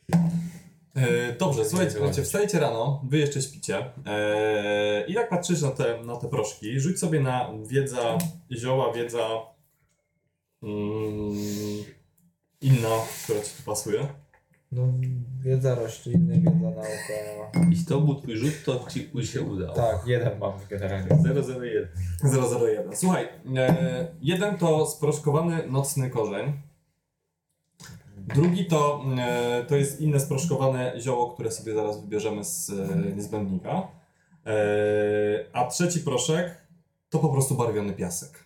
Dobrze, słuchajcie, wstajecie rano, wy jeszcze śpicie i jak patrzysz na te proszki, rzuć sobie na wiedza, zioła, wiedza inna, która ci tu pasuje. No, wiedza rośliny, wiedza nauka. Jeśli to był twój rzut, to ci się udało. Tak, jeden mam generalnie. 001. 001. Słuchaj, jeden to sproszkowany nocny korzeń. Drugi to jest inne sproszkowane zioło, które sobie zaraz wybierzemy z niezbędnika. A trzeci proszek to po prostu barwiony piasek.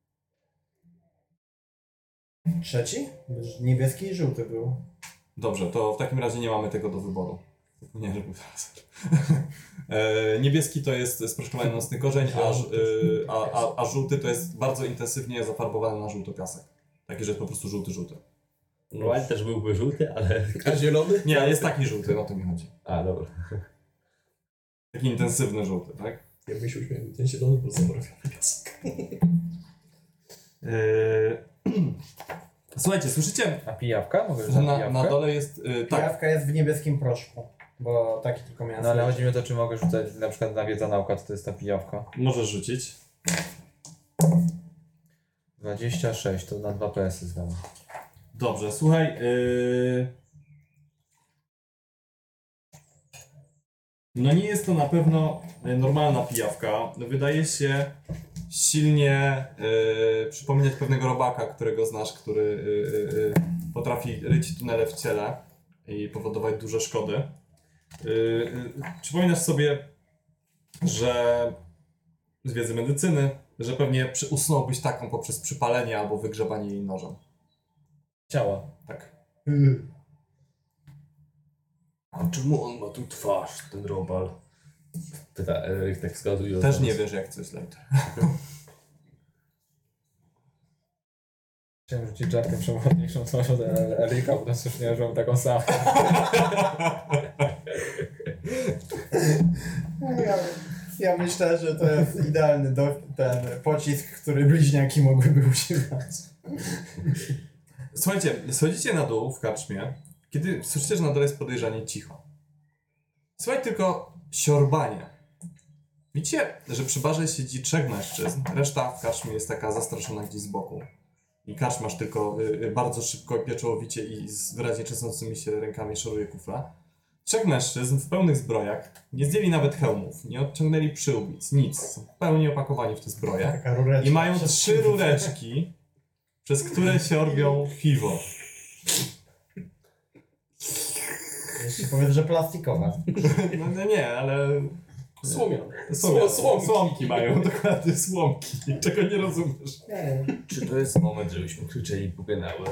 Trzeci? Niebieski i żółty był. Dobrze, to w takim razie nie mamy tego do wyboru. Nie, że był teraz. Niebieski to jest sproszkowany nocny korzeń, a żółty to jest bardzo intensywnie zafarbowany na żółto piasek. Taki, że jest po prostu żółty. Normalnie też byłby żółty, ale... A zielony? Nie, jest taki żółty, o to mi chodzi. A, dobra. Taki intensywny żółty, tak? Ja bym się uśmiechał, ten zielony był zabarwiony piasek. Słuchajcie, słyszycie, A pijawka? Mogę że rzucać na pijawkę? dole jest... tak, Pijawka jest w niebieskim proszku, bo taki tylko miałem. No ale chodzi mi o to, czy mogę rzucać na przykład na wiedza nauka, co to jest ta pijawka. możesz rzucić. 26, to na 2 PS-y zgadam. Dobrze, słuchaj. No nie jest to na pewno normalna pijawka. Wydaje się silnie przypominać pewnego robaka, którego znasz, który potrafi ryć tunele w ciele i powodować duże szkody. Przypominasz sobie, że z wiedzy medycyny, że pewnie usnąłbyś taką poprzez przypalenie albo wygrzebanie jej nożem. Ciała. Tak. A czemu on ma tu twarz, ten robal? Pyta Eryk tak wskazuje. Też nie wiesz jak coś later. Chciałem rzucić żartem przewodniejszą coś od Erika, bo teraz już nie mam taką samą. Ja myślę, że to jest idealny ten pocisk, który bliźniaki mogłyby używać. Słuchajcie, schodzicie na dół w karczmie, kiedy słyszycie, że na dole jest podejrzanie cicho. Słuchaj tylko siorbanie. Widzicie, że przy barze siedzi 3 mężczyzn, reszta w karczmie jest taka zastraszona gdzieś z boku. I karczmasz tylko bardzo szybko, pieczołowicie i z wyraźnie trzęsącymi się rękami szoruje kufla. 3 mężczyzn w pełnych zbrojach, nie zdjęli nawet hełmów, nie odciągnęli przyłbic, nic. Są w pełni opakowani w te zbroje. Taka rureczka. I mają 3 rureczki, przez które siorbią piwo. Jeśli powiedz, że plastikowa. No nie, ale... Słomiany. Słomki mają, dokładnie słomki. Czego nie rozumiesz. Czy to jest moment, żebyśmy krzyczeli Bugenauer?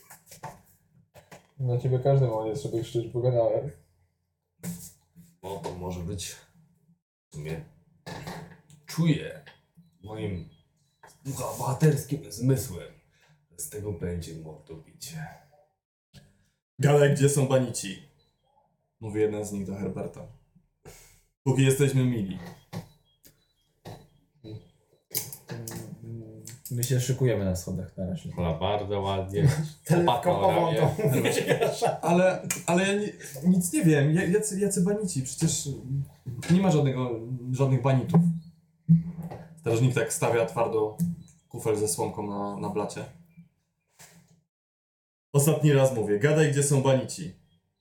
Dla ciebie każdy moment jest, żeby krzyczeć pogadałem. No to może być... W sumie... Czuję moim bohaterskim zmysłem. Z tego będzie mordobicie. Gadaj, gdzie są banici? Mówi jeden z nich do Herberta. Póki jesteśmy mili. My się szykujemy na schodach na razie. Ona bardzo ładnie. Teleskopową tą Ale ja nic nie wiem. Jacy banici? Przecież nie ma żadnych banitów. Strażnik tak stawia twardo kufel ze słomką na blacie. Ostatni raz mówię. Gadaj, gdzie są banici.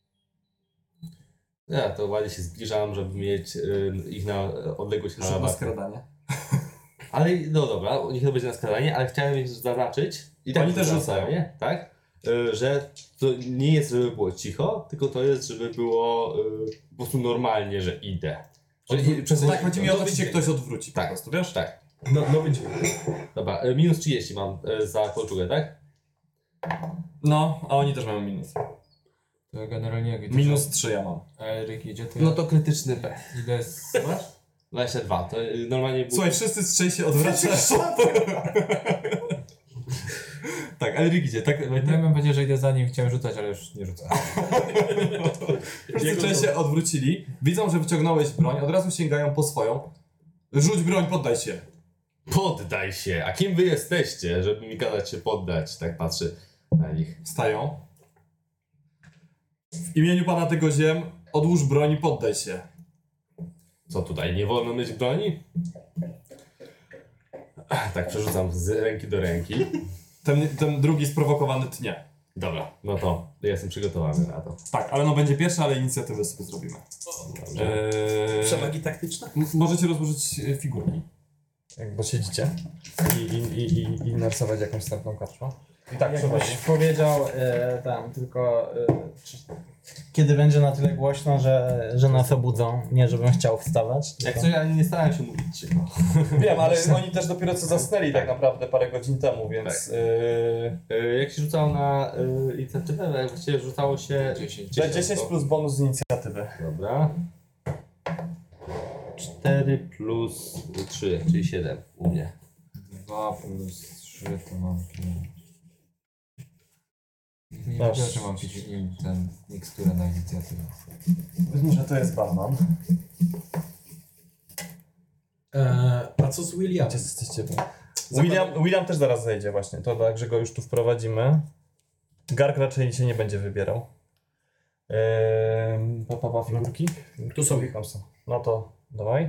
Ja to ładnie się zbliżam, żeby mieć ich na odległość Rzut na halabardy. skradanie. Ale no dobra, niech to będzie na skradanie, ale chciałem już zaznaczyć i tak Oni też rzucają, rzucają. nie? Tak? Że to nie jest, żeby było cicho, tylko to jest, żeby było po prostu normalnie, że idę. Tak, chodzi mi o to, czy się ktoś odwróci Tak. po prostu, wiesz? Tak. Nowy dzień. Dobra, minus 30 mam za kolczugę, tak? No, a oni też mają minus. To generalnie jak Minus 3 ja mam. A Eryk idzie, to No to krytyczny P. ile jest... Masz? 22, to normalnie było... Słuchaj, wszyscy z 6 się odwracają. Tak, Elrik idzie, tak? Ja bym powiedział, że idę za nim, chciałem rzucać, ale już nie rzucam. Wszyscy część się odwrócili, widzą, że wyciągnąłeś broń, od razu sięgają po swoją. Rzuć broń, poddaj się. Poddaj się! A kim wy jesteście, żeby mi kazać się poddać? Tak patrzy na nich. Wstają. W imieniu pana tego ziem odłóż broń i poddaj się. Co tutaj, nie wolno mieć broni? Tak, przerzucam z ręki do ręki. Ten drugi sprowokowany tnie. Dobra, no to jestem przygotowany na to. Tak, ale no będzie pierwszy, ale inicjatywę sobie zrobimy. Przewagi taktyczne? Możecie rozłożyć figurki. Bo siedzicie i narysować jakąś następną kartę. I tak, Jakbyś przechodzi. powiedział tam tylko kiedy będzie na tyle głośno, że nas obudzą. Nie, żebym chciał wstać. Jak Tylko... coś, ja nie starałem się mówić cicho. Wiem, ale oni też dopiero co zasnęli tak naprawdę parę godzin temu, więc... Jak się rzucało na inicjatywę, jak właściwie rzucało się 10 plus bonus z inicjatywy. Dobra. 4 plus 3, czyli 7 u mnie. 2 plus 3 to mam 5. Nie Masz- wiem, czy mam pić ten miksturę na inicjatywę. Że to jest barman. A co z Williamem? Gdzie jesteście wy? William też zaraz zejdzie właśnie, to także go już tu wprowadzimy. Garg raczej się nie będzie wybierał. Figurki? Tu są. Tam są. No to dawaj.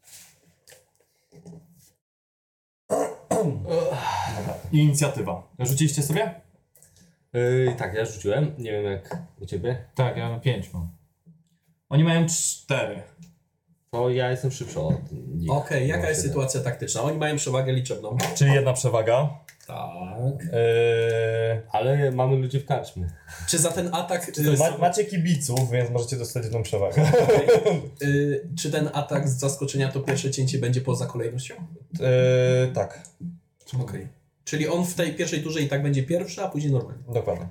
Inicjatywa. Rzuciliście sobie? Tak, ja rzuciłem. Nie wiem jak u ciebie. Tak, ja mam 5 mam. Oni mają 4. To ja jestem szybszy od nich. Okej, jaka Mam jest 7. sytuacja taktyczna? Oni mają przewagę liczebną. Czyli jedna przewaga. Tak. Ale mamy ludzi w karczmie. Czy za ten atak... Macie kibiców, więc możecie dostać jedną przewagę. czy ten atak z zaskoczenia to pierwsze cięcie będzie poza kolejnością? Tak, Okej. Czyli on w tej pierwszej turze i tak będzie pierwszy, a później normalnie. dokładnie.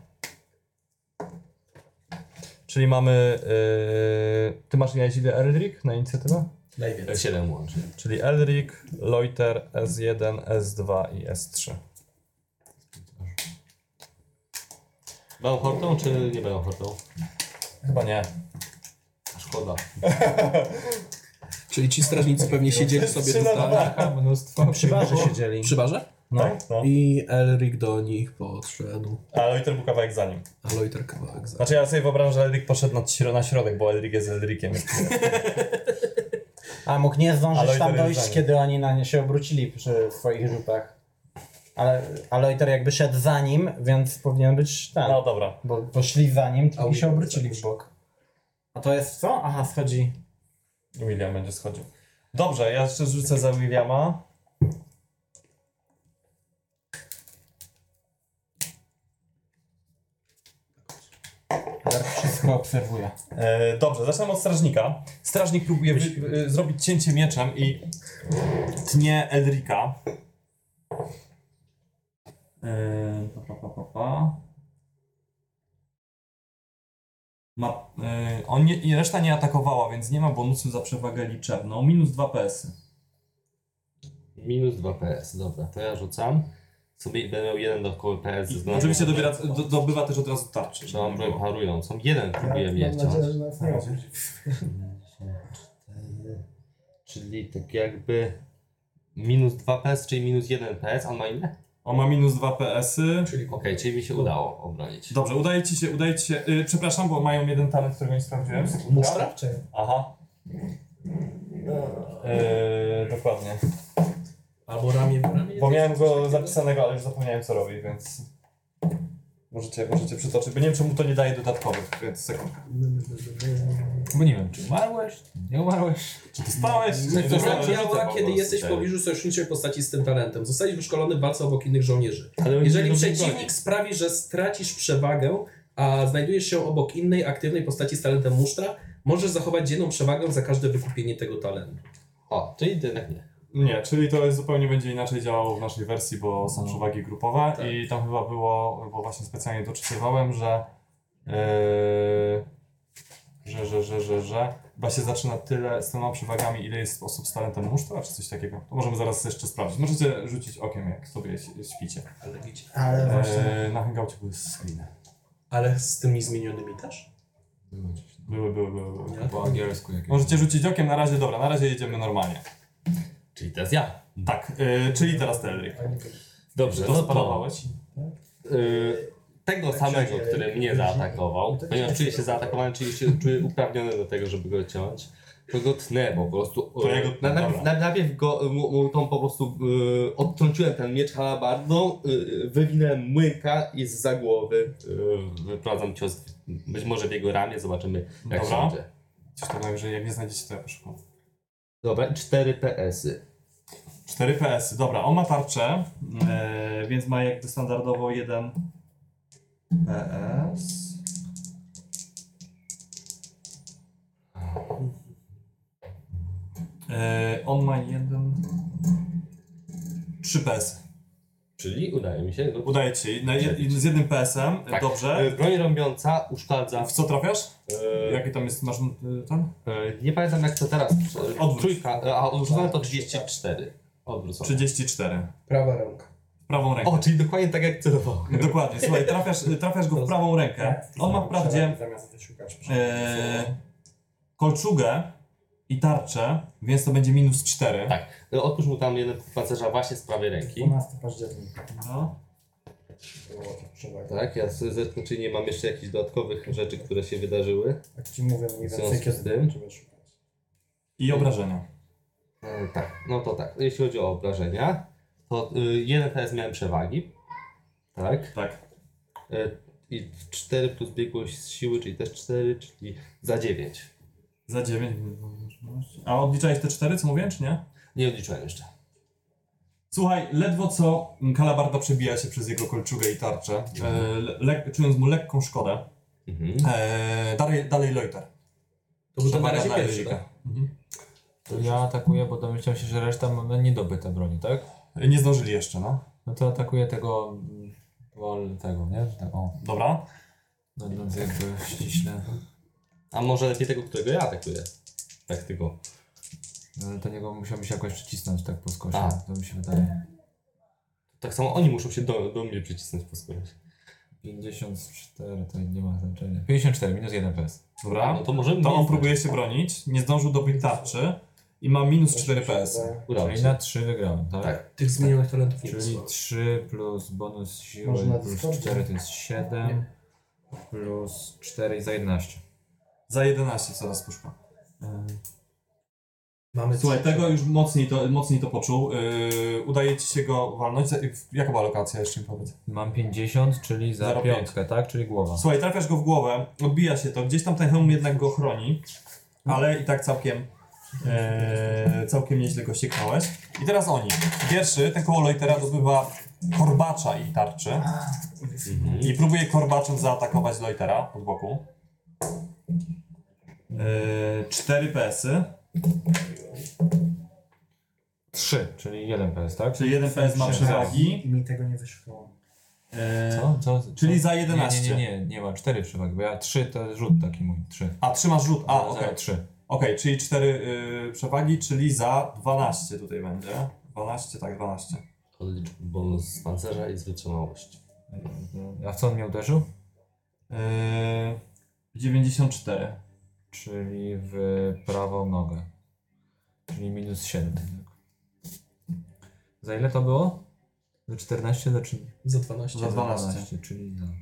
Czyli mamy... ty masz ile Eldrick na inicjatywę? Najwięcej. 7 łącznie. Czyli Elric, Loiter, S1, S2 i S3. Będą hortą czy nie będą hortą? Chyba nie. Szkoda. Czyli ci strażnicy pewnie siedzieli sobie tutaj Mnóstwo. Przy barze siedzieli. przy barze? No. Tak, no. I Elric do nich podszedł. A Loiter był kawałek za nim. A Loiter kawałek za. Znaczy ja sobie wyobrażam, że Elric poszedł na środek, bo Elric jest Elriciem. A mógł nie zdążyć Ale tam to jest dojść, za nim. kiedy oni na nie się obrócili przy swoich rzutach. Ale Loiter jakby szedł za nim, więc powinien być ten. No dobra. Bo poszli za nim A i się William obrócili w bok. A to jest co? Aha, schodzi. William będzie schodził. Dobrze, ja jeszcze rzucę za Williama. Dark wszystko obserwuje. Dobrze, zacznę od strażnika. Strażnik próbuje zrobić cięcie mieczem i tnie Elrika. Reszta nie atakowała, więc nie ma bonusu za przewagę liczebną. Minus 2 PS. Minus 2 PS, dobra, to ja rzucam. Sobie będę miał 1 dodatkowy PS. ze względu Oczywiście na to, dobywa też od razu tarczy. że mam broń parującą. 1 próbuję mieć. że nas nie Czyli tak jakby minus 2 PS, czyli minus 1 PS, on ma ile? On ma minus 2 PS-y. Okej, czyli mi się udało obronić. Dobrze, udaje ci się, przepraszam, bo mają jeden talent, którego nie sprawdziłem. Musztra? Aha. Dokładnie. Albo ramię w ramię? Bo miałem go zapisanego, ale już zapomniałem co robi, więc... Możecie przytoczyć, bo nie wiem czemu to nie daje dodatkowych, więc sekundkę. Bo nie wiem, czy umarłeś, nie umarłeś. Czy dostałeś? To Nie dostałeś? działa, po kiedy prostu, jesteś w tak. pobliżu sojuszniczej postaci z tym talentem. Zostałeś wyszkolony w walce obok innych żołnierzy. Ale oni Jeżeli nie lubią przeciwnik broni. sprawi, że stracisz przewagę, a znajdujesz się obok innej aktywnej postaci z talentem musztra, możesz zachować dzienną przewagę za każde wykupienie tego talentu. O, czyli jednak nie. Nie, czyli to jest zupełnie będzie inaczej działało w naszej wersji, bo są przewagi grupowe Tak. i tam chyba było, bo właśnie specjalnie doczytywałem, że chyba się zaczyna tyle z tyloma przewagami, ile jest osób z talentem musztra, czy coś takiego. To możemy zaraz jeszcze sprawdzić. Możecie rzucić okiem, jak sobie śpicie. Ale widzicie. Ale właśnie. Na hangoucie były screeny. Ale z tymi zmienionymi też? Były. Po angielsku jakieś. Możecie rzucić okiem, na razie, dobra, na razie jedziemy normalnie. Czyli teraz ja. Tak, czyli teraz Elric. Dobrze, To no zapanowałeś? tego samego, który mnie zaatakował, ponieważ czuję się zaatakowany, czyli się czuję uprawniony do tego, żeby go ciąć, to go tnę po prostu. To ja go tnę, dobra. Najpierw go tą po prostu odtrąciłem ten miecz halabardą, wywinąłem młynka i zza głowy wyprowadzam cios, być może w jego ramię, zobaczymy jak Dobra. będzie. Coś to najwyżej, jak nie znajdziecie, to ja poszukam. Dobra, i 4 PS-y. 4 PS. Dobra, on ma tarczę, więc ma jakby standardowo 1 PS. On ma 3 PS. Czyli udaje mi się go... Udaje ci się. Z jednym PS-em, Tak. dobrze. Broń rąbiąca uszkadza. W co trafiasz? Jaki tam jest, masz ten? Nie pamiętam jak to teraz. Odwróć. Trójka, a odrzucone to 34. Odwrócone. 34. Prawa ręka. Prawą rękę. O, czyli dokładnie tak jak celowałem. Dokładnie, słuchaj, trafiasz go w prawą rękę. On ma wprawdzie Zamiast wyszukać kolczugę i tarczę, więc to będzie -4. Tak. Otwórz mu tam jeden punkt pancerza właśnie z prawej ręki. 12 października. No. Było to przewaga. Tak, ja sobie zerknę, czy nie mam jeszcze jakichś dodatkowych rzeczy, które się wydarzyły. Jak ci mówię mniej W więcej, związku z kiedy tym? trzeba szukać. I obrażenia. Tak, no to tak. Jeśli chodzi o obrażenia, to jeden PS miałem przewagi. Tak. Tak. I 4 plus biegłość z siły, czyli też 4, czyli za 9. Za 9. A odliczałeś te 4, co mówiłem, czy nie? Nie odliczyłem jeszcze. Słuchaj, ledwo co Kalabarda przebija się przez jego kolczugę i tarczę, czując mu lekką szkodę. Mhm. Dalej Loiter. To był to na Przewaga razie dla pierwszy, Elrika. tak? To ja atakuję, bo domyślam się, że reszta ma niedobyte broni, tak? Nie zdążyli jeszcze, no. No to atakuję tego, tego, nie? O, Dobra. będąc jakby ściśle. A może lepiej tego, którego ja atakuję? Tak tylko. No, to niego musiałby się jakoś przycisnąć tak po skosie, A. to mi się wydaje. Tak samo oni muszą się do mnie przycisnąć po skórze. 54 to nie ma znaczenia. 54, -1 PS. Dobra. No to możemy... To on próbuje się bronić, nie zdążył dobyć tarczy i ma -4 PS. Udało Czyli się. na 3 wygrałem, tak? Tak. Tych zmienionych talentów nie Czyli wysłałem. 3 plus bonus siły Może na plus Discordzie? 4 to jest 7 plus 4 za 11. Za 11 coraz puszka. Mamy Słuchaj, trzy- tego już mocniej to poczuł. Udaje ci się go walnąć. Jaka była lokacja, jeszcze mi powiedz? Mam 50, czyli za 0,5. piątkę, tak? Czyli głowa. Słuchaj, trafiasz go w głowę, odbija się to, gdzieś tam ten hełm jednak go chroni, ale i tak całkiem nieźle go sieknąłeś. I teraz oni. Pierwszy, ten koło Loitera dobywa korbacza i tarczy i próbuje korbaczem zaatakować Loitera od boku. 4 PS-y, 3, czyli 1 PS, tak? czyli 1 PS ma przewagi. I mi tego nie wyszukało. Co? Czyli za 11. Nie ma 4 przewagi, bo ja 3 to rzut taki mój, 3. A, trzymasz rzut. A, okej. 3. Okej, czyli 4 przewagi, czyli za 12 tutaj będzie. 12, tak, 12. Odlicz bonus z pancerza i z wytrzymałości. A w co on mnie uderzył? 94. Czyli w prawą nogę. Czyli -7. Za ile to było? Za 14 za 3? Za 12. Za 12. czyli za...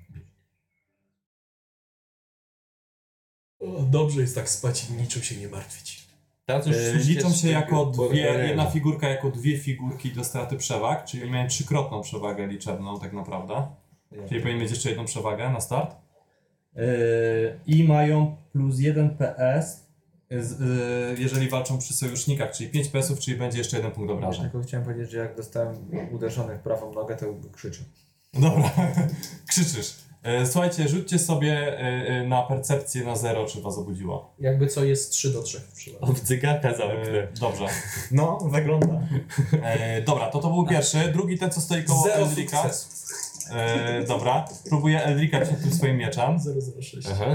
O, dobrze jest tak spać i niczym się nie martwić. Teraz już Liczą się jako dwie, jedna jedna figurka jako 2 figurki do straty przewag, czyli oni mają trzykrotną przewagę liczebną tak naprawdę. Czyli powinien mieć jeszcze jedną przewagę na start. I mają +1 PS, jeżeli walczą przy sojusznikach, czyli 5 PS-ów, czyli będzie jeszcze 1 punkt Ja obrażeń. tylko chciałem powiedzieć, że jak dostałem uderzony w prawą nogę, to krzyczę. Dobra, krzyczysz. Słuchajcie, rzućcie sobie na percepcję na 0, czy was obudziło. Jakby co jest 3-3 w przypadku. w cygarka za oknem. Dobrze. No, zagląda. Dobra, to był pierwszy. Drugi, ten co stoi koło Zero Eldrika. sukcesów. Dobra, próbuje Eldrika tym swoim mieczem. 006. Aha.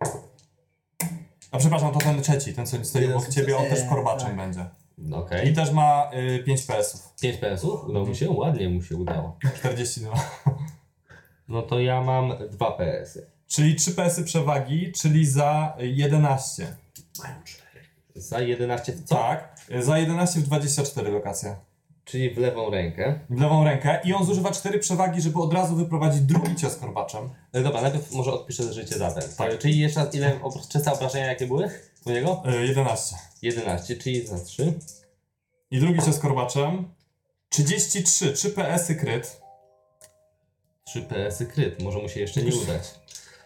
A przepraszam, to ten trzeci, ten co stoi Jeden obok ciebie, on też korbaczem tak. będzie. No okej. I też ma 5 PS-ów. 5 PS-ów? Udało mi się? Ładnie mu się udało. 42. No to ja mam 2 PS-y. Czyli 3 PS-y przewagi, czyli za 11. Mają 4. Za 11 w co? Tak, za 11 w 24 lokacje. Czyli w lewą rękę. w lewą rękę i on zużywa 4 przewagi, żeby od razu wyprowadzić drugi cios korbaczem. Dobra, najpierw może odpiszę życie za ten. Tak. Czyli jeszcze raz, ile czyste obrażenia jakie były u niego? 11. 11, czyli za 3. I drugi cios korbaczem. 33, 3 PS-y kryt. 3 PS-y kryt, może mu się jeszcze nie udać.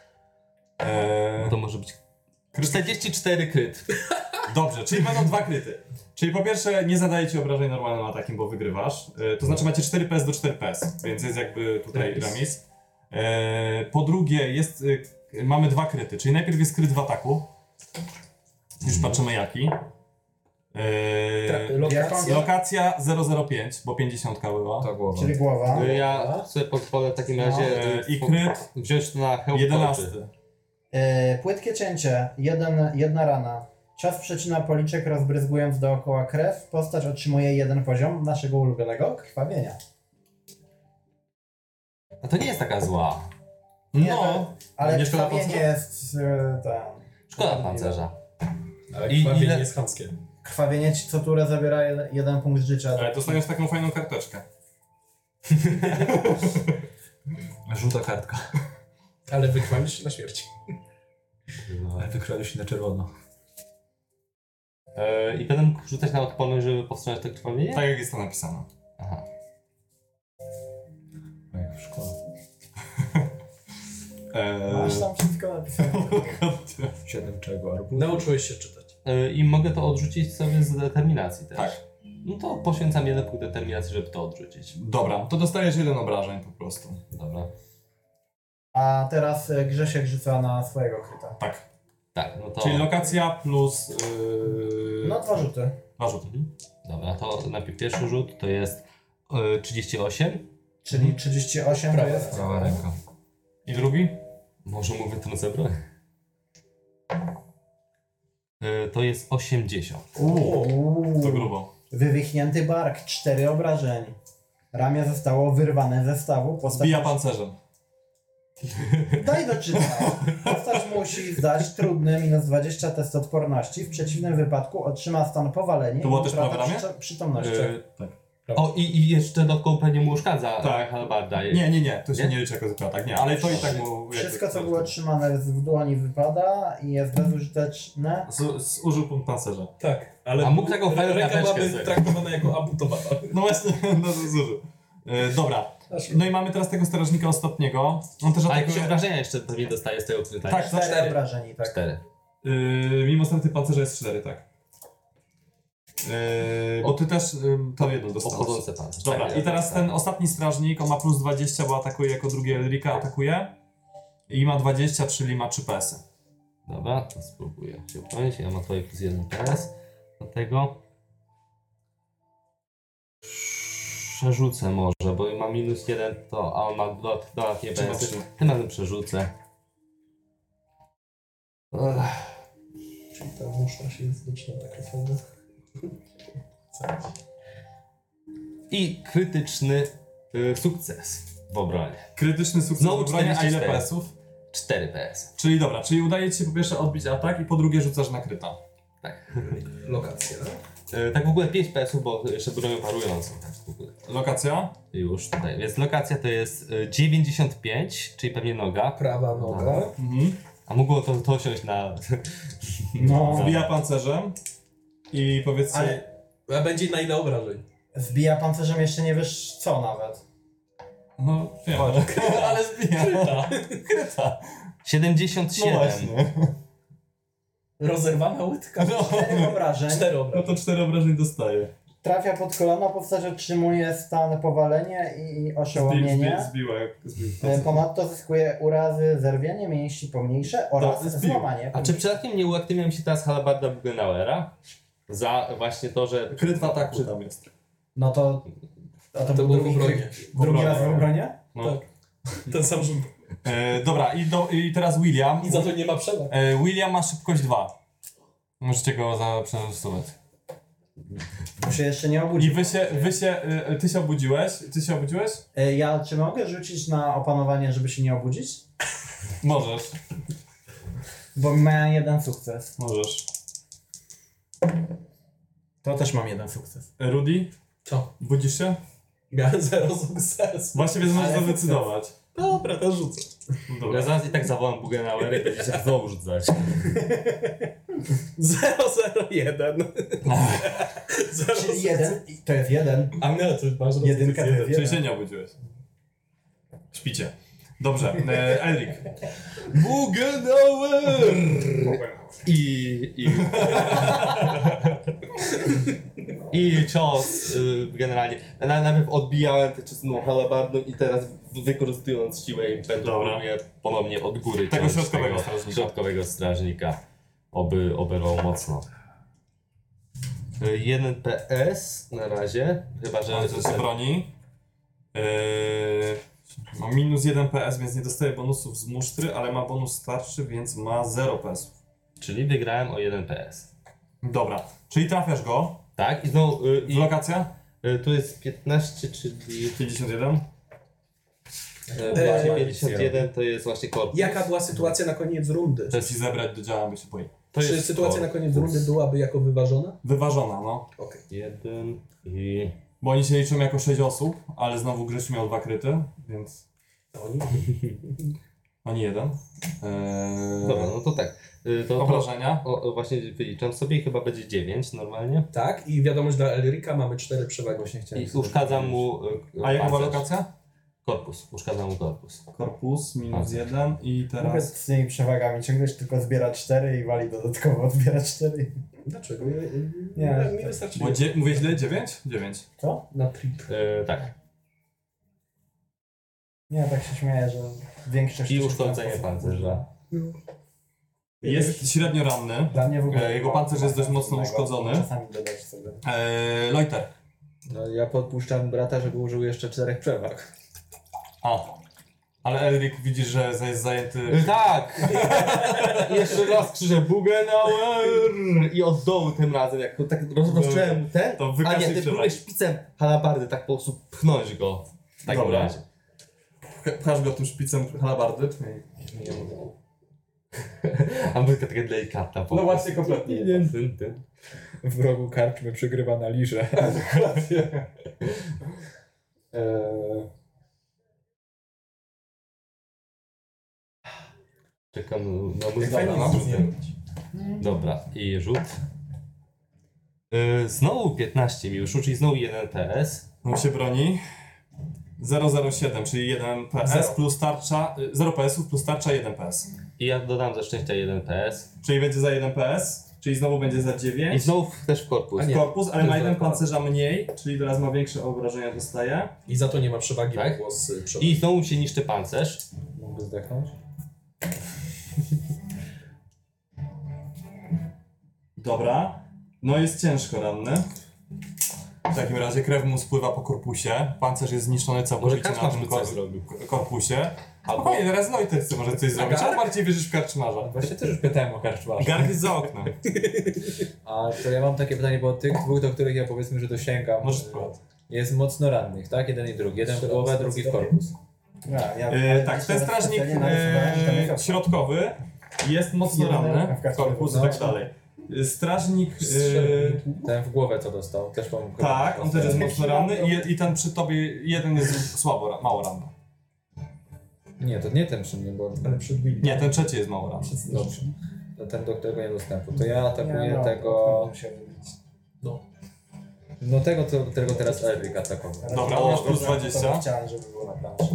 To może być 44 kryt. Dobrze, czyli będą 2 kryty. Czyli po pierwsze nie zadaje ci obrażeń normalnym atakiem, bo wygrywasz. To znaczy macie 4 PS do 4 PS, więc jest jakby tutaj remis. Po drugie jest, mamy 2 kryty, czyli najpierw jest kryt w ataku. Już patrzymy jaki. Lokacja 005, bo 50 była. To głowa. Czyli głowa. Ja sobie pozwolę w takim razie I kryt wziąć to na hełm 11. oczy. Płytkie cięcie, jedna rana. Cios przecina policzek, rozbryzgując dookoła krew. Postać otrzymuje 1 poziom naszego ulubionego krwawienia. A to nie jest taka zła. Nie, No, ale nie szkoda krwawienie pancerza? jest ten... Szkoda pancerza. Ale I krwawienie ile- jest chamskie. Krwawienie ci co turę zabiera 1 punkt życia. Ale dostaniesz taką fajną karteczkę. Żółta kartka. Ale wykrwawisz się na śmierć. Ale wykrwawisz się na czerwono. I będę mógł rzucać na odporność, żeby powstrzymać to krwawienie? Tak jak jest to napisane. Aha. Jak w szkole. Masz tam wszystko napisane. 7 czego? Arbuz? Nauczyłeś się czytać. I mogę to odrzucić sobie z determinacji też. Tak. No to poświęcam 1 punkt determinacji, żeby to odrzucić. Dobra, to dostajesz 1 obrażeń po prostu. Dobra. A teraz Grzesiek rzuca na swojego kryta. Tak. Tak, no to... Czyli lokacja plus... No 2 rzuty. 2 rzuty. Dobra, to najpierw pierwszy rzut to jest 38. Czyli 38 to jest... Prawa ręka. I drugi? Może mu wytrącę broń. To jest 80. To grubo. Wywichnięty bark, 4 obrażeń. Ramię zostało wyrwane ze stawu. Zbija pancerzem. Daj doczytać. Postać musi zdać trudny minus 20 test odporności. W przeciwnym wypadku otrzyma stan powalenia To było i też utrata prawe ramię? przytomności. Tak. O, i jeszcze dodatkowo pewnie mu uszkadza Tak. halbarda. Nie, to się Nie? nie liczy jako zwykły atak, nie, ale to i tak mu... Wszystko co było trzymane w dłoni wypada i jest bezużyteczne. Zużył punkt pancerza. Tak, ale A mógł taką fajną ręka karteczkę byłaby sobie. traktowana jako amputowana. No właśnie, no zużył. Dobra. No i mamy teraz tego strażnika ostatniego. On też A jakieś atakuje... obrażenia jeszcze pewnie dostaje z tego kryta? Tak, 4 4. obrażeń, tak. 4. Mimo straty pancerza jest 4, tak. Bo ty też to jedno dostałeś. Obchodzące pancerz. Dobra, Tak, i teraz tak. ten ostatni strażnik, on ma plus 20, bo atakuje jako drugi Elrika, atakuje. I ma 20, czyli ma 3 PS-y. Dobra, to spróbuję się upewnić. Ja mam twoje plus 1 PS do tego. Przerzucę może, bo ma minus 1, to, a on ma dodatnie Czy ma PS. trzy? Tym razem przerzucę. Czyli ta muszla się jest znacznie taka fajna. I krytyczny sukces w obronie. Krytyczny sukces Znowu w obronie, a ile 44. PS-ów? 4 PS. Czyli dobra, czyli udaje ci się po pierwsze odbić atak i po drugie rzucasz na kryta. Tak. Lokacja. Tak w ogóle 5 PS-ów, bo jeszcze bronią parującą. Tak w ogóle. Lokacja? Już tutaj. Więc lokacja to jest 95, czyli pewnie noga. Prawa noga. Mhm. A mogło to osiąść na... No, Zbija pancerzem. I powiedzcie... ale A będzie na ile obrażeń? zbija pancerzem jeszcze nie wiesz co nawet. No, wiem, ale zbija. Kryta. 77. No właśnie. Rozerwana łydka? 4 obrażeń. 4 No obrażeń. to 4 obrażeń dostaje. Trafia pod kolano, postać otrzymuje stan powalenie i oszołomienie. Zbiła jak zbił. Ponadto zyskuje urazy, zerwienie mięśni pomniejsze oraz To zbił. złamanie. A czy przypadkiem nie uaktywnia mi się teraz halabarda Bugenauera? Za właśnie to, że... Kryt w ataku tam jest. No to... A to To był było w drugi, obronie. drugi raz w obronie? No. Tak. Ten sam rzut. Dobra, i teraz William. I za to nie ma przewag. William ma szybkość 2. Możecie go przetestować. Bo się jeszcze nie I obudził. ty się obudziłeś? Ty się obudziłeś? Ja czy mogę rzucić na opanowanie, żeby się nie obudzić? Możesz. Bo miałem 1 sukces. Możesz. To też mam 1 sukces. Rudy? Co? Budzisz się? Miałem 0 sukcesów. Właśnie więc możesz Ale zadecydować. Dobra, to rzucę. Ja Dobra. zaraz i tak zawołam Bugenauer i będziecie znowu rzucać. 001. Czyli 1, to jest 1. A nie, to masz Jedynka to jest Czyli 1. się nie obudziłeś. Śpicie. Dobrze, Elrik. Bugenauer! I cios generalnie. Najpierw odbijałem tę czystą halabardą i teraz wykorzystując siłę impetu Dobra. próbuję ponownie od góry Tego ciąć środkowego strażnika. środkowego strażnika. Oby oberwał mocno. 1 PS na razie, chyba że... Ale to się broni. Ma minus 1 PS, więc nie dostaje bonusów z musztry, ale ma bonus starszy, więc ma 0 PS. Czyli wygrałem o 1 PS. Dobra, czyli trafiasz go. Tak, i znowu... I lokacja? tu jest 15, czyli... 51. Właśnie 51 to jest właśnie korpus. Jaka była sytuacja na koniec rundy? Chcę ci zebrać do działa, by się boi. To Czy jest sytuacja na koniec korpus. rundy byłaby jako wyważona? Wyważona, no. Okej. 1 i... Bo oni się liczą jako 6 osób, ale znowu Gryś miał 2 kryty, więc... Oni 1. Dobra, no to tak. To Obrażenia. właśnie wyliczam sobie i chyba będzie 9 normalnie. Tak, i wiadomość dla Elrika, mamy 4 przewagi. Właśnie chciałem. I uszkadzam mu A jaka była pancerz. lokacja? Korpus, uszkadzam mu korpus. Korpus, minus Pancerz. 1 i Mogę teraz... z tymi przewagami ciągnąć, tylko zbiera 4 i wali dodatkowo odbiera 4. Dlaczego? Nie, Mi wystarczy. Bo mówię źle? 9? 9. Co? Na trip. Tak. Nie, tak się śmieję, że większość... I uszkodzenie pancerza. Jest średnio ranny. Dla mnie w ogóle... Jego pancerz jest dość mocno innego. uszkodzony. Czasami dodać sobie. Loiter. No, ja podpuszczam brata, żeby użył jeszcze 4 przewag. A. Ale Elrik widzisz, że jest zajęty... Tak! Jeszcze raz krzyczę Bugenauer! I od dołu tym razem, jak tak rozpocząłem ten, To a wykaż nie, jej ty przewagi. próbujesz szpicem halabardy tak po prostu pchnąć go. W takim Dobra. razie. Pchasz go tym szpicem halabardy? A muzyka taka delikatna. po No prostu. właśnie, kompletnie. Tym. W rogu karczmy przygrywa na lirze. Czekam na muzykę. Fajnie Dobra, nic nie robić. Dobra, i rzut. Znowu 15 mi już, czyli znowu 1 PS. On się broni. 007, czyli 1 PS Zero. plus tarcza... 0 PS-ów plus tarcza 1 PS. I ja dodam ze szczęścia 1 PS. Czyli będzie za 1 PS, czyli znowu będzie za 9. I znowu też w korpus. A nie. Korpus, ale To ma jest 1 dodatkowe. pancerza mniej, czyli teraz ma większe obrażenia dostaje. I za to nie ma przewagi, Tak? bo głos przewagi. I znowu się niszczy pancerz. Mógłby zdechnąć? Dobra. No jest ciężko ranny. W takim razie krew mu spływa po korpusie. Pancerz jest zniszczony Może całkowicie na Kaczmarz tym by coś zrobił. korpusie. Albo... Spokojnie, teraz Lojter chce może coś zrobić, ale bardziej wierzysz w karczmarza. Właśnie też już pytałem o karczmarza. Garg jest za oknem. A to ja mam takie pytanie, bo tych dwóch, do których ja powiedzmy, że dosięgam, Możesz spróbować. jest mocno rannych, tak? Jeden i drugi. Jeden w głowę, drugi w korpus. Tak, ten strażnik środkowy jest mocno Jeden ranny, w korpus i no. tak dalej. Strażnik... Ten w głowę co dostał, też mam. tak, on też jest mocno ranny i ten przy tobie jeden jest słabo, mało ranny. Nie, to nie ten przy mnie, bo... Ale przed Willi. Nie, ten trzeci jest mało ranny. Dobrze. To ten, do którego nie dostępu. To ja atakuję tego... No. No tego, którego teraz Elric atakował. Dobra, masz plus 20. Chciałem, żeby było na planszy.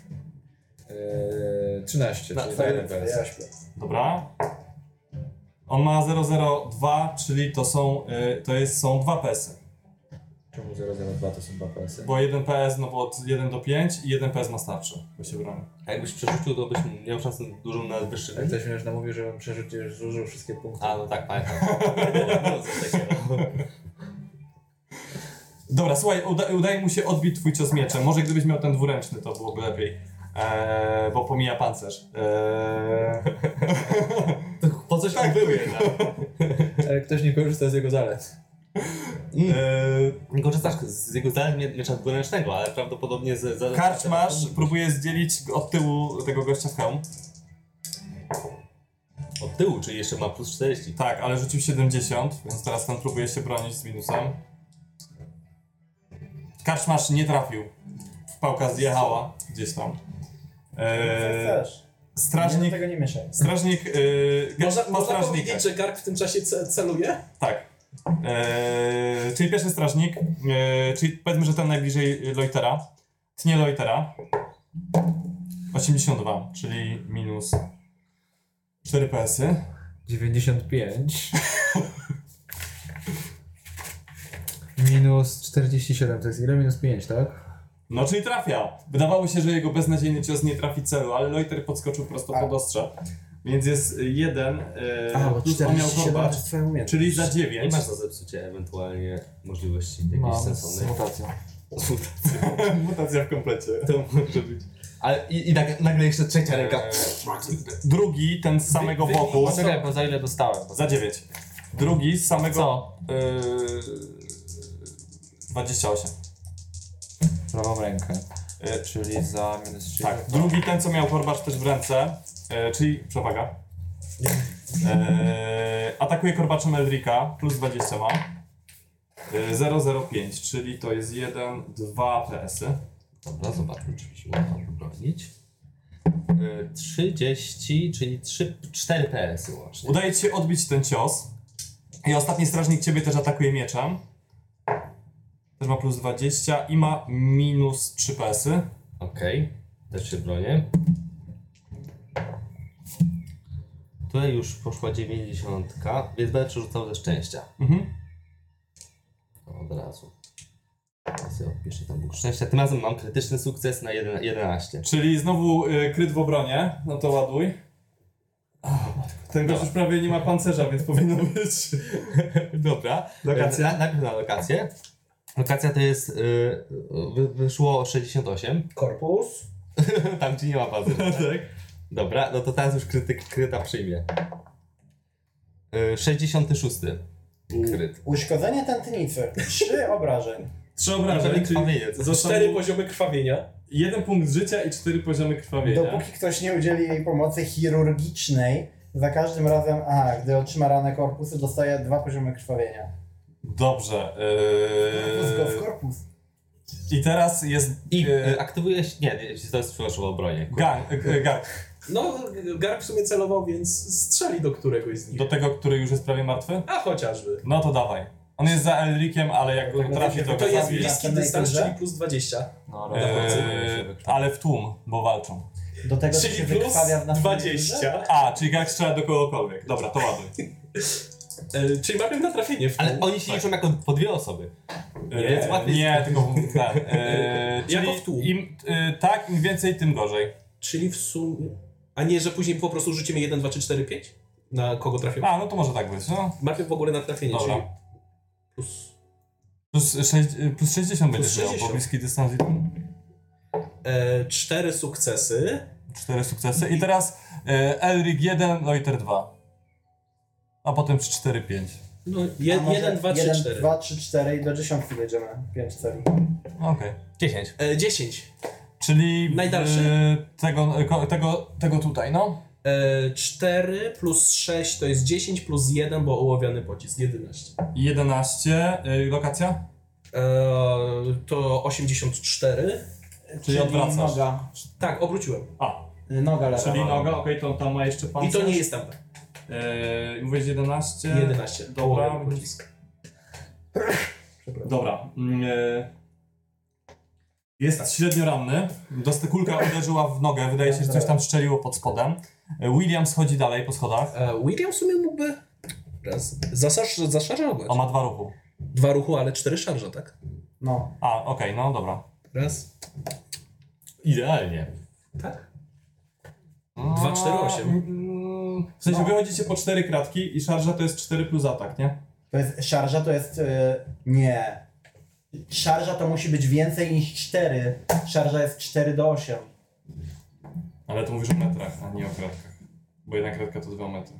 13, Na czyli twoje za 1 Ja PS. śpię. Dobra. On ma 002, czyli są 2 PS-y. Czemu 002 to są 2 PS? Bo 1 PS, no bo od 1 do 5 i 1 PS ma starszy, bo się broni. A jakbyś przerzucił, to byś miał szansę dużą na wyższy Jak wynik. ktoś mnie już namówił, żebym zużył wszystkie punkty. A, no tak, pamiętam. Dobra, słuchaj, udaje mu się odbić twój cios mieczem. Może gdybyś miał ten dwuręczny, to byłoby lepiej. Bo pomija pancerz. Po coś tak był jednak. Ale ktoś nie korzysta z jego zalet. Nie korzystasz z jego zalet miecza dwuręcznego, ale prawdopodobnie z... Karczmarz próbuje zdzielić od tyłu tego gościa w hełm. Od tyłu, czyli jeszcze ma plus 40. Tak, ale rzucił 70, więc teraz ten próbuje się bronić z minusem. Karczmasz nie trafił. Pałka zjechała gdzieś tam. Co chcesz? Nie, Strażnik... do tego nie mieszaj. Strażnik... Można strażnika. powiedzieć, że Garg w tym czasie celuje? Tak. Czyli pierwszy strażnik, czyli powiedzmy, że ten najbliżej Loitera. Tnie Loitera. 82, czyli minus 4 PS-y. 95. Minus 47, to jest ile? Minus 5, tak? No, czyli trafia. Wydawało się, że jego beznadziejny cios nie trafi celu, ale Loiter podskoczył prosto pod ostrze. Więc jest 1, bo plus on miał 47 to korbacz, jest twoja umiejętność. czyli za Nie 9. masz za zepsucie ewentualnie możliwości jakiejś Mam z sensownej. mutacją. Mutacja w komplecie. To może być. Ale i tak nagle jeszcze trzecia ręka. Drugi, ten z samego boku. Poczekaj, bo za ile dostałem? Za 9. Drugi z samego... Co? 28. Prawą rękę. Czyli za minus 3. Tak, drugi ten, co miał korbacz też w ręce, czyli przewaga. Atakuje korbaczem Eldrika, plus 20 ma. 005, czyli to jest 1, 2 PS-y. Dobra, zobaczmy, czy się uda pobronić. 30, czyli 4 PS-y łącznie. Udaje ci się odbić ten cios. I ostatni strażnik ciebie też atakuje mieczem. Też ma plus 20 i ma minus 3 PS-y. Okej, też się bronię. Tutaj już poszła 90, więc będę przerzucał ze szczęścia. Mhm. Od razu. Teraz ja odpiszę tam Bóg szczęścia. Tym razem mam krytyczny sukces na 11. Czyli znowu kryt w obronie, no to ładuj. Ten gość już prawie nie ma pancerza, więc powinno być. Dobra. Lokacja? Najpierw na lokację. Lokacja to jest... wyszło 68. Korpus. Tam gdzie nie ma pancerza. Tak. Dobra, no to teraz już kryta przyjmie. 66. Kryt. Uszkodzenie tętnicy. 3 obrażeń. 3 obrażeń, czyli Krwawieniec. został 4 poziomy krwawienia. 1 punkt życia i 4 poziomy krwawienia. Dopóki ktoś nie udzieli jej pomocy chirurgicznej, za każdym razem, gdy otrzyma ranę korpusu, dostaje 2 poziomy krwawienia. Dobrze. Korpus go w korpus. I teraz jest I aktywuje się... Nie, to jest przepraszam o obronie. gang. No, Garg w sumie celował, więc strzeli do któregoś z nich. Do tego, który już jest prawie martwy? A chociażby. No to dawaj. On jest za Elrikiem, ale jak go trafi, to To go jest zabije. bliski Następnej dystans, turze? czyli plus 20. No, Ale w tłum, bo walczą. Do tego, co Czyli się plus wykrwawia w następnej turze? 20. A, czyli jak strzela do kogokolwiek. Dobra, to ładuj. Czyli mamy na trafienie w Ale oni się liczą jako po 2 osoby. Więc łatwiej Nie, tylko ten. Jako Czyli w tłum. tak, im więcej, tym gorzej. Czyli w sumie... A nie, że później po prostu rzucimy 1, 2, 3, 4, 5? Na kogo trafimy? A, no to może tak być, no. Najpierw w ogóle na trafienie, Dobra. czyli plus... Plus 60 będziesz miał, bo 60. bliski dystans i tłum. 4 sukcesy. 4 sukcesy. I teraz Elric 1, Loiter 2. A potem 4, 5. No, A może 1, 2, 3, 1, 4. 2, 3, 4 i do 10 jedziemy. 5 celi. Okej. 10. 10. Czyli Najdalszy? tego tutaj, no. 4 plus 6 to jest 10 plus 1, bo ołowiany pocisk 11. 11. Lokacja? To 84. Czyli odwracasz. noga. Tak, obróciłem. A, Noga lewa. czyli noga, okej, to tam ma jeszcze I pancerz. to nie jest tam. Mówisz 11? 11. Dobra. Ołowiany pocisk. Dobra. Jest średnio ranny. Kulka uderzyła w nogę. Wydaje się, że coś tam strzeliło pod spodem. William schodzi dalej po schodach. William w sumie mógłby zaszarżować. On ma 2 ruchu. 2 ruchu, ale 4 szarża, tak? No. A, okej, no dobra. Raz. Idealnie. Tak? 2, 4, 8. W sensie No. wychodzicie po 4 kratki i szarża to jest 4 plus atak, nie? To jest, szarża to jest, nie. Szarża to musi być więcej niż 4. Szarża jest 4 do 8. Ale to mówisz o metrach, a nie o kratkach. Bo jedna kratka to 2 metry.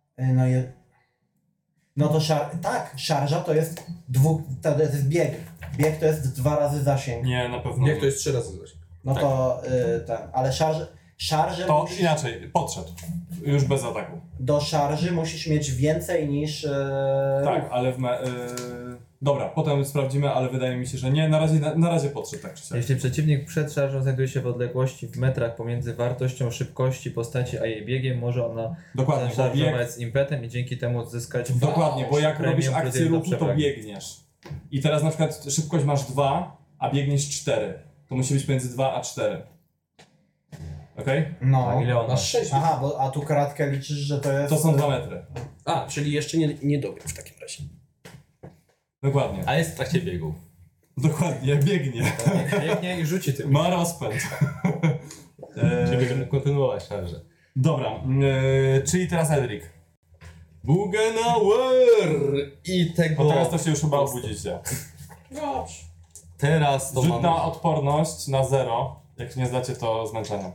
No to tak, szarża to jest to jest bieg. Bieg to jest 2 razy zasięg. Nie, na pewno. Jak to jest 3 razy zasięg? No to ale szarżę To musisz, inaczej, podszedł. Już bez ataku. do szarży musisz mieć więcej niż... Tak, ale Dobra, potem sprawdzimy, ale wydaje mi się, że nie. Na razie podszedł tak czy siak. Jeśli przeciwnik przed szarżą znajduje się w odległości w metrach pomiędzy wartością szybkości postaci a jej biegiem, może ona Dokładnie, bo bieg, zaszarżować z impetem i dzięki temu odzyskać dokładnie, bo jak premium robisz plus akcję jedna ruchu, to przewagi. biegniesz. I teraz na przykład szybkość masz 2, a biegniesz 4. To musi być między 2 a 4. Okej? No. A ile on ma? Masz 6. Aha, bo a tu kratkę liczysz, że to jest... To są 2 metry. A, czyli jeszcze nie dobiegł w takim razie. Dokładnie. A jest w trakcie biegu. Dokładnie, biegnie. Biegnie i rzuci tym. Ma rozpęd. Czyli będziemy mógł kontynuować szarżę. Dobra, czyli teraz Elric. Bugenauer! I tego... Bo teraz to się już chyba obudzicie. Dobrze. Teraz to Rzut mamy... na odporność na 0. Jak nie zdacie, to zmęczenie.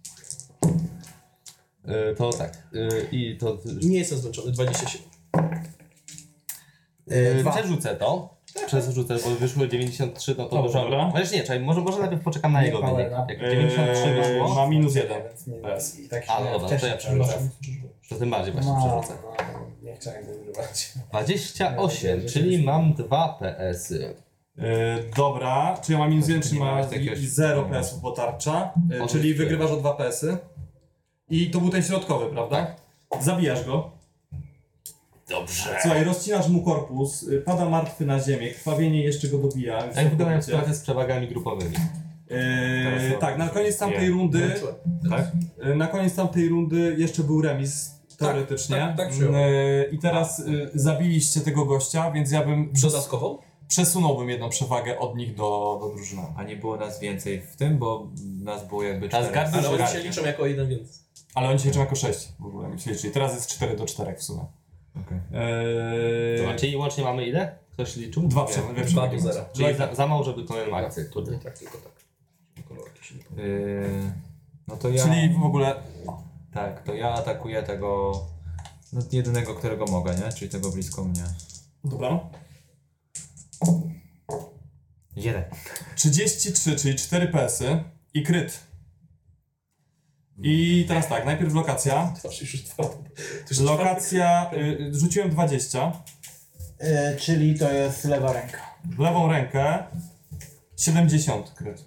To tak. I to... Nie jestem zmęczony, 27. Przerzucę to. Przerzucę, bo wyszło 93, no to Dobra. dużo. Chociaż nie, czekaj, może najpierw poczekam na Nie, jego wynik. Paweł, Jak 93 wyszło, ma minus 1. Więc nie, PS. I tak A, się no dobra, wcześniej to ja przerzucę. to tym bardziej właśnie No, przerzucę. nie chciałem wygrywać. 28, czyli mam 2 PS-y. Dobra, czy ja mam minus 1, czy Nie ma miałeś jakiegoś 0 problemu. PS-ów, bo tarcza. Odwróć Czyli się. wygrywasz o 2 PS-y. I to był ten środkowy, prawda? Zabijasz go. Dobrze. Słuchaj, rozcinasz mu korpus, pada martwy na ziemię, krwawienie jeszcze go dobija. A jak wyglądają sytuacje z przewagami grupowymi? Tak, na koniec tamtej rundy, Tak? na koniec tamtej rundy jeszcze był remis, teoretycznie. tak przyjąłem. I teraz zabiliście tego gościa, więc ja bym Dodatkowo? przesunąłbym jedną przewagę od nich do drużyny. A nie było nas więcej w tym, bo nas było jakby Ta 4. zgadza- Ale oni Gardzie. się liczą jako jeden więcej. Ale oni się liczą jako 6 w ogóle, mi się liczy. Teraz jest 4 do 4 w sumie. Okay. Dobra, czyli łącznie mamy ile? Ktoś liczył? Dwa Wiem. przewagi. 2 do 0. Czyli za mało, żeby wykonałem akcję. Kurde. Nie tak, tylko tak. Kolorki się nie podobają. No to ja... Czyli w ogóle Tak, to ja atakuję tego... No jedynego, którego mogę, nie? Czyli tego blisko mnie. dobra. 1. 33, czyli 4 PS-y i kryt. I teraz tak, najpierw lokacja. Twarz już twardo. Lokacja, rzuciłem 20. Czyli to jest lewa ręka. W lewą rękę 70 kryt.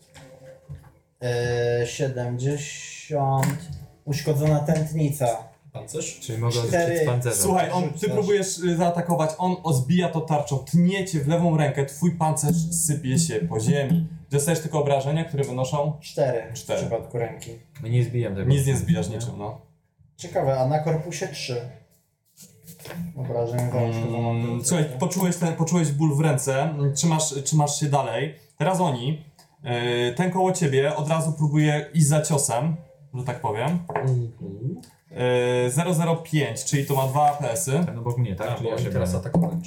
70. Uszkodzona tętnica. Pancerz? Czyli mogę 4. odrzucić z pancerza. Słuchaj, ty Rzucasz. próbujesz zaatakować, on zbija to tarczą, tnie cię w lewą rękę, twój pancerz sypie się po ziemi. Dostajesz tylko obrażenia, które wynoszą 4 w 4. przypadku ręki. My nie zbijam tego. Nic nie zbijasz niczym, no. Ciekawe, a na korpusie 3. Obrażeń za uszkodzoną tętnicę. Słuchaj, poczułeś ból w ręce, trzymasz się dalej. Teraz oni, ten koło ciebie od razu próbuje iść za ciosem, że tak powiem. 005, czyli to ma 2 APS-y. Ten obok mnie, tak? A, Czyli bo ja oni się teraz bronię. atakowali.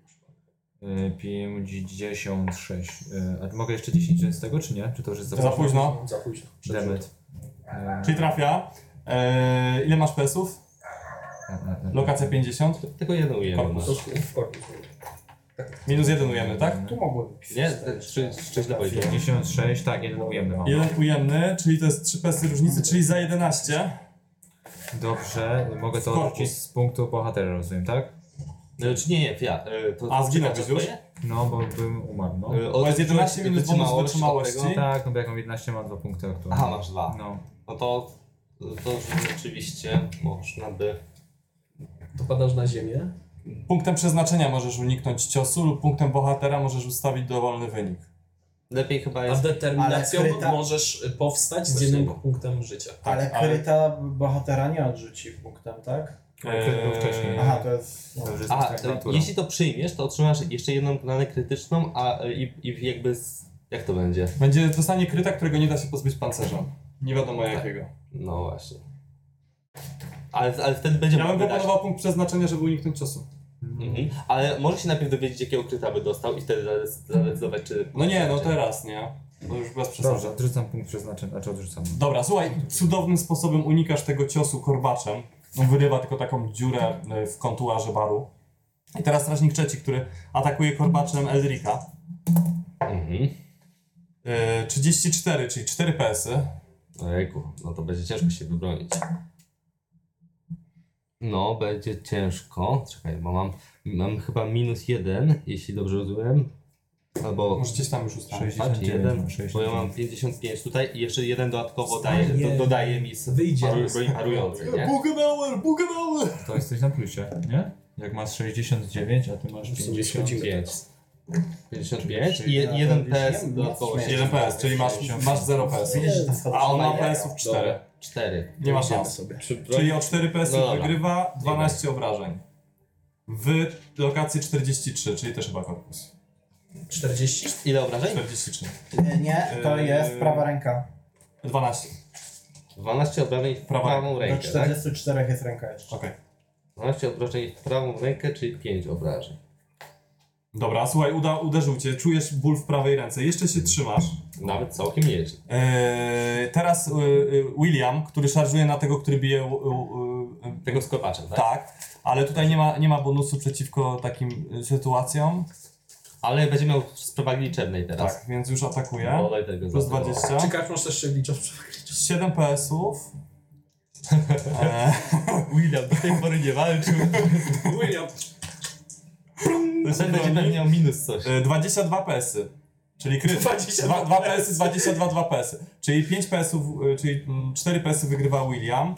56. A mogę jeszcze 10 z tego, czy nie? Czy to już jest Za późno. Za późno. Demet. Czyli trafia. Ile masz PS-ów? Lokacja 50. Tylko jeden ujemy. Korpus. W korpus. Minus 1 ujemny, tak? Tu mogłoby pisać. Nie? Czy źle powiedziałem? 56, tak, jeden ujemny mam. 1 ujemny, czyli to jest 3 PS-y różnicy, czyli za 11. Dobrze, mogę to Korpus. odrzucić z punktu bohatera, rozumiem, tak? Czy nie, ja. To A, zginąłbyś czekaj, już? twoje? No, bo bym umarł, no. Bo jest 11 minus bonus wytrzymałości. od tego? Tak, no bo jak mam 11, mam 2 punkty aktualnie. Aha, masz 2. No. No to rzeczywiście można by... To padasz na ziemię. Punktem przeznaczenia możesz uniknąć ciosu lub punktem bohatera możesz ustawić dowolny wynik. Lepiej chyba A jest... determinacją Ale kryta- możesz powstać z jednym punktem życia. Ale ale- kryta bohatera nie odrzuci punktem, tak? Ale kryt był wcześniej. Aha, to jest... No. To już jest Aha, tak natura. jeśli to przyjmiesz, to otrzymasz jeszcze jedną ranę krytyczną, i jakby... Jak to będzie? Będzie dostanie kryta, którego nie da się pozbyć pancerzem. Nie wiadomo jakiego. No właśnie. Ale wtedy będzie Ja bym mógł wydać... proponował punkt przeznaczenia, żeby uniknąć ciosu. Mhm. Ale może się najpierw dowiedzieć, jakiego kryta by dostał i wtedy zadecydować, czy... No nie, no teraz nie. No już bez przesady. Dobrze, odrzucam punkt przeznaczenia, znaczy odrzucam. Dobra, słuchaj, cudownym sposobem unikasz tego ciosu korbaczem. On wyrywa tylko taką dziurę w kontuarze baru. I teraz strażnik trzeci, który atakuje korbaczem Elrika. Mhm. 34, czyli 4 PS-y. Ojejku, no to będzie ciężko się wybronić. No, będzie ciężko. Czekaj, bo mam chyba -1, jeśli dobrze rozumiem. Albo Możecie się tam już ustawić. 69, bo ja mam 55 tutaj i jeszcze jeden dodatkowo Fajnie. dodaje mi Wyjdzie. broń parujący, nie? Bugenauer! To jesteś na plusie, nie? Jak masz 69, a ty masz W sumie 55. 55 i Ja to jeden już PS wiem, dodatkowo nie 1 PS, czyli masz 0 PS. A on ma PS-ów 4. 4. Nie ma Idziemy szans. sobie. Czyli o 4 PS No dobra. wygrywa 12 obrażeń. W lokacji 43, czyli też chyba korpus. 40? Ile obrażeń? 43. Nie, to jest prawa ręka. 12. 12 obrażeń w prawą Do rękę, tak? 44 jest ręka jeszcze. Okej. 12 obrażeń w prawą rękę, czyli 5 obrażeń. Dobra, słuchaj, uderzył cię, czujesz ból w prawej ręce, jeszcze się trzymasz. Nawet całkiem nieźle. Teraz William, który szarżuje na tego, który bije... Tego z kopaczem, tak? tak, ale tutaj nie ma bonusu przeciwko takim sytuacjom. Ale będzie miał z przewagi liczebnej teraz. Tak, więc już atakuje. Dodaj tego Plus za to. 20. Czy Kaczmarz też się wlicza w przewagę? 7 PS-ów. William do tej pory nie walczył. William. Ten będzie pewnie miał minus coś. 22 PS-y. Czyli kryt. 22 2 PS-y, 22, 2 PS-y. Czyli 5 PS-ów, czyli 4 PS-y wygrywa William.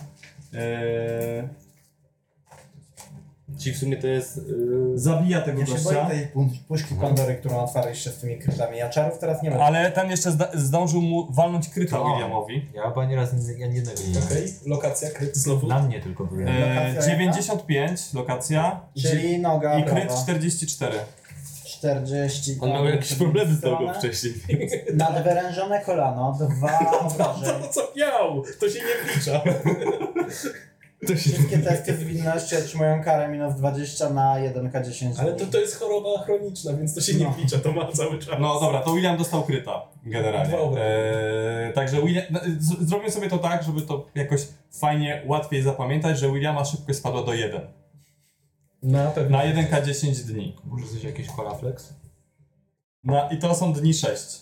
Czyli w sumie to jest... Zabija tego Ja się boję gościa. tej puszki Pandory, którą otwarliście z tymi krytami. Ja czarów teraz nie mam. Ale ten jeszcze zdążył mu walnąć kryta To. Williamowi. Ja chyba nieraz ani jednego nie miałem. Okej, lokacja, kryt znowu. Na mnie tylko byłem. Lokacja 95 lokacja Czyli noga i kryt prawa. 44. 40. On miał jakieś problemy z nogą wcześniej. Nadwyrężone kolano, 2 obrażeń. To co miał? To się nie wlicza. Wszystkie testy zwinności otrzymują karę minus 20 na 1K10. Ale to jest choroba chroniczna, więc to się nie No. wlicza, to ma cały czas. No dobra, to William dostał kryta generalnie. Dwa obrazy. Także William, zrobię sobie to tak, żeby to jakoś fajnie, łatwiej zapamiętać, że Williama szybkość spadła do 1. Na pewno. Na 1K10 dni. Może coś jakiś kolaflex? I to są dni 6.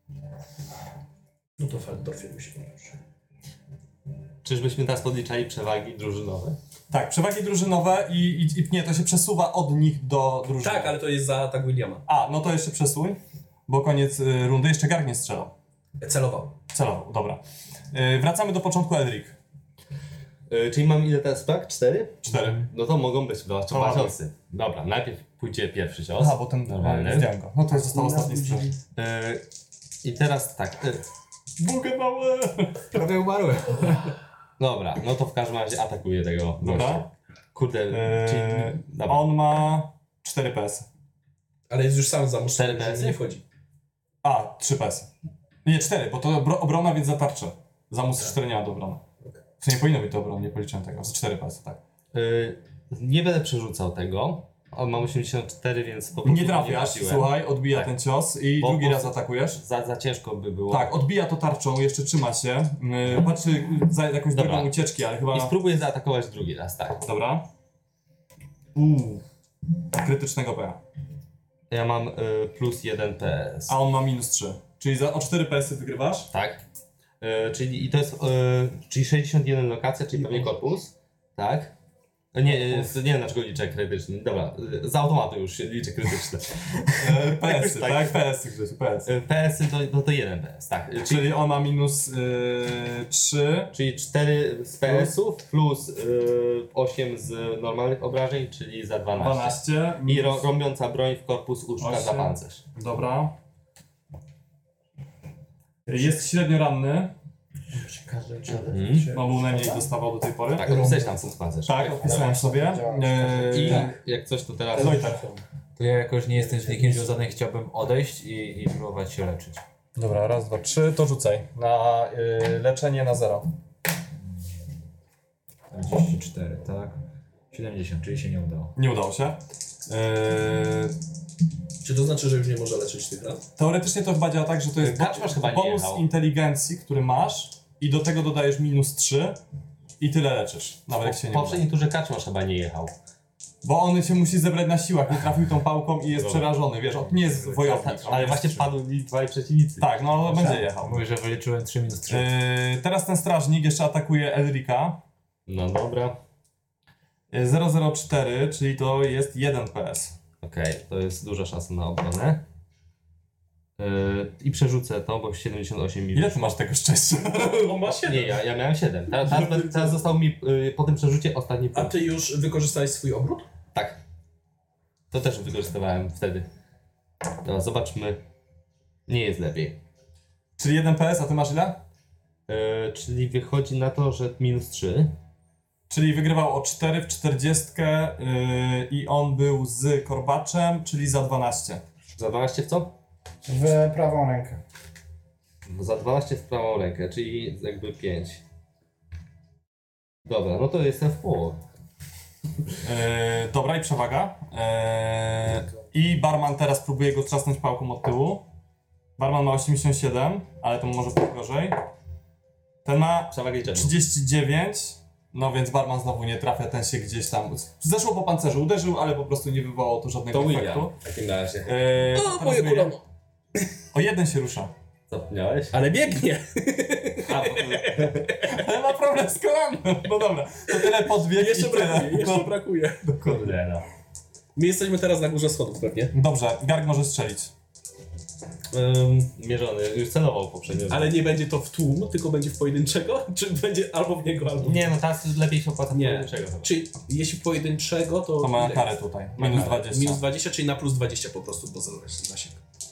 No to Feldorfie musi być. Czyżbyśmy teraz podliczali przewagi drużynowe? Tak, przewagi drużynowe i nie, to się przesuwa od nich do drużyny. Tak, ale to jest za atak Williama. No to jeszcze przesuń, bo koniec rundy, jeszcze Garg nie strzelał. Celował. Celował, dobra. Wracamy do początku Elric. Czyli mam ile teraz tak? 4? 4. No to mogą być dwa Dobra. ciosy. Dobra, najpierw pójdzie pierwszy cios. Aha, bo ten Normalny. zdjąłem go. No to został ostatni strzał. I teraz tak. Bugenauer! Prawie umarłem. Dobra, no to w każdym razie atakuję tego Dobra. gościa. Kurde, czyli... Dobra. On ma 4 PS. Ale jest już sam zamuszczony, 4 że nie wchodzi. 3 PS. Nie, 4, bo to obrona, więc zatarczę. Zamus 4 nie ma do obrony. To nie powinno być do obrony, nie policzyłem tego. Za 4 PS, tak. Nie będę przerzucał tego. On ma 84, więc po prostu Nie trafiasz, trafiłem. słuchaj, odbija Tak. ten cios i Bo- drugi bo- raz atakujesz. Za ciężko by było. Tak, odbija to tarczą, jeszcze trzyma się. Patrzy za jakąś Dobra. drogą ucieczki, ale chyba... I spróbuję zaatakować drugi raz, tak. Dobra. Krytycznego PA. Ja mam plus 1 PS. A on ma minus 3. Czyli o 4 PS wygrywasz? Tak. Czyli i to jest czyli 61 lokacja, czyli pewnie korpus. Tak. Nie wiem dlaczego liczę krytyczny. Dobra, z automatu już się liczę krytyczne. PS-y, tak. tak? PS-y, Grzesiu, PS-y. PS-y to 1 PS, tak. Czyli on ma minus 3. Czyli 4 z PS-ów plus 8 z normalnych obrażeń, czyli za 12. 12. I rąbiąca broń w korpus uszkadza 8. pancerz. Dobra. Jest średnio ranny. Każdy No był najmniej dostawał do tej pory. Tak, opisałeś tam ten pancerz. Tak, opisałem sobie. I jak coś to teraz... Lojtar. To ja jakoś nie jestem z nikim związany, chciałbym odejść i próbować się leczyć. Dobra, raz, dwa, 3, to rzucaj. Na leczenie na 0. 44, tak? 70, czyli się nie udało. Nie udało się. Czy to znaczy, że już nie może leczyć tych ran? Teoretycznie to chyba działa tak, że to jest Kaczmarz chyba nie bonus jechał. inteligencji, który masz i do tego dodajesz minus 3 i tyle leczysz. Nawet jak się W nie uda. poprzedniej turze Kaczmarz chyba nie jechał. Bo on się musi zebrać na siłach, nie trafił tą pałką i jest Dobra. przerażony, wiesz, on nie jest wojownik. on Ale jest właśnie strzelec. padli dwaj przeciwnicy. Tak, no będzie jechał. Mówię, że wyliczyłem 3 minus 3. Teraz ten strażnik jeszcze atakuje Elrika. No dobra. 004, czyli to jest 1 PS. Okej, to jest duża szansa na obronę. I przerzucę to, bo 78 mi... Ile ty masz tego szczęścia? On ma 7. Nie, ja miałem 7. Teraz został mi po tym przerzucie ostatni A punkt. ty już wykorzystałeś swój obrót? Tak. To też wykorzystywałem wtedy. Dobra, zobaczmy. Nie jest lepiej. Czyli 1 PS, a ty masz ile? Czyli wychodzi na to, że minus 3. Czyli wygrywał o 4 w 40 i on był z Korbaczem, czyli za 12. Za 12 w co? W prawą rękę. Za 12 w prawą rękę, czyli jakby 5. Dobra, no to jestem w połowie. Dobra, i przewaga. I barman teraz próbuje go trzasnąć pałką od tyłu. Barman ma 87, ale to może być gorzej. Ten ma Przewagę czemu? 39, no więc barman znowu nie trafia, ten się gdzieś tam... Zeszło po pancerzu, uderzył, ale po prostu nie wywołało to żadnego To efektu. William w takim razie. O, teraz moje William. kolano. O 1 się rusza. Zapomniałeś? Ale biegnie. Ale ma problem z kolanem. No dobra, to tyle podbieg i Jeszcze tyle. brakuje, jeszcze No, brakuje. Kurde no. My jesteśmy teraz na górze schodów pewnie. dobrze, Garg może strzelić. Mierzony, już celował poprzednio. Ale nie będzie to w tłum, tylko będzie w pojedynczego? Czy będzie albo w niego, albo w Nie, no teraz lepiej się opłaca Nie. pojedynczego. Czyli jeśli pojedynczego, to... To ma ile karę jest? tutaj, Ma minus karę. 20. Minus 20, czyli na plus 20 po prostu, bo zasięg.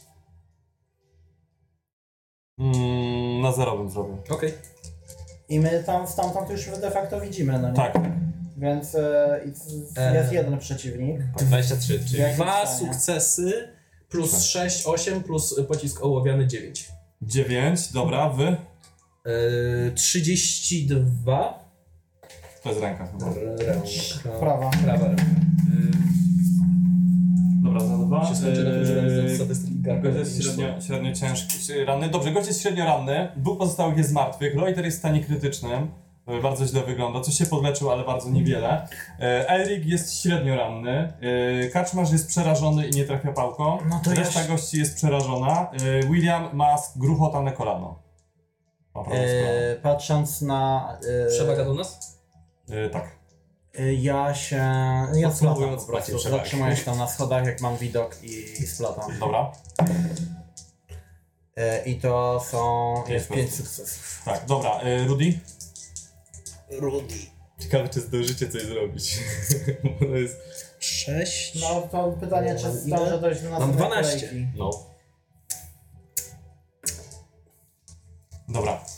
Na 0 bym zrobił. Okej. I my tam stamtąd już de facto widzimy, no nie? Tak, Więc jest jeden przeciwnik. 23, czyli... Jak- Dwa stanie? sukcesy, plus 6, 8, plus pocisk ołowiany 9. 9, dobra, wy? 32. To jest ręka chyba. Prawa. Prawa ręka. Dobra, za 2. Się skończy na tym, że mamy statystyki Garga. Gość jest średnio ciężki, ranny. Dobrze, gość jest średnio ranny. Dwóch pozostałych jest martwych. Loiter jest w stanie krytycznym. Bardzo źle wygląda. Coś się podleczył, ale bardzo niewiele. Elric jest średnio ranny. Kaczmarz jest przerażony i nie trafia pałką. No to Reszta gości jest przerażona. William ma gruchotane kolano. Ma problem z kolanem. Patrząc na... Przewaga do nas? Tak. Ja splatam po Podsumowując, macie prostu. przewagę. Zatrzymuję się tam na schodach, jak mam widok i splatam. Dobra. I to są... jest 5 sukcesów. sukcesów. Tak, dobra. Rudy? Rudy. Ciekawe, czy zdążycie coś zrobić. Bo to jest... 6. No to pytanie, czy zdążę dojść do następnej 12. kolejki. No. Dobra.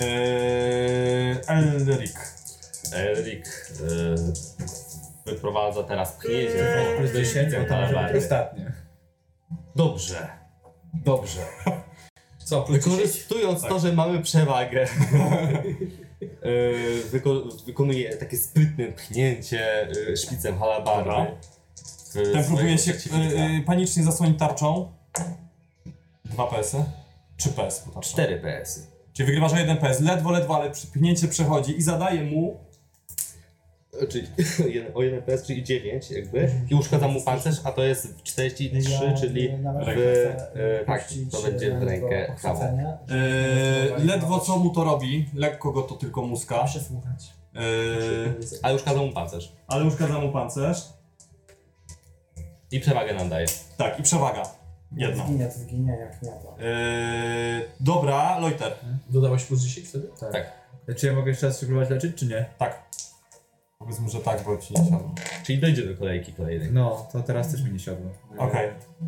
Elric. Elric wyprowadza teraz pchnięcie. Plus 10, bo to może być ostatnie. Dobrze. Dobrze. Co, plus 10? Wykorzystując to, że mamy przewagę, wykonuje takie sprytne pchnięcie szpicem halabardy. Dobra. w Ten próbuje swojego się przeciwnika. panicznie zasłonić tarczą. 2 PS-y? 3 PS po tarczą. 4 PS-y. Czyli wygrywasz o 1 PS. Ledwo, ale pchnięcie przechodzi i zadaje mu... Czyli o 1 PS, czyli 9 jakby. I uszkadza mu pancerz, a to jest 43, czyli tak, to będzie w rękę Hawo. ledwo co mu to robi, lekko go to tylko muska. Przesłuchać. Ale uszkadza mu pancerz. Ale uszkadza mu pancerz. I przewagę nam daje. Tak, i przewaga. Jedna. To zginie, jak nie to. Dobra, Loiter. Dodałeś plus 10 wtedy? Tak. Czy ja mogę jeszcze raz spróbować leczyć, czy nie? Tak. Powiedzmy, że tak, bo ci nie siadło. Czyli dojdzie do kolejki kolejnej. No, to teraz też mi nie siadło. Okej.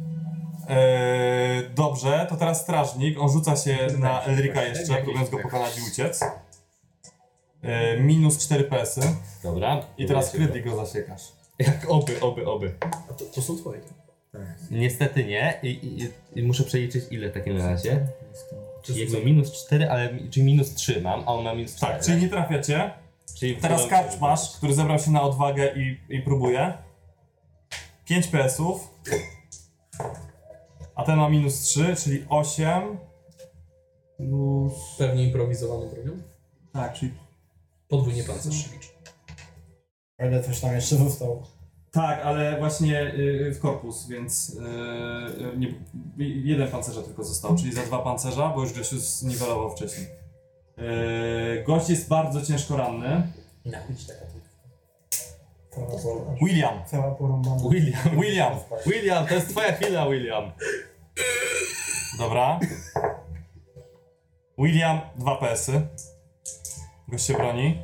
Dobrze, to teraz strażnik. On rzuca się na Elrika jeszcze, próbując go pokonać i uciec. Minus 4 PS-y. Dobra. I teraz krytyk go zasiekasz. Jak oby. A to są twoje. Niestety nie. I muszę przeliczyć ile w takim razie. Czyli jakby minus 4, ale czyli minus 3 mam, a on ma minus 4. Tak, czyli nie trafiacie. Czyli Teraz Kaczmarz, który zebrał się na odwagę i próbuje. 5 PS-ów. A ten ma minus 3, czyli 8. Plus... Pewnie improwizowaną bronią? Tak, czyli... Podwójnie pancerz się liczy. O ile coś tam jeszcze zostało. Tak, ale właśnie w korpus, więc nie, jeden pancerza tylko został, czyli za 2 pancerza, bo już go się zniwelował wcześniej. Gość jest bardzo ciężko ranny. Inaczej taka William. Cała porąbana. William, to jest twoja chwila, William. Dobra. William, 2 PS-y. Gość się broni.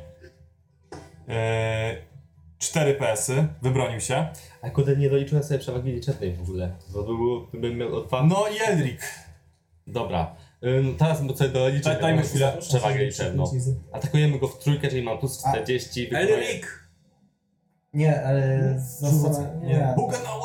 4 PS-y. Wybronił się. A kurde, nie doliczyłem sobie przewagi liczebnej w ogóle. Bo bym miał o 2. No i Eldrick. Dobra. Teraz sobie doliczę. Dajmy chwilę. Przewagę liczebną. Atakujemy go w trójkę, czyli mam plus 40. Elric! Nie, ale nie.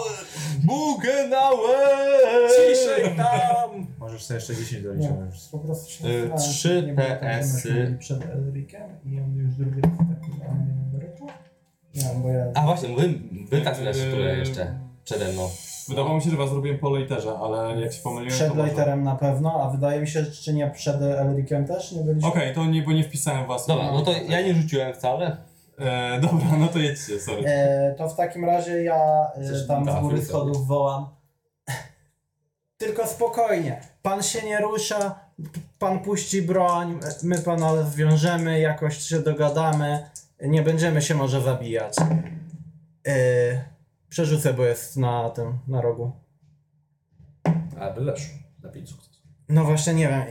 Bugenauer! Ciszej tam! Możesz sobie jeszcze 10 doliczyć. Nie, po prostu się 3 nie było tak, że myśmy PS-y. byli przed Elriciem i on już drugi raz taki do rytmu. Nie, bo ja... A właśnie, wy tak które jeszcze przede mną. Wydawało mi się, że was zrobiłem po Lejterze, ale jak się pomyliłem, Przed to może... Leiterem na pewno, a wydaje mi się, że czy nie przed Elriciem też nie byliśmy? Okej, to nie, bo nie wpisałem was. Dobra, no to ja nie rzuciłem wcale. Dobra, no to jedźcie, sorry. To w takim razie ja tam z tak, góry tak. schodów wołam. Tylko spokojnie, pan się nie rusza, pan puści broń, my pana zwiążemy, jakoś się dogadamy, nie będziemy się może zabijać. Przerzucę, bo jest na tym, na rogu. A, weszło. Na 5 sukcesów. No właśnie, nie wiem.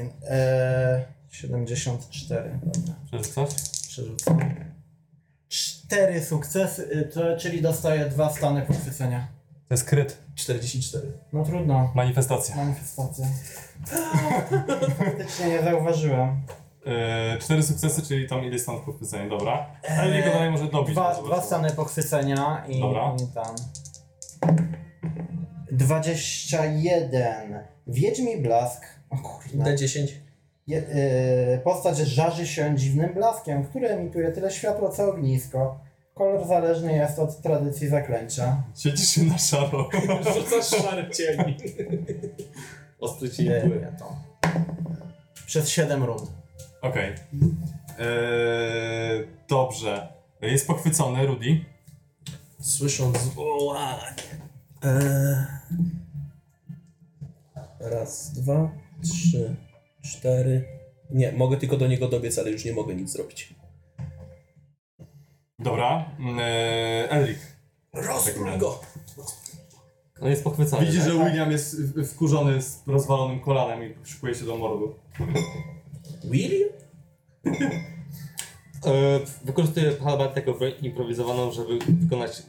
74, dobra. Przerzucasz? Przerzucam. 4 sukcesy, czyli dostaję 2 stany podchwycenia. To jest kryt. 44. No trudno. Manifestacja. Manifestacja. Faktycznie nie zauważyłem. 4 sukcesy, czyli tam ileś stanów pochwycenia, dobra. Ale niego dalej może dobić. Dwa stany pochwycenia i, Dobra. i tam. 21. Wiedźmi blask. O kurde. D10. Postać żarzy się dziwnym blaskiem, który emituje tyle światła co ognisko. Kolor zależny jest od tradycji zaklęcia. Siedzisz się na szaro. Rzucasz szary cień. Ostry ci Nie, to. Przez 7 rund. Okej. Dobrze. Jest pochwycony, Rudy. Słysząc wołanie. Raz, 2, 3, 4. Nie, mogę tylko do niego dobiec, ale już nie mogę nic zrobić. Dobra. Elric. Rozbrój go! No jest pochwycony. Widzisz, tak? że William jest wkurzony z rozwalonym kolanem i szykuje się do mordu. William? Wykorzystuję halaberd jako broń improwizowaną, żeby wykonać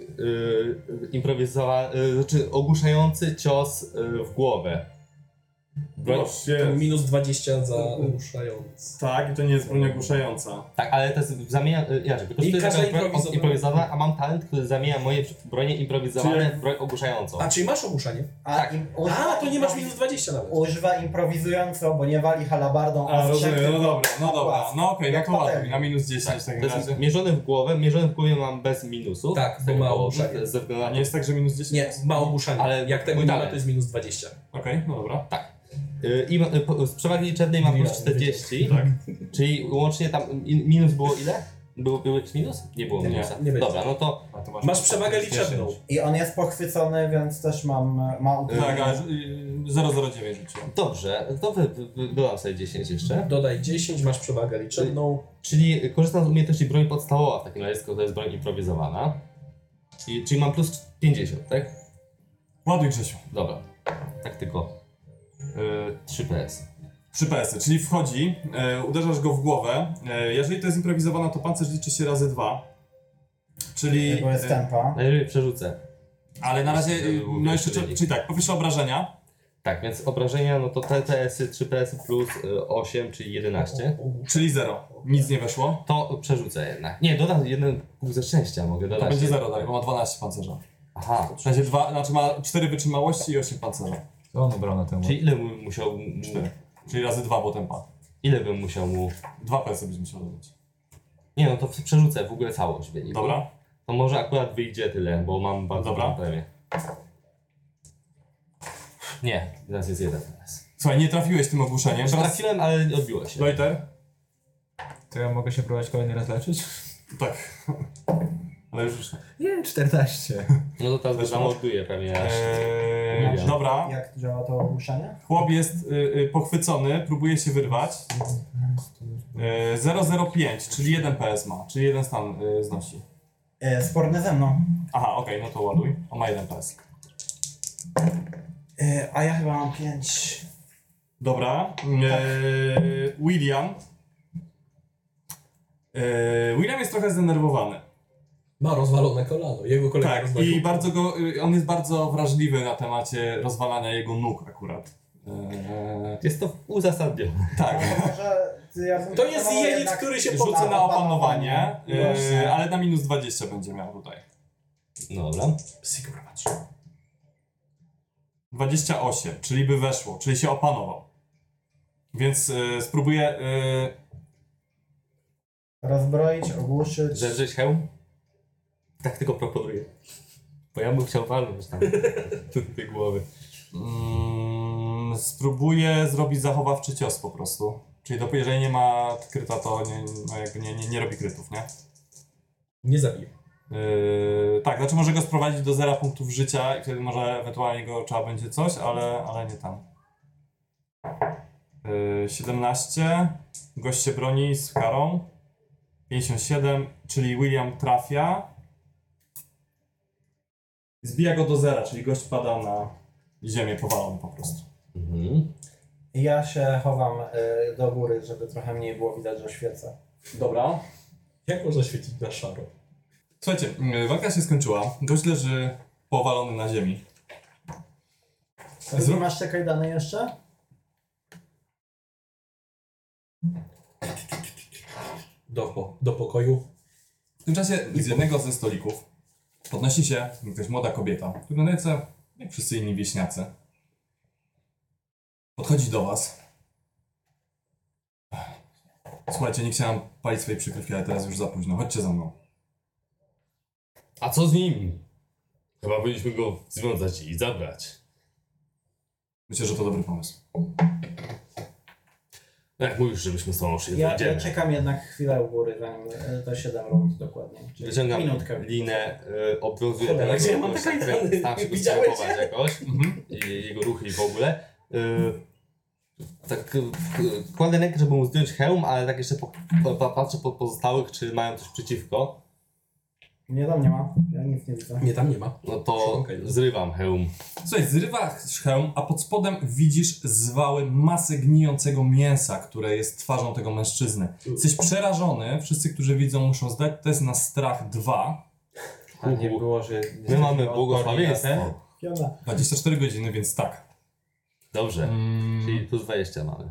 znaczy ogłuszający cios w głowę. Broń, Minus 20 za ogłuszając. Tak, i to nie jest broń ogłuszająca. tak, ale to jest zamienia. Wykorzystuję każda taką broń improwizowana. improwizowana, a mam talent, który zamienia moje bronie improwizowane w broń ogłuszającą. A, czyli masz ogłuszanie? Tak. A, to nie masz minus 20 nawet. Używa improwizująco, bo nie wali halabardą, A, strzech rozumiem, no tylko dobra, no dobra. płask. No okej, no Jak to ładnie. patelnia. Na minus 10 w To takim jest razie. mierzony w głowie mam bez minusów. Tak, Z bo tego ma powodu, ogłuszanie. ze względu A na nie jest tak, że minus 10? Nie, ma ogłuszanie. Ale jak tego mój nie ma, talent. to jest minus 20. Okej, no dobra. Z przewagi liczebnej mam plus 40, Tak. czyli łącznie tam minus było ile? Był jakiś minus? Nie było Nie, minusa. nie będzie. Dobra, no to A to Masz przewagę 10. liczebną. I on jest pochwycony, więc też ma Tak, ale 009 rzuciłem. dobrze, to dodam sobie 10 jeszcze. Dodaj 10, masz przewagę liczebną. Czyli korzystam z umiejętności broń podstawowa w takim razie, skoro to jest broń improwizowana. Czyli mam plus 50, tak? Ładuj, Grzesiu. Dobra, tak tylko. 3 PS. 3 PS-y, czyli wchodzi, uderzasz go w głowę. Jeżeli to jest improwizowana, to pancerz liczy się razy 2. Czyli... bo jest tempa. Najlepiej przerzucę. Ale na razie, no jeszcze, Czyli- czyli tak, po pierwsze obrażenia. Tak, więc obrażenia, no to te PS-y, 3 PS-y plus 8, czyli 11. Czyli 0. Nic nie weszło. To przerzucę jednak. Nie, dodam jeden punkt ze szczęścia, mogę To dodać. będzie 0 dalej, bo ma 12 pancerza. Aha, W sensie znaczy ma 4 wytrzymałości i 8 pancerza. To on ubrał na temu. czyli ile musiał 4. Czyli razy 2, bo tempa. ile bym musiał mu... 2 PS-y byś musiał dodać. Nie no, to przerzucę w ogóle całość wyniku. Dobra. To może akurat wyjdzie tyle, bo mam bardzo Dobra. dobrą premię. Nie, teraz jest jeden teraz. Słuchaj, nie trafiłeś tym ogłuszeniem. Teraz Trafiłem, ale odbiło się. Loiter? To ja mogę się próbować kolejny raz leczyć? Tak. Ale już... Nie, 14. No to teraz go Weszło? zamorduję pewnie aż. Eee, Nie wiem. dobra. Jak działa to ogłuszenie? Chłop jest pochwycony, próbuje się wyrwać. 005, czyli 1 PS ma, czyli 1 stan znosi. Sporny ze mną. Aha, okej, no to ładuj. On ma 1 PS. A ja chyba mam 5. Dobra. William. William jest trochę zdenerwowany. Ma rozwalone kolano. Jego kolega Tak, rozwalił. i on jest bardzo wrażliwy na temacie rozwalania jego nóg akurat. Jest to uzasadnione. Tak. To jest jelit, który się Rzucę na opanowanie, Właśnie. ale na minus 20 będzie miał tutaj. Dobra. Sigma patrz. 28, czyli by weszło, czyli się opanował. Więc spróbuję... Rozbroić, ogłuszyć. Zedrzeć hełm? Tak tylko proponuję. Bo ja bym chciał walnąć tam do tej głowy. spróbuję zrobić zachowawczy cios po prostu. Czyli jeżeli nie ma kryta, to nie robi krytów, nie? Nie zabiję. Tak, znaczy może go sprowadzić do 0 punktów życia i wtedy może ewentualnie go trzeba będzie coś, ale nie tam. 17. Gość się broni z karą. 57, czyli William trafia. Zbija go do 0, czyli gość pada na ziemię powalony po prostu. Mhm. Ja się chowam do góry, żeby trochę mniej było widać, że świecę. Dobra. Jak można świecić na szaro? Słuchajcie, walka się skończyła. Gość leży powalony na ziemi. Nie masz te kajdany jeszcze? Do pokoju. W tym czasie z jednego ze stolików podnosi się jakaś młoda kobieta, wyglądająca jak wszyscy inni wieśniacy. Podchodzi do was. Słuchajcie, nie chciałem palić swojej przykrywki, ale teraz już za późno. Chodźcie za mną. A co z nim? Chyba powinniśmy go związać i zabrać. Myślę, że to dobry pomysł. No jak mówisz, żebyśmy z tobą szli, Ja wyjdziemy. czekam jednak chwilę u góry, zanim to 7 rund dokładnie. Czyli Wyciągam minutkę. linę, obwiązuję Cholera, tego gdzie ja mam gościa, te kajdany? staram się go Widziałeś skrępować je? jakoś. I jego ruchy i w ogóle. Tak kładę rękę, żeby mu zdjąć hełm, ale tak jeszcze patrzę po pozostałych, czy mają coś przeciwko. Nie, tam nie ma. Ja nic nie widzę. Nie, tam nie ma. No to zrywam hełm. Słuchaj, zrywasz hełm, a pod spodem widzisz zwały masę gnijącego mięsa, które jest twarzą tego mężczyzny. Jesteś przerażony. Wszyscy, którzy widzą, muszą zdać test na strach 2. A nie było, że... My mamy błogosławieństwo. Piona. 24 godziny, więc tak. Dobrze, czyli plus 20 mamy.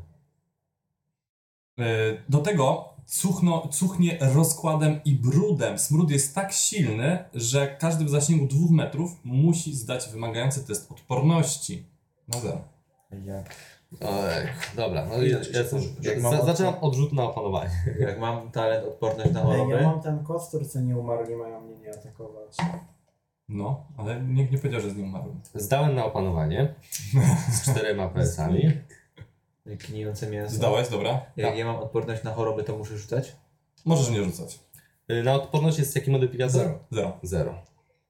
Do tego cuchnie rozkładem i brudem. Smród jest tak silny, że każdy w zasięgu 2 metrów musi zdać wymagający test odporności. No zero. Jak, Ojej, dobra, no Ile ja ci się jestem, zużyć? Jak mam zaczynam odrzut na opanowanie. jak mam talent odporność na Ej, choroby, ja mam ten kostur, co nie umarli, mają mnie nie atakować. No, ale nikt nie powiedział, że z nim umarłem. Zdałem na opanowanie z 4 PS-ami. gnijące mięso. Zdałeś, dobra? Jak ja mam odporność na choroby, to muszę rzucać? Możesz nie rzucać. Na odporność jest jaki modyfikator? 0. 0.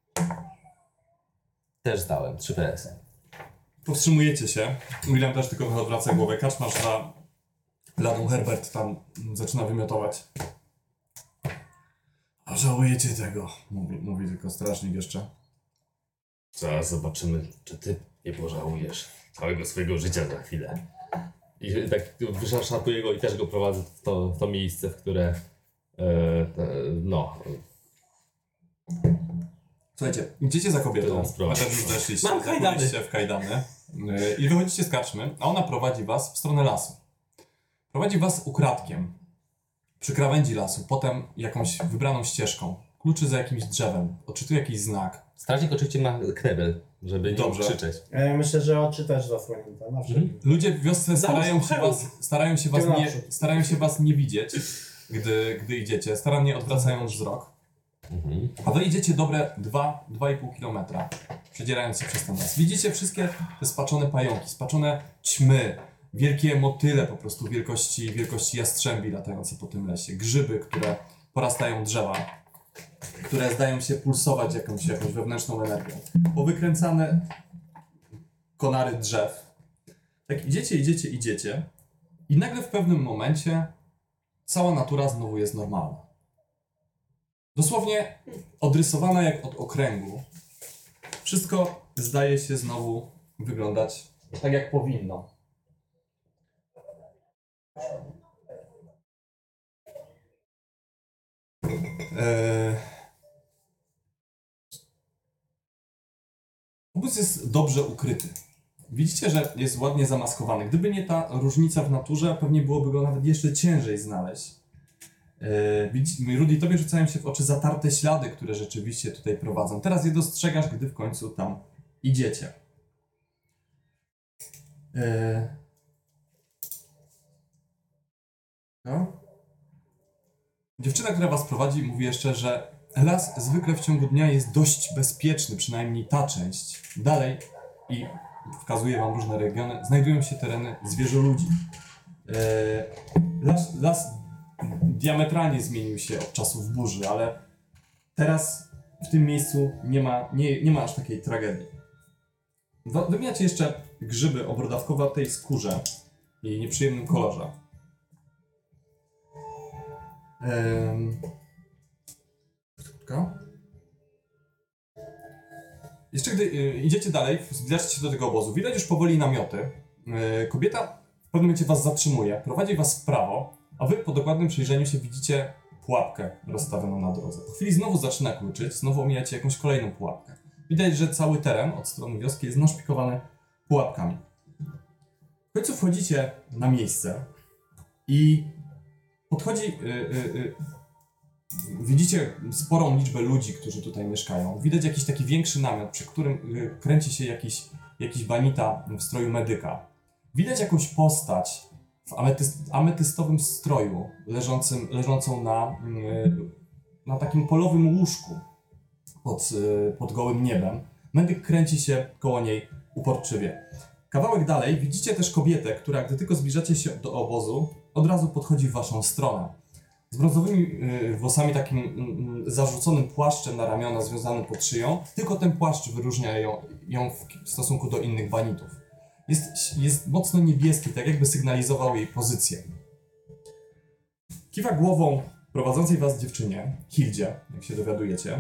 Też zdałem, 3 PS. Powstrzymujecie się. William też tylko odwraca głowę. Kaczmarz za ladą Herbert tam zaczyna wymiotować. A żałujecie tego, mówi tylko strażnik jeszcze. Zaraz zobaczymy, czy ty nie pożałujesz całego swojego życia za chwilę. I tak wyszarpatuję go i też go prowadzę w to miejsce, w które Słuchajcie, idziecie za kobietą, To a sprawa. też już weszliście, Mam kajdany. zakupiliście w kajdany i wychodzicie z karczmy, a ona prowadzi was w stronę lasu. Prowadzi was ukradkiem, przy krawędzi lasu, potem jakąś wybraną ścieżką, kluczy za jakimś drzewem, odczytuje jakiś znak. strażnik oczywiście ma knebel, żeby nie Dobrze. krzyczeć. Ja myślę, że oczy też zasłonięte. Na wszelki. Ludzie w wiosce starają się was, Ty naprzód. starają się was nie widzieć, gdy idziecie, starannie odwracają wzrok. Mhm. A wy idziecie dobre 2,5 kilometra, przedzierając się przez ten las. Widzicie wszystkie te spaczone pająki, spaczone ćmy, wielkie motyle po prostu wielkości jastrzębi latające po tym lesie, grzyby, które porastają drzewa, które zdają się pulsować jakąś wewnętrzną energią. Powykręcane konary drzew. Tak idziecie i nagle w pewnym momencie cała natura znowu jest normalna. Dosłownie odrysowana jak od okręgu. Wszystko zdaje się znowu wyglądać tak, jak powinno. Obóz jest dobrze ukryty. Widzicie, że jest ładnie zamaskowany. Gdyby nie ta różnica w naturze, pewnie byłoby go nawet jeszcze ciężej znaleźć. Rudy, tobie rzucają się w oczy zatarte ślady, które rzeczywiście tutaj prowadzą. Teraz je dostrzegasz, gdy w końcu tam idziecie. No? Dziewczyna, która was prowadzi, mówi jeszcze, że las zwykle w ciągu dnia jest dość bezpieczny, przynajmniej ta część. Dalej, i wskazuje wam różne regiony, znajdują się tereny zwierzoludzi. Las diametralnie zmienił się od czasów burzy, ale teraz w tym miejscu nie ma aż takiej tragedii. Wymieniacie jeszcze grzyby o brodawkowatej skórze i nieprzyjemnym kolorze. Jeszcze gdy idziecie dalej, zbliżacie się do tego obozu, widać już powoli namioty. Kobieta w pewnym momencie was zatrzymuje, prowadzi was w prawo, a wy po dokładnym przyjrzeniu się widzicie pułapkę rozstawioną na drodze. Po chwili znowu zaczyna kluczyć, znowu omijacie jakąś kolejną pułapkę. Widać, że cały teren od strony wioski jest naszpikowany pułapkami. W końcu wchodzicie na miejsce i podchodzi... Widzicie sporą liczbę ludzi, którzy tutaj mieszkają. Widać jakiś taki większy namiot, przy którym kręci się jakiś banita w stroju medyka. Widać jakąś postać w ametystowym stroju, leżącą na takim polowym łóżku pod gołym niebem. Medyk kręci się koło niej uporczywie. Kawałek dalej widzicie też kobietę, która gdy tylko zbliżacie się do obozu, od razu podchodzi w waszą stronę. Z brązowymi włosami, takim zarzuconym płaszczem na ramiona, związanym pod szyją. Tylko ten płaszcz wyróżnia ją w stosunku do innych banitów. Jest mocno niebieski, tak jakby sygnalizował jej pozycję. Kiwa głową prowadzącej was dziewczynie, Hildzie, jak się dowiadujecie.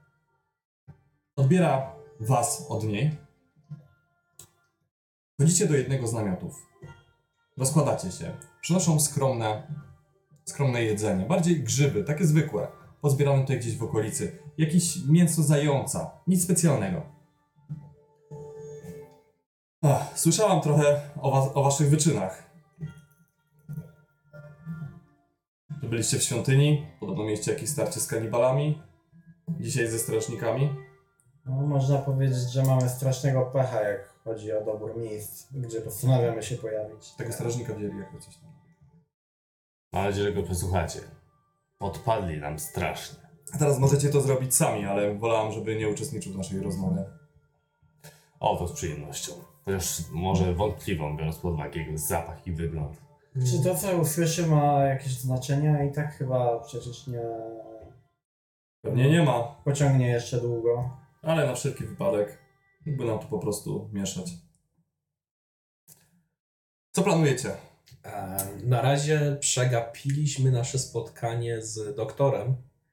Odbiera was od niej. Chodzicie do jednego z namiotów. Rozkładacie się. Przynoszą skromne jedzenie. Bardziej grzyby, takie zwykłe. Pozbierane tutaj gdzieś w okolicy. Jakieś mięso zająca. Nic specjalnego. Słyszałam trochę o waszych wyczynach. Że byliście w świątyni. Podobno mieliście jakieś starcie z kanibalami. Dzisiaj ze strażnikami. No, można powiedzieć, że mamy strasznego pecha, jak chodzi o dobór miejsc, gdzie postanawiamy się pojawić. Tego strażnika wzięli jako coś tam. Mam nadzieję, że go posłuchacie. Podpadli nam strasznie. A teraz możecie to zrobić sami, ale wolałam, żeby nie uczestniczył w naszej rozmowie. O, to z przyjemnością. Chociaż może wątpliwą, biorąc pod uwagę jego zapach i wygląd. Czy to, co usłyszy, ma jakieś znaczenie? I tak chyba przecież nie Pewnie nie ma, pociągnie jeszcze długo. ale na wszelki wypadek mógłby nam tu po prostu mieszać. Co planujecie? Na razie przegapiliśmy nasze spotkanie z doktorem,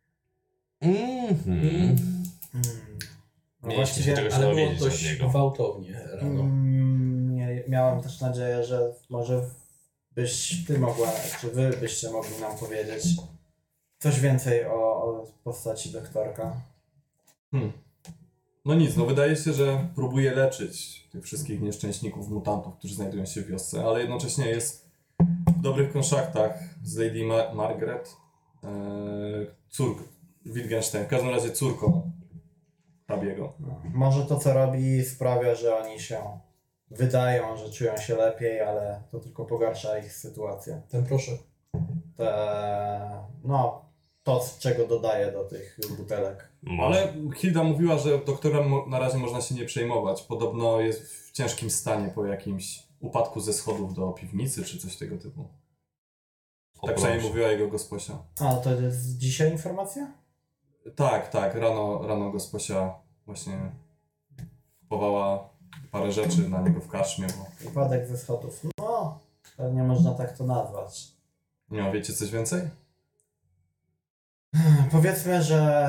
No Mieliśmy właściwie się czegoś ale było dowiedzieć od dość niego. gwałtownie rano. miałem też nadzieję, że może byś ty mogła, czy wy byście mogli nam powiedzieć coś więcej o postaci doktorka. No nic, no wydaje się, że próbuje leczyć tych wszystkich nieszczęśników, mutantów, którzy znajdują się w wiosce, ale jednocześnie jest w dobrych kontaktach z Lady Margaret, córką Wittgenstein, w każdym razie córką hrabiego. No, może to, co robi, sprawia, że oni się wydają, że czują się lepiej, ale to tylko pogarsza ich sytuację. Ten proszę. To, z czego dodaję do tych butelek. Może. Ale Hilda mówiła, że doktorem na razie można się nie przejmować. Podobno jest w ciężkim stanie po jakimś upadku ze schodów do piwnicy, czy coś tego typu. O, Tak przynajmniej proszę. mówiła jego gosposia. A, to jest dzisiaj informacja? Tak, rano gosposia właśnie kupowała parę rzeczy na niego w karczmie, bo... Upadek ze schodów. No, pewnie można tak to nazwać. Nie wiem, wiecie coś więcej? Powiedzmy, że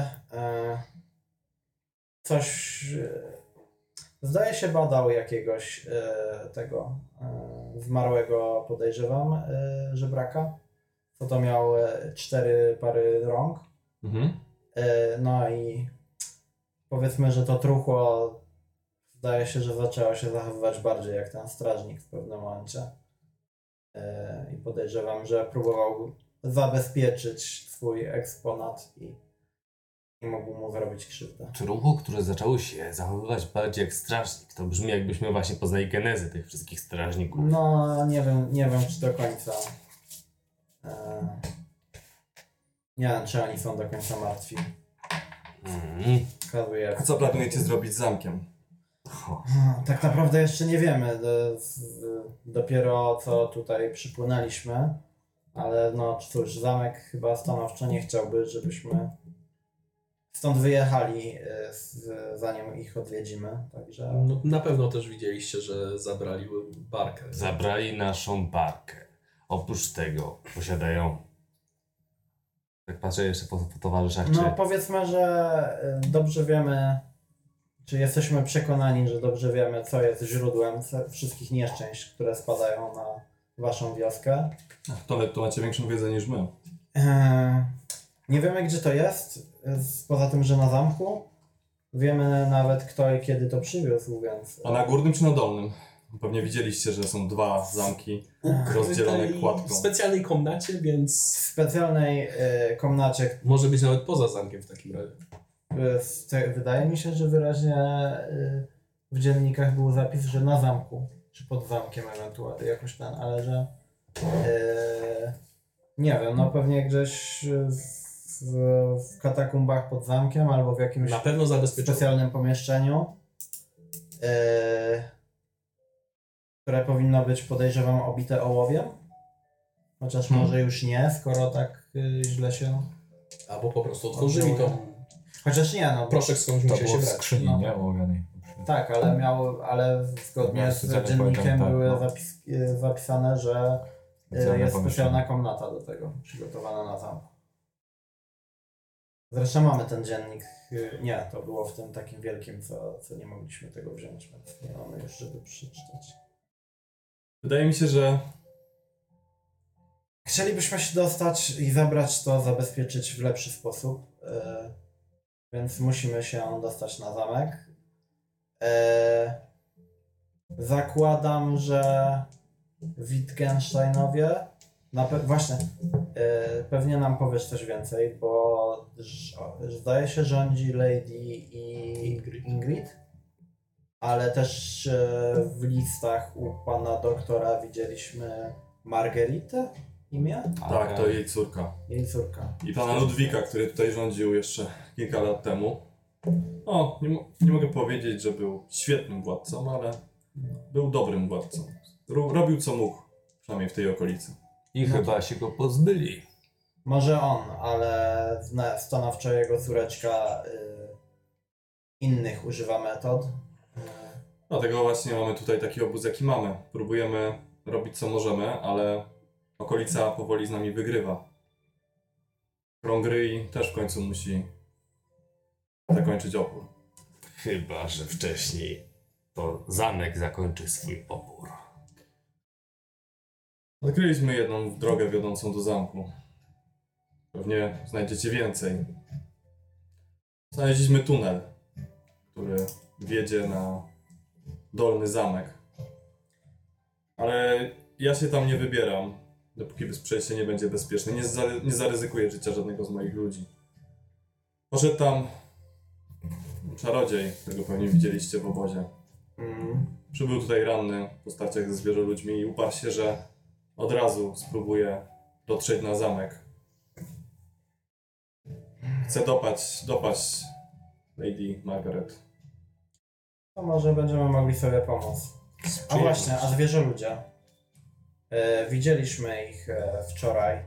coś... Zdaje się badał jakiegoś tego zmarłego, podejrzewam, żebraka. Co to miał 4 pary rąk. Mhm. No i powiedzmy, że to truchło zdaje się, że zaczęło się zachowywać bardziej jak ten strażnik w pewnym momencie. I podejrzewam, że próbował zabezpieczyć swój eksponat i mógł mu zrobić krzywdę. Truchło, które zaczęło się zachowywać bardziej jak strażnik. To brzmi, jakbyśmy właśnie poznali genezę tych wszystkich strażników. No, nie wiem czy do końca. Nie wiem, czy oni są do końca martwi. Mhm. Okazuje. A co planujecie zrobić z zamkiem? Tak naprawdę jeszcze nie wiemy. Dopiero co tutaj przypłynęliśmy. Ale no cóż, zamek chyba stanowczo nie chciałby, żebyśmy stąd wyjechali, zanim ich odwiedzimy. Także No, na pewno też widzieliście, że zabrali barkę. Zabrali naszą barkę. Oprócz tego posiadają... Tak patrzę jeszcze po towarzyszach, no czy... powiedzmy, że dobrze wiemy, czy jesteśmy przekonani, że dobrze wiemy, co jest źródłem wszystkich nieszczęść, które spadają na waszą wioskę. To macie większą wiedzę niż my. Nie wiemy, gdzie to jest, poza tym, że na zamku. Wiemy nawet, kto i kiedy to przywiózł, więc... A na górnym czy na dolnym? Pewnie widzieliście, że są 2 zamki rozdzielone W kładką. specjalnej komnacie, W więc specjalnej komnacie. może być nawet poza zamkiem w takim razie. Wydaje mi się, że wyraźnie w dziennikach był zapis, że na zamku, czy pod zamkiem ewentualnie jakoś ten, ale że nie wiem, no pewnie gdzieś w katakumbach pod zamkiem albo w jakimś Na pewno zabezpieczone. specjalnym pomieszczeniu, które powinno być, podejrzewam, obite ołowiem. Chociaż może już nie, skoro tak źle się... Albo po prostu otworzyli to. Chociaż nie, no. Proszek skądś To musiał było się w brać. skrzyni, No. nie? Ołowianej. Tak, ale zgodnie Miałem z specjalnie dziennikiem powiedziane, tak, były no. zapisane, że Specjalne jest pomieszczenie. specjalna komnata do tego, przygotowana na zamku. Zresztą mamy ten dziennik. Nie, to było w tym takim wielkim, co nie mogliśmy tego wziąć, więc nie mamy już, żeby przeczytać. Wydaje mi się, że Chcielibyśmy się dostać i zabrać to, zabezpieczyć w lepszy sposób, więc musimy się dostać na zamek. Zakładam, że Wittgensteinowie, właśnie, pewnie nam powiesz coś więcej, bo zdaje się rządzi Lady Ingrid, ale też w listach u pana doktora widzieliśmy Margaritę. Imię? tak, to jej córka. Jej córka. I pana Ludwika, który tutaj rządził jeszcze kilka lat temu. O, nie mogę powiedzieć, że był świetnym władcą, ale był dobrym władcą. Robił co mógł, przynajmniej w tej okolicy. I chyba się go pozbyli. Może on, ale stanowczo jego córeczka innych używa metod. Dlatego właśnie mamy tutaj taki obóz, jaki mamy. Próbujemy robić co możemy, ale okolica powoli z nami wygrywa. Krągry też w końcu musi zakończyć opór. Chyba że wcześniej to zamek zakończy swój opór. Odkryliśmy jedną drogę wiodącą do zamku. Pewnie znajdziecie więcej. Znaleźliśmy tunel, który wiedzie na dolny zamek. Ale ja się tam nie wybieram, dopóki przejście nie będzie bezpieczne. Nie zaryzykuję życia żadnego z moich ludzi. Poszedł tam czarodziej, którego pewnie widzieliście w obozie. Przybył tutaj ranny w postaciach ze zwierzoludźmi i uparł się, że od razu spróbuje dotrzeć na zamek. Chce dopaść Lady Margaret. To może będziemy mogli sobie pomóc. A właśnie, a zwierzoludzie. Widzieliśmy ich wczoraj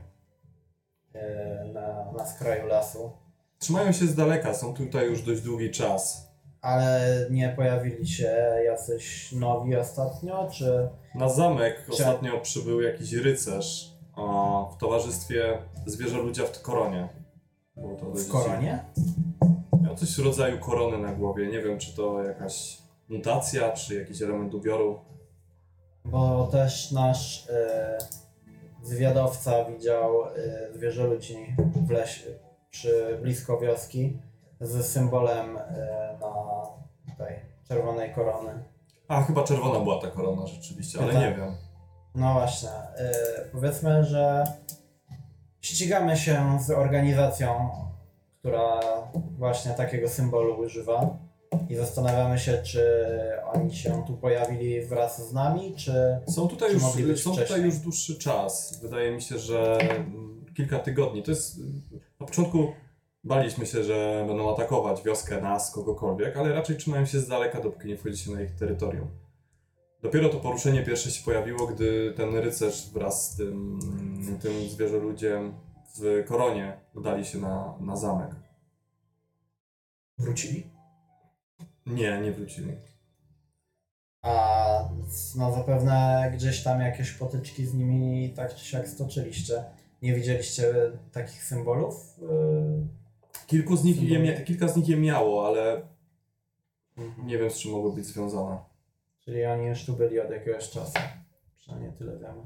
na skraju lasu, Trzymają się z daleka, są tutaj już dość długi czas. ale nie pojawili się jacyś nowi ostatnio, czy... Na zamek ostatnio przybył jakiś rycerz w towarzystwie zwierzoludzia w koronie. Było to W dość koronie? dziwne. Miał coś w rodzaju korony na głowie. Nie wiem, czy to jakaś mutacja, czy jakiś element ubioru. Bo też nasz zwiadowca widział zwierzoludzi w lesie, blisko wioski, z symbolem na tej czerwonej korony. A, chyba czerwona była ta korona rzeczywiście, ale Tak. nie wiem. No właśnie, powiedzmy, że ścigamy się z organizacją, która właśnie takiego symbolu używa i zastanawiamy się, czy oni się tu pojawili wraz z nami, czy... Są tutaj, Czy mogli być już, są tutaj wcześniej? już dłuższy czas. Wydaje mi się, że kilka tygodni. To jest. Na początku baliśmy się, że będą atakować wioskę, nas, kogokolwiek, ale raczej trzymają się z daleka, dopóki nie wchodzi się na ich terytorium. Dopiero to poruszenie pierwsze się pojawiło, gdy ten rycerz wraz z tym zwierzoludziem w koronie udali się na zamek. Wrócili? Nie wrócili. A no zapewne gdzieś tam jakieś potyczki z nimi tak czy siak stoczyliście. Nie widzieliście takich symbolów? Kilka z nich je miało, ale Mhm. nie wiem, z czym mogły być związane. Czyli oni już tu byli od jakiegoś czasu. Przynajmniej tyle wiemy.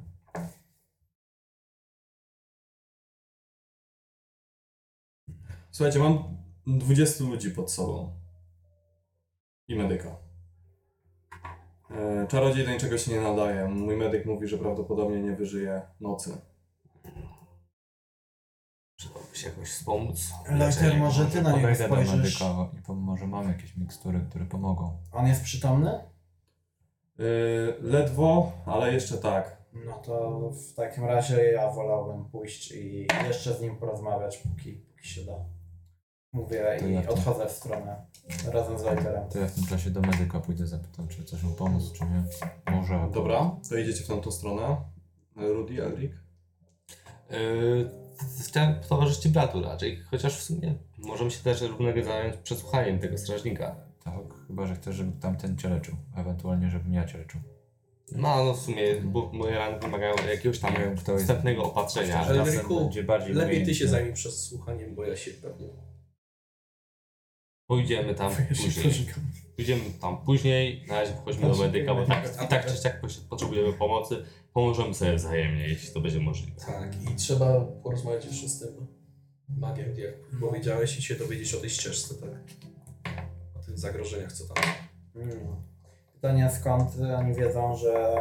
Słuchajcie, mam 20 ludzi pod sobą. I medyka. Czarodziej do niczego się nie nadaje. Mój medyk mówi, że prawdopodobnie nie wyżyje nocy. Przydałoby się jakoś wspomóc. Lejter, może ty na niego Podejdę do spojrzysz. medyka i może mam jakieś mikstury, które pomogą. On jest przytomny? Ledwo, ale jeszcze tak. No to w takim razie ja wolałbym pójść i jeszcze z nim porozmawiać, póki się da. Mówię To i ja w tym- odchodzę w stronę razem z Lejterem. To ja w tym czasie do medyka pójdę, zapytam, czy coś mu pomóc, czy nie. Może. Dobra, to idziecie w tamtą stronę. Rudy, Elric? Chciałem towarzyszyć bratu raczej, chociaż w sumie możemy się też równego zająć przesłuchaniem tego strażnika. Tak, chyba że chcesz, żeby tamten cię leczył. Ewentualnie, żebym ja cię leczył. No w sumie, bo moje rany wymagają jakiegoś tam Nie wiem, kto jest- wstępnego opatrzenia. Ale Czasem Ryku, będzie bardziej lepiej ty się umiejętny. zajmij przesłuchaniem, bo ja się pewnie... Pójdziemy tam później. Pójdziemy tam później, na razie wchodźmy do medyka, bo tak, i tak czy siak potrzebujemy pomocy. Pomożemy sobie wzajemnie, jeśli to będzie możliwe. Tak, i trzeba porozmawiać jeszcze z tym magiem, jak powiedziałeś, i się dowiedzieć o tej ścieżce, tak? O tych zagrożeniach, co tam. Pytanie, skąd oni wiedzą,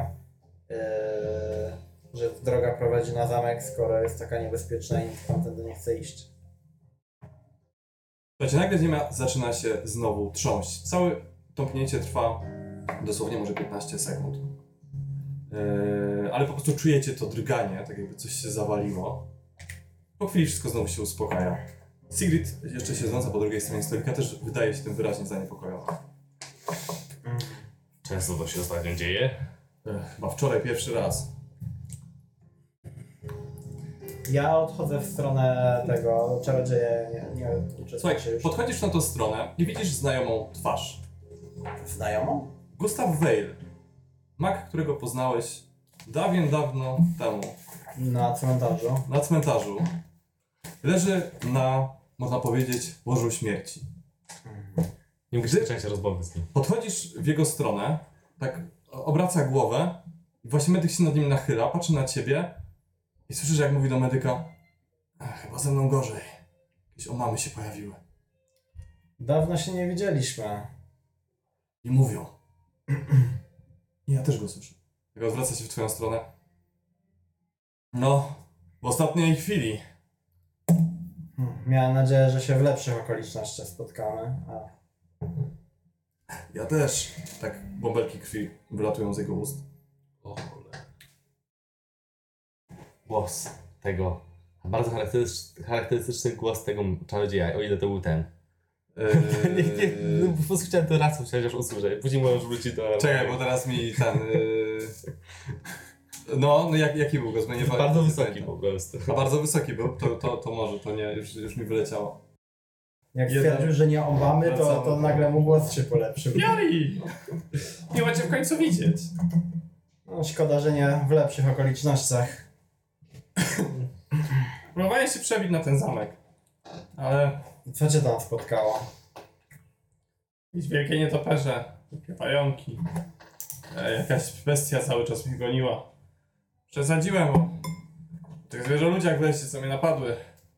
że droga prowadzi na zamek, skoro jest taka niebezpieczna i nikt tamtędy nie chce iść. Słuchajcie, nagle ziemia zaczyna się znowu trząść. Całe tąpnięcie trwa dosłownie może 15 sekund. Ale po prostu czujecie to drganie, tak jakby coś się zawaliło. Po chwili wszystko znowu się uspokaja. Sigrid, jeszcze siedząca po drugiej stronie stolika, też wydaje się tym wyraźnie zaniepokojona. Często to się ostatnio dzieje. Chyba wczoraj pierwszy raz. Ja odchodzę w stronę tego czarodzieja, nie Słuchaj, uczestniczę już. podchodzisz na tą stronę i widzisz znajomą twarz. Znajomą? Gustav Veil. Mag, którego poznałeś dawno temu Na cmentarzu. na cmentarzu. Leży na, można powiedzieć, łożu śmierci. Nie mogę się zacząć rozmowy z nim. Podchodzisz w jego stronę, tak obraca głowę i właśnie medyk się nad nim nachyla, patrzy na ciebie i słyszysz, jak mówi do medyka: chyba ze mną gorzej. Jakieś omamy się pojawiły. Dawno się nie widzieliśmy. I mówią. I ja też go słyszę. Jak odwraca się w twoją stronę. No, w ostatniej chwili. Miałem nadzieję, że się w lepszych okolicznościach spotkamy. A Ja też. Tak, bąbelki krwi wylatują z jego ust. O cholera. Głos tego, bardzo charakterystyczny głos tego czarodzieja, o ile to był ten. No, po prostu chciałem to raz chociaż usłyszeć, później możesz wrócić do... Czekaj, bo teraz mi ten... No jaki był go? Zmienię Bardzo wysoki po prostu. A bardzo wysoki był? To może, to nie, już mi wyleciało. jak Jedna- stwierdził, że nie obamy, to Wracamy. nagle mu głos się polepszył. Jari! Nie macie w końcu widzieć. No, szkoda, że nie w lepszych okolicznościach. Próbowałem się przebić na ten zamek. Ale I co cię tam spotkało? jakieś wielkie nietoperze, wielkie pająki. Jakaś bestia cały czas mnie goniła. Przesadziłem, bo tych zwierzoludziach w lesie, co mnie napadły.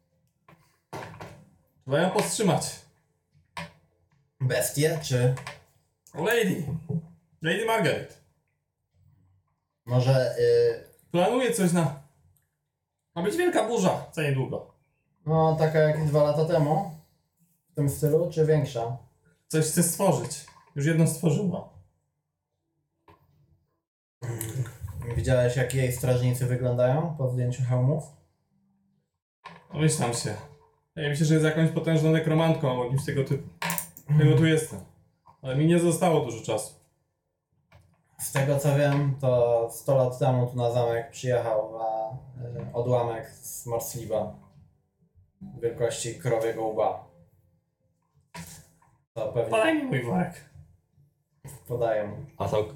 Trzeba ją powstrzymać. Bestie, czy O Lady Margaret. może... Planuję coś na... Ma być wielka burza za niedługo. no taka jak 2 lata temu? W tym stylu, czy większa? Coś chcę stworzyć. Już jedną stworzyła. Widziałeś jak jej strażnicy wyglądają po zdjęciu hełmów? Domyślam się. Wydaje mi się, że jest jakąś potężną nekromantką albo kimś tego typu. Tego tu jestem. Ale mi nie zostało dużo czasu. Z tego co wiem, to 100 lat temu tu na zamek przyjechał odłamek z Morsliwa wielkości krowiego łba. To pewnie Podaj mi mój worek. podaję mu. A tak.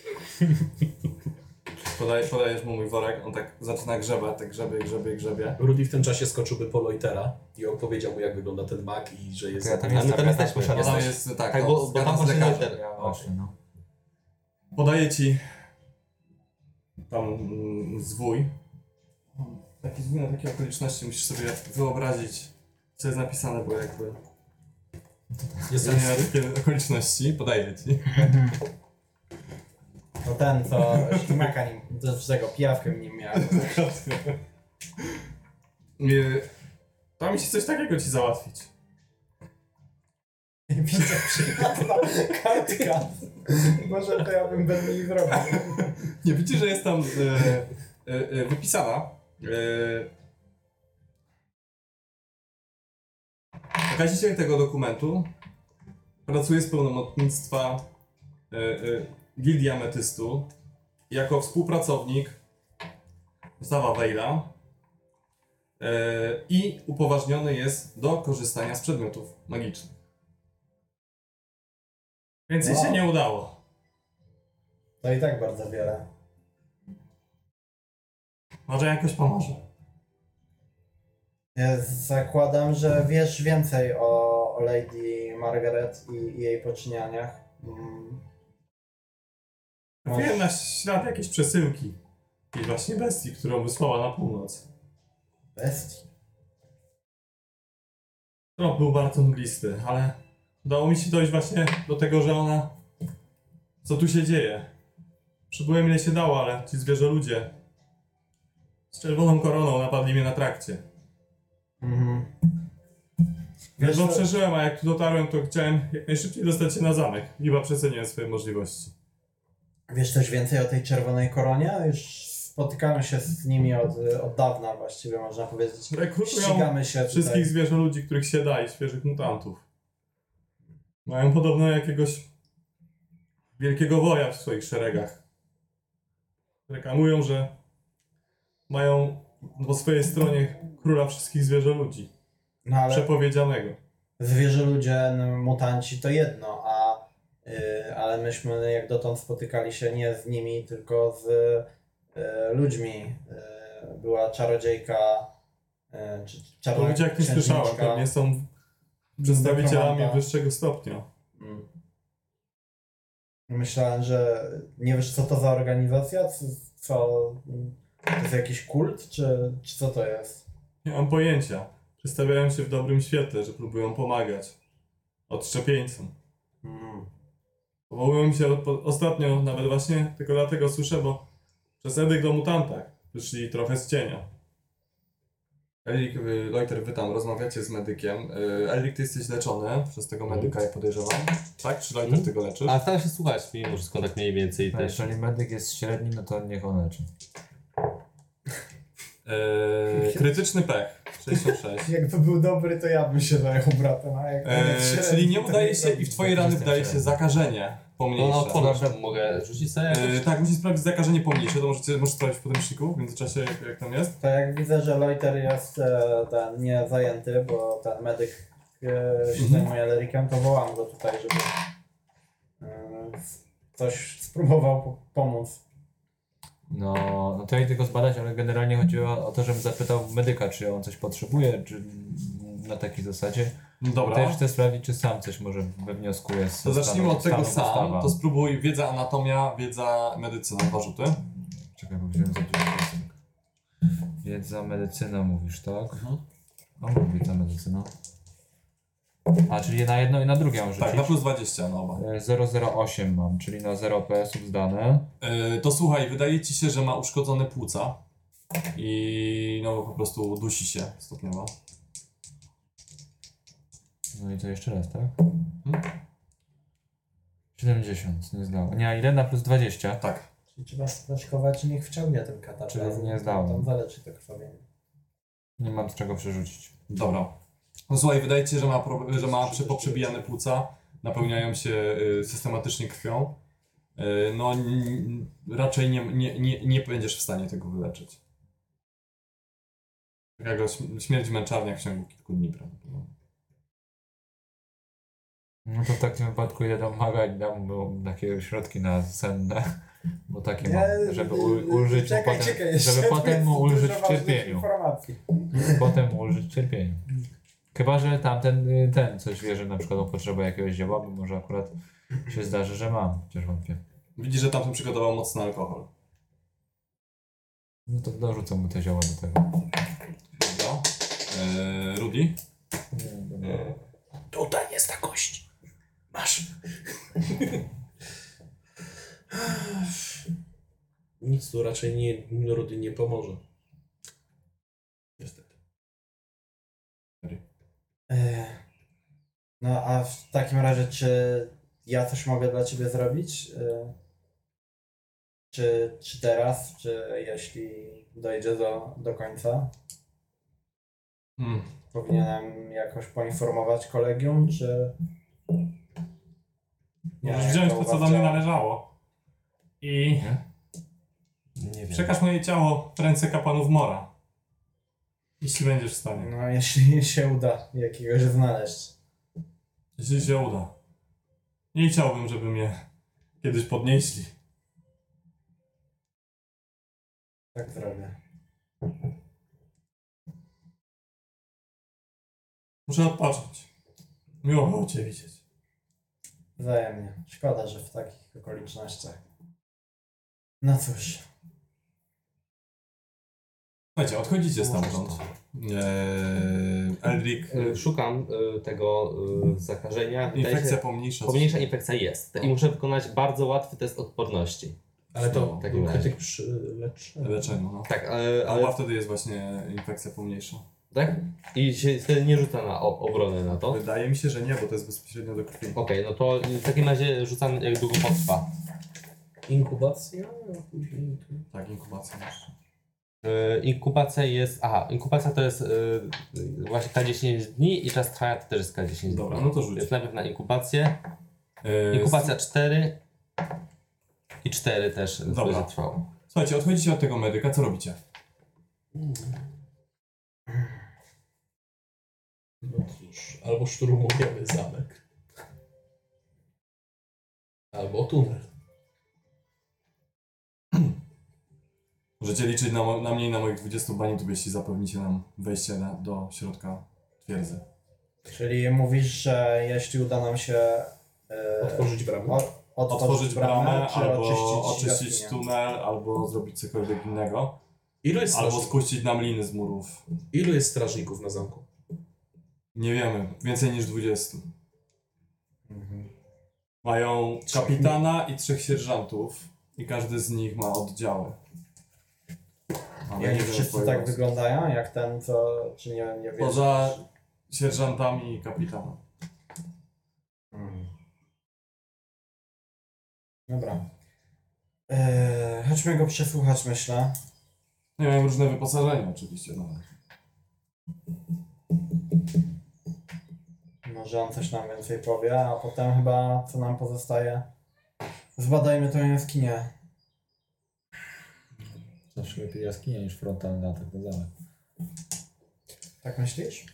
Podajesz mu mój worek, on tak zaczyna grzebać, tak grzebie. Rudy w tym czasie skoczyłby po Loitera i opowiedział mu, jak wygląda ten mag i że jest... Ja tam A my tam jesteśmy, jesteśmy. Szarlotte. Ona jest, tak, Tak, no, bo zgadzam tam z właśnie lekarzem. Loiter. Ja właśnie, no. Podaję ci tam zwój. Taki zwój na takie okoliczności musisz sobie wyobrazić, co jest napisane, bo jakby... Jestem Nie na takie okoliczności, podaję ci. To ten, co ślimaka nim, tego pijawkę nim miał. Tam mi się coś takiego ci załatwić. Widzę, przyjazna kartka. Może to ja bym bez niej zrobił. Nie widzisz, że jest tam wypisana. Okaziciel tego dokumentu pracuje z pełnomocnictwa Gildii Ametystu jako współpracownik Gustawa Wejla i upoważniony jest do korzystania z przedmiotów magicznych. Więcej się nie udało. To i tak bardzo wiele. Może jakoś pomoże. Ja zakładam, że wiesz więcej o Lady Margaret i jej poczynianiach. Trafiłem na ślad jakiejś przesyłki. I właśnie bestii, którą wysłała na północ. Bestii. Trop był bardzo mglisty, ale udało mi się dojść właśnie do tego, że ona... Co tu się dzieje? Przybyłem ile się dało, ale ci zwierzoludzie z czerwoną koroną napadli mnie na trakcie. Mhm. Ledwo co- przeżyłem, a jak tu dotarłem, to chciałem jak najszybciej dostać się na zamek. Chyba przeceniłem swoje możliwości. Wiesz coś więcej o tej czerwonej koronie? Już spotykamy się z nimi od dawna właściwie, można powiedzieć. Rekrutują Ścigamy się wszystkich tutaj. zwierzoludzi, których się da i świeżych mutantów. Mają podobno jakiegoś wielkiego woja w swoich szeregach. Reklamują, że mają po swojej stronie króla wszystkich zwierzoludzi. No ale Przepowiedzianego. zwierzoludzie, mutanci to jedno, ale myśmy jak dotąd spotykali się nie z nimi, tylko z ludźmi. Była czarodziejka, czy To czarna ludzie, jak nie słyszałem, księżniczka. pewnie są przedstawicielami Nekromanta. wyższego stopnia. Mm. Myślałem, że nie wiesz co to za organizacja, to jest jakiś kult, czy co to jest? Nie mam pojęcia. Przedstawiają się w dobrym świetle, że próbują pomagać odszczepieńcom. Mm. Powołują się ostatnio, nawet właśnie tylko dlatego słyszę, bo przez Edyk do mutantach wyszli trochę z cienia. Elik, Loiter, wy tam rozmawiacie z medykiem. Elik, ty jesteś leczony przez tego medyka, jak podejrzewam. Tak? Czy Loiter ty go leczysz? A staram się słuchać, mimo wszystko tak mniej więcej No, też. jeżeli medyk jest średni, no to niech on leczy. Krytyczny pech. 66. Jakby był dobry, to ja bym się zajął bratem, a jak Czyli nie udaje się i w twojej rany wdaje się zakażenie pomniejsze. No, pomóż, mogę rzucić sobie jakoś? Tak, musisz sprawdzić zakażenie pomniejsze, to możesz sprawdzić w podręczniku w międzyczasie, jak tam jest. To jak widzę, że Loiter jest ten nie zajęty, bo ten medyk się zajmuje Lerikiem, to wołam go tutaj, żeby coś spróbował pomóc. No to ja idę go zbadać, ale generalnie chodziło o to, żebym zapytał medyka, czy on coś potrzebuje, czy na takiej zasadzie. Dobra. Też chcę sprawdzić, czy sam coś może wywnioskuje z To zacznijmy od tego stanu sam. postawa. To spróbuj wiedza anatomia, wiedza medycyna. 2 rzuty. Czekaj, bo wziąłem za dużo kostek. Wiedza, medycyna mówisz, tak? Mhm. O, wiedza, medycyna. A, czyli na jedno i na drugie mam rzucić? Tak, na plus 20 na oba. 008 mam, czyli na 0 PS-ów zdane. To słuchaj, wydaje ci się, że ma uszkodzone płuca i no po prostu dusi się stopniowo. No i to jeszcze raz, tak? 70, nie zdało. Nie, a ile na plus 20? Tak. Czyli trzeba spraszkować i niech wciągnie ten kataplazm. Czyli nie zdało. Tam zaleczy to krwawienie. Nie mam z czego przerzucić. Dobra. No słuchaj, wydaje ci się, że ma poprzebijane płuca, napełniają się systematycznie krwią. No raczej nie będziesz w stanie tego wyleczyć. Taka śmierć w męczarniach w ciągu kilku dni prawdopodobnie. No to w takim wypadku idę do Maga i dam mu takie środki na senne, bo takie mam, żeby ulżyć mu potem, żeby potem mu ulżyć w cierpieniu. Potem mu ulżyć w cierpieniu. Chyba, że ten coś wie, że na przykład on potrzebuje jakiegoś zioła, bo może akurat się zdarzy, że mam, chociaż wątpię. Widzisz, że tamten przygotował mocny alkohol. No to dorzucę mu te zioła do tego. Dobra. Rudy? Tutaj jest ta kość. Masz. Nic tu raczej Rudy nie pomoże. Niestety. No a w takim razie, czy ja coś mogę dla ciebie zrobić? Czy teraz, czy jeśli dojdzie do końca? Powinienem jakoś poinformować kolegium, czy... Możesz wziąć to, co do mnie należało. I Nie wiem. przekaż moje ciało w ręce kapłanów Mora. Jeśli będziesz w stanie. No jeśli się uda jakiegoś znaleźć. Jeśli się uda. Nie chciałbym, żeby mnie kiedyś podnieśli. Tak zrobię. Muszę odpocząć. Miło było Cię widzieć. Wzajemnie. Szkoda, że w takich okolicznościach. No cóż. Słuchajcie, odchodzicie stamtąd. Eldrick, Szukam tego zakażenia. Wydaje infekcja się, pomniejsza. pomniejsza infekcja jest. I muszę wykonać bardzo łatwy test odporności. Ale to W takim razie. krytyk przy leczeniu. Leczeniu, no. Tak, Ale wtedy jest właśnie infekcja pomniejsza. tak? I się wtedy nie rzuca na obronę na to. Okej, Wydaje mi się, że nie, bo to jest bezpośrednio do krwi. no to w takim razie rzucam jak długo potrwa. Inkubacja, a później... Tak, inkubacja jeszcze. Inkubacja jest. Aha, inkubacja to jest właśnie K10 dni i czas trwania to też jest K10 dni. Dobra, no to rzuć. Więc najpierw na inkubację. Inkubacja 4 i 4 też Dobra. będzie trwało. Słuchajcie, odchodzicie od tego medyka, co robicie? No cóż, albo szturmujemy zamek. Albo tunel. Możecie liczyć na mnie i na moich 20 baniutów, jeśli zapewnicie nam wejście do środka twierdzy. Czyli mówisz, że jeśli uda nam się Otworzyć bramę. Otworzyć bramę, czy albo oczyścić jaskinię? tunel, albo zrobić cokolwiek innego. Ilu jest Albo strażników? spuścić nam liny z murów. Ilu jest strażników na zamku? Nie wiemy, więcej niż 20. Mhm. Mają kapitana i 3 sierżantów i każdy z nich ma oddziały. I oni wiemy wszyscy swojego tak losu. wyglądają, jak ten, co... Czy nie wiesz? Poza sierżantami i kapitanem. Mhm. Dobra. Chodźmy go przesłuchać, myślę. Nie mają różne wyposażenie oczywiście. No. Może on coś nam więcej powie, a potem chyba co nam pozostaje? Zbadajmy tą jaskinię. Zawsze lepiej jaskinia niż frontalny atak na zamek. Tak myślisz?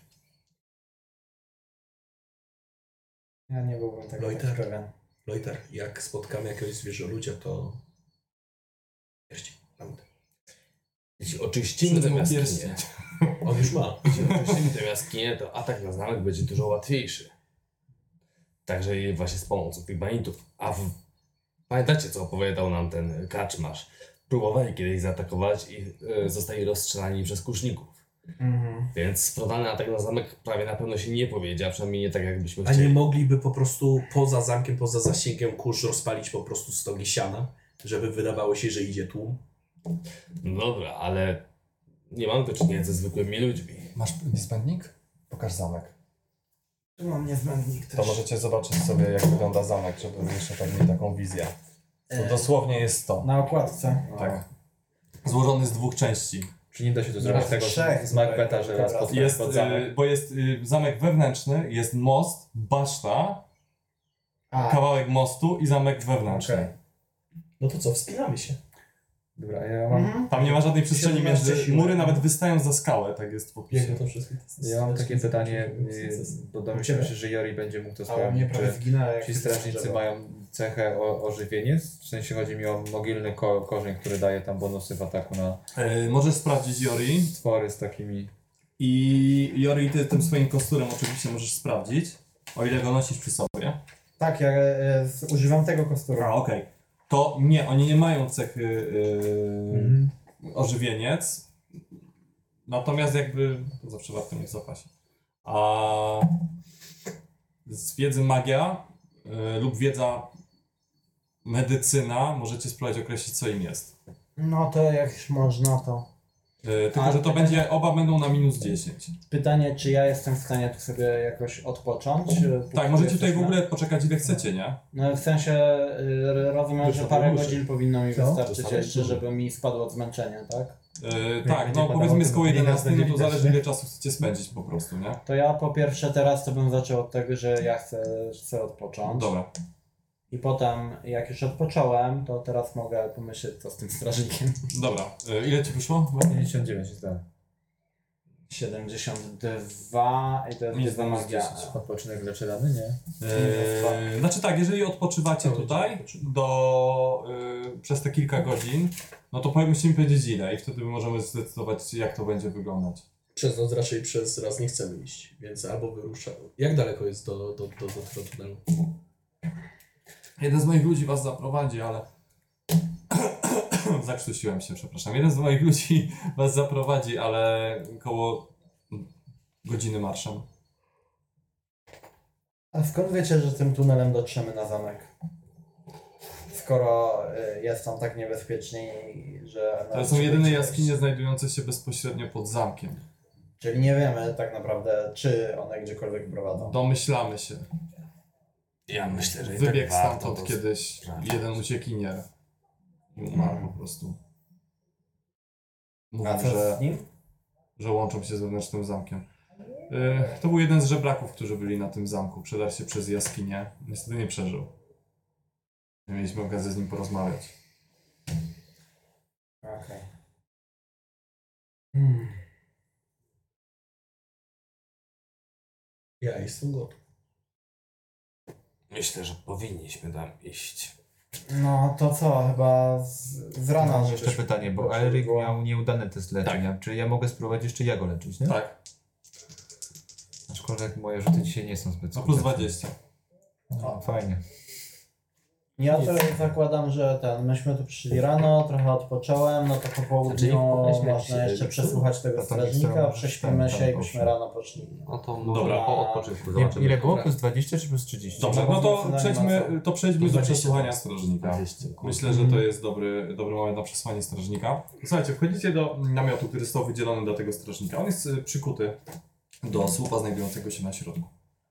Ja nie byłbym tego tak pewien. Loiter, jak spotkamy jakiegoś zwierzoludzia, to... Pierścień, pamiętaj. Jeśli oczyścimy tę Przyznam jaskinię, pierścień. On już ma. Jeśli tę jaskinię, to atak na zamek będzie dużo łatwiejszy. Także i właśnie z pomocą tych banitów. Pamiętacie, co opowiadał nam ten kaczmarz? Próbowali kiedyś zaatakować i zostali rozstrzelani przez kuszników. Więc frontalny atak na zamek prawie na pewno się nie powiedzie, a przynajmniej nie tak, jakbyśmy A chcieli. nie mogliby po prostu poza zamkiem, poza zasięgiem kurz rozpalić po prostu stogi siana, żeby wydawało się, że idzie tłum? No dobra, ale nie mam do czynienia ze zwykłymi ludźmi. Masz niezbędnik? Pokaż zamek. Tu mam niezbędnik też. To możecie zobaczyć sobie, jak wygląda zamek, żeby jeszcze tak mieć taką wizję. To dosłownie jest to. Na okładce. Tak. Złożony z 2 części. Czy nie da się to zrobić Raz tego trzech z Macbeta, że raz tutaj. pod, Jest, pod zamek? bo jest zamek wewnętrzny, jest most, baszta, kawałek mostu i zamek wewnętrzny. Okej. No to co, wspinamy się. Dobra, ja mam, Tam nie ma żadnej przestrzeni 17 między... siły. Mury nawet wystają za skałę, tak jest w opisie. Jak to wszystko? ja mam takie pytanie, bo domyślam się, że Jori będzie mógł to sprawdzić. Czy ci strażnicy mają cechę ożywienie? W sensie chodzi mi o mogilny korzeń, który daje tam bonusy w ataku na Możesz sprawdzić Jori. stwory z takimi... I Jori, ty tym swoim kosturem oczywiście możesz sprawdzić, o ile go nosisz przy sobie. Tak, ja używam tego kosturu. Okej. To nie, oni nie mają cechy ożywieniec, natomiast jakby, to zawsze warto mieć w zapasie. A z wiedzy magia lub wiedza medycyna możecie spróbować określić, co im jest. No to jak już można, to... Tylko, że to będzie, oba będą na -10. Pytanie, czy ja jestem w stanie tu sobie jakoś odpocząć? Tak, możecie tutaj w ogóle poczekać ile chcecie, nie? No w sensie rozumiem, że parę godzin powinno mi wystarczyć Dostałeś jeszcze, dużo. żeby mi spadło zmęczenie, tak? Tak, będzie no padało, powiedzmy to z koło nie nas 11, no będzie to zależy widać, ile czasu chcecie spędzić po prostu, nie? To ja po pierwsze teraz to bym zaczął od tego, że ja chcę odpocząć. Dobra. I potem jak już odpocząłem, to teraz mogę pomyśleć co z tym strażnikiem. Dobra. Ile ci wyszło? 59 jest tak. 72 i to jest Minus wiedza magia. 10. Odpoczynek leczy rany, nie? Znaczy tak, jeżeli odpoczywacie tutaj przez te kilka godzin, no to musimy powiedzieć ile i wtedy możemy zdecydować, jak to będzie wyglądać. Przez noc raczej przez raz nie chcemy iść, więc albo wyruszamy. Jak daleko jest do tego tunelu? Jeden z moich ludzi was zaprowadzi, ale... Zakrztusiłem się, przepraszam. Jeden z moich ludzi was zaprowadzi, ale koło godziny marszem. A skąd wiecie, że tym tunelem dotrzemy na zamek? Skoro jest tam tak niebezpiecznie, że... To są jedyne jaskinie znajdujące się bezpośrednio pod zamkiem. Czyli nie wiemy tak naprawdę, czy one gdziekolwiek prowadzą. Domyślamy się. Ja myślę, że i Wybiegł tak warto stamtąd to kiedyś sprawdzić. jeden uciekinier. I umarł po prostu. A Mówił, co że, z nim? że łączą się z wewnętrznym zamkiem. To był jeden z żebraków, którzy byli na tym zamku. Przedarł się przez jaskinię. Niestety nie przeżył. Nie mieliśmy okazji z nim porozmawiać. Okej. Ja jestem gotów. Myślę, że powinniśmy tam iść. No to co, chyba z rana Mam żebyśmy- jeszcze pytanie, bo Elric miał nieudany test leczenia. Czy ja mogę spróbować jeszcze ja go leczyć, nie? Tak, Aczkolwiek moje rzuty dzisiaj nie są zbyt no plus skuteczne. 20. No, fajnie. Ja to zakładam, że myśmy tu przyszli rano, trochę odpocząłem, no to po południu Znaczy, nie można się jeszcze leczy? przesłuchać tego To tam jest strażnika, tam- prześpimy się i tam byśmy poszło. rano poszli. No to Dobra. może po odpoczynku Nie, zobaczymy. ile było? Plus 20 czy plus 30? Dobrze, no to przejdźmy do 20 przesłuchania strażnika. 20. Myślę, że to jest dobry moment na przesłanie strażnika. Słuchajcie, wchodzicie do namiotu, który został wydzielony dla tego strażnika. On jest przykuty do słupa znajdującego się na środku.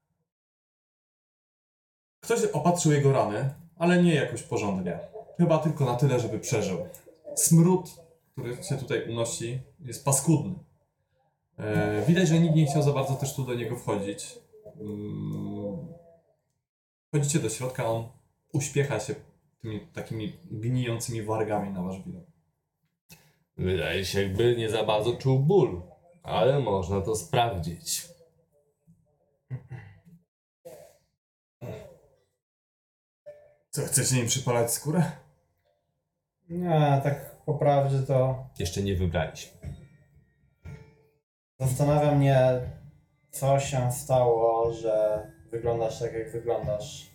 Ktoś opatrzył jego rany, ale nie jakoś porządnie. Chyba tylko na tyle, żeby przeżył. Smród, który się tutaj unosi, jest paskudny. Widać, że nikt nie chciał za bardzo też tu do niego wchodzić. Wchodzicie do środka, on uśpiecha się tymi takimi gnijącymi wargami na wasz widok. Wydaje się, jakby nie za bardzo czuł ból, ale można to sprawdzić. Co, chcecie im przypalać skórę? Nie, tak po prawdzie to... Jeszcze nie wybraliśmy. Zastanawia mnie, co się stało, że wyglądasz tak, jak wyglądasz.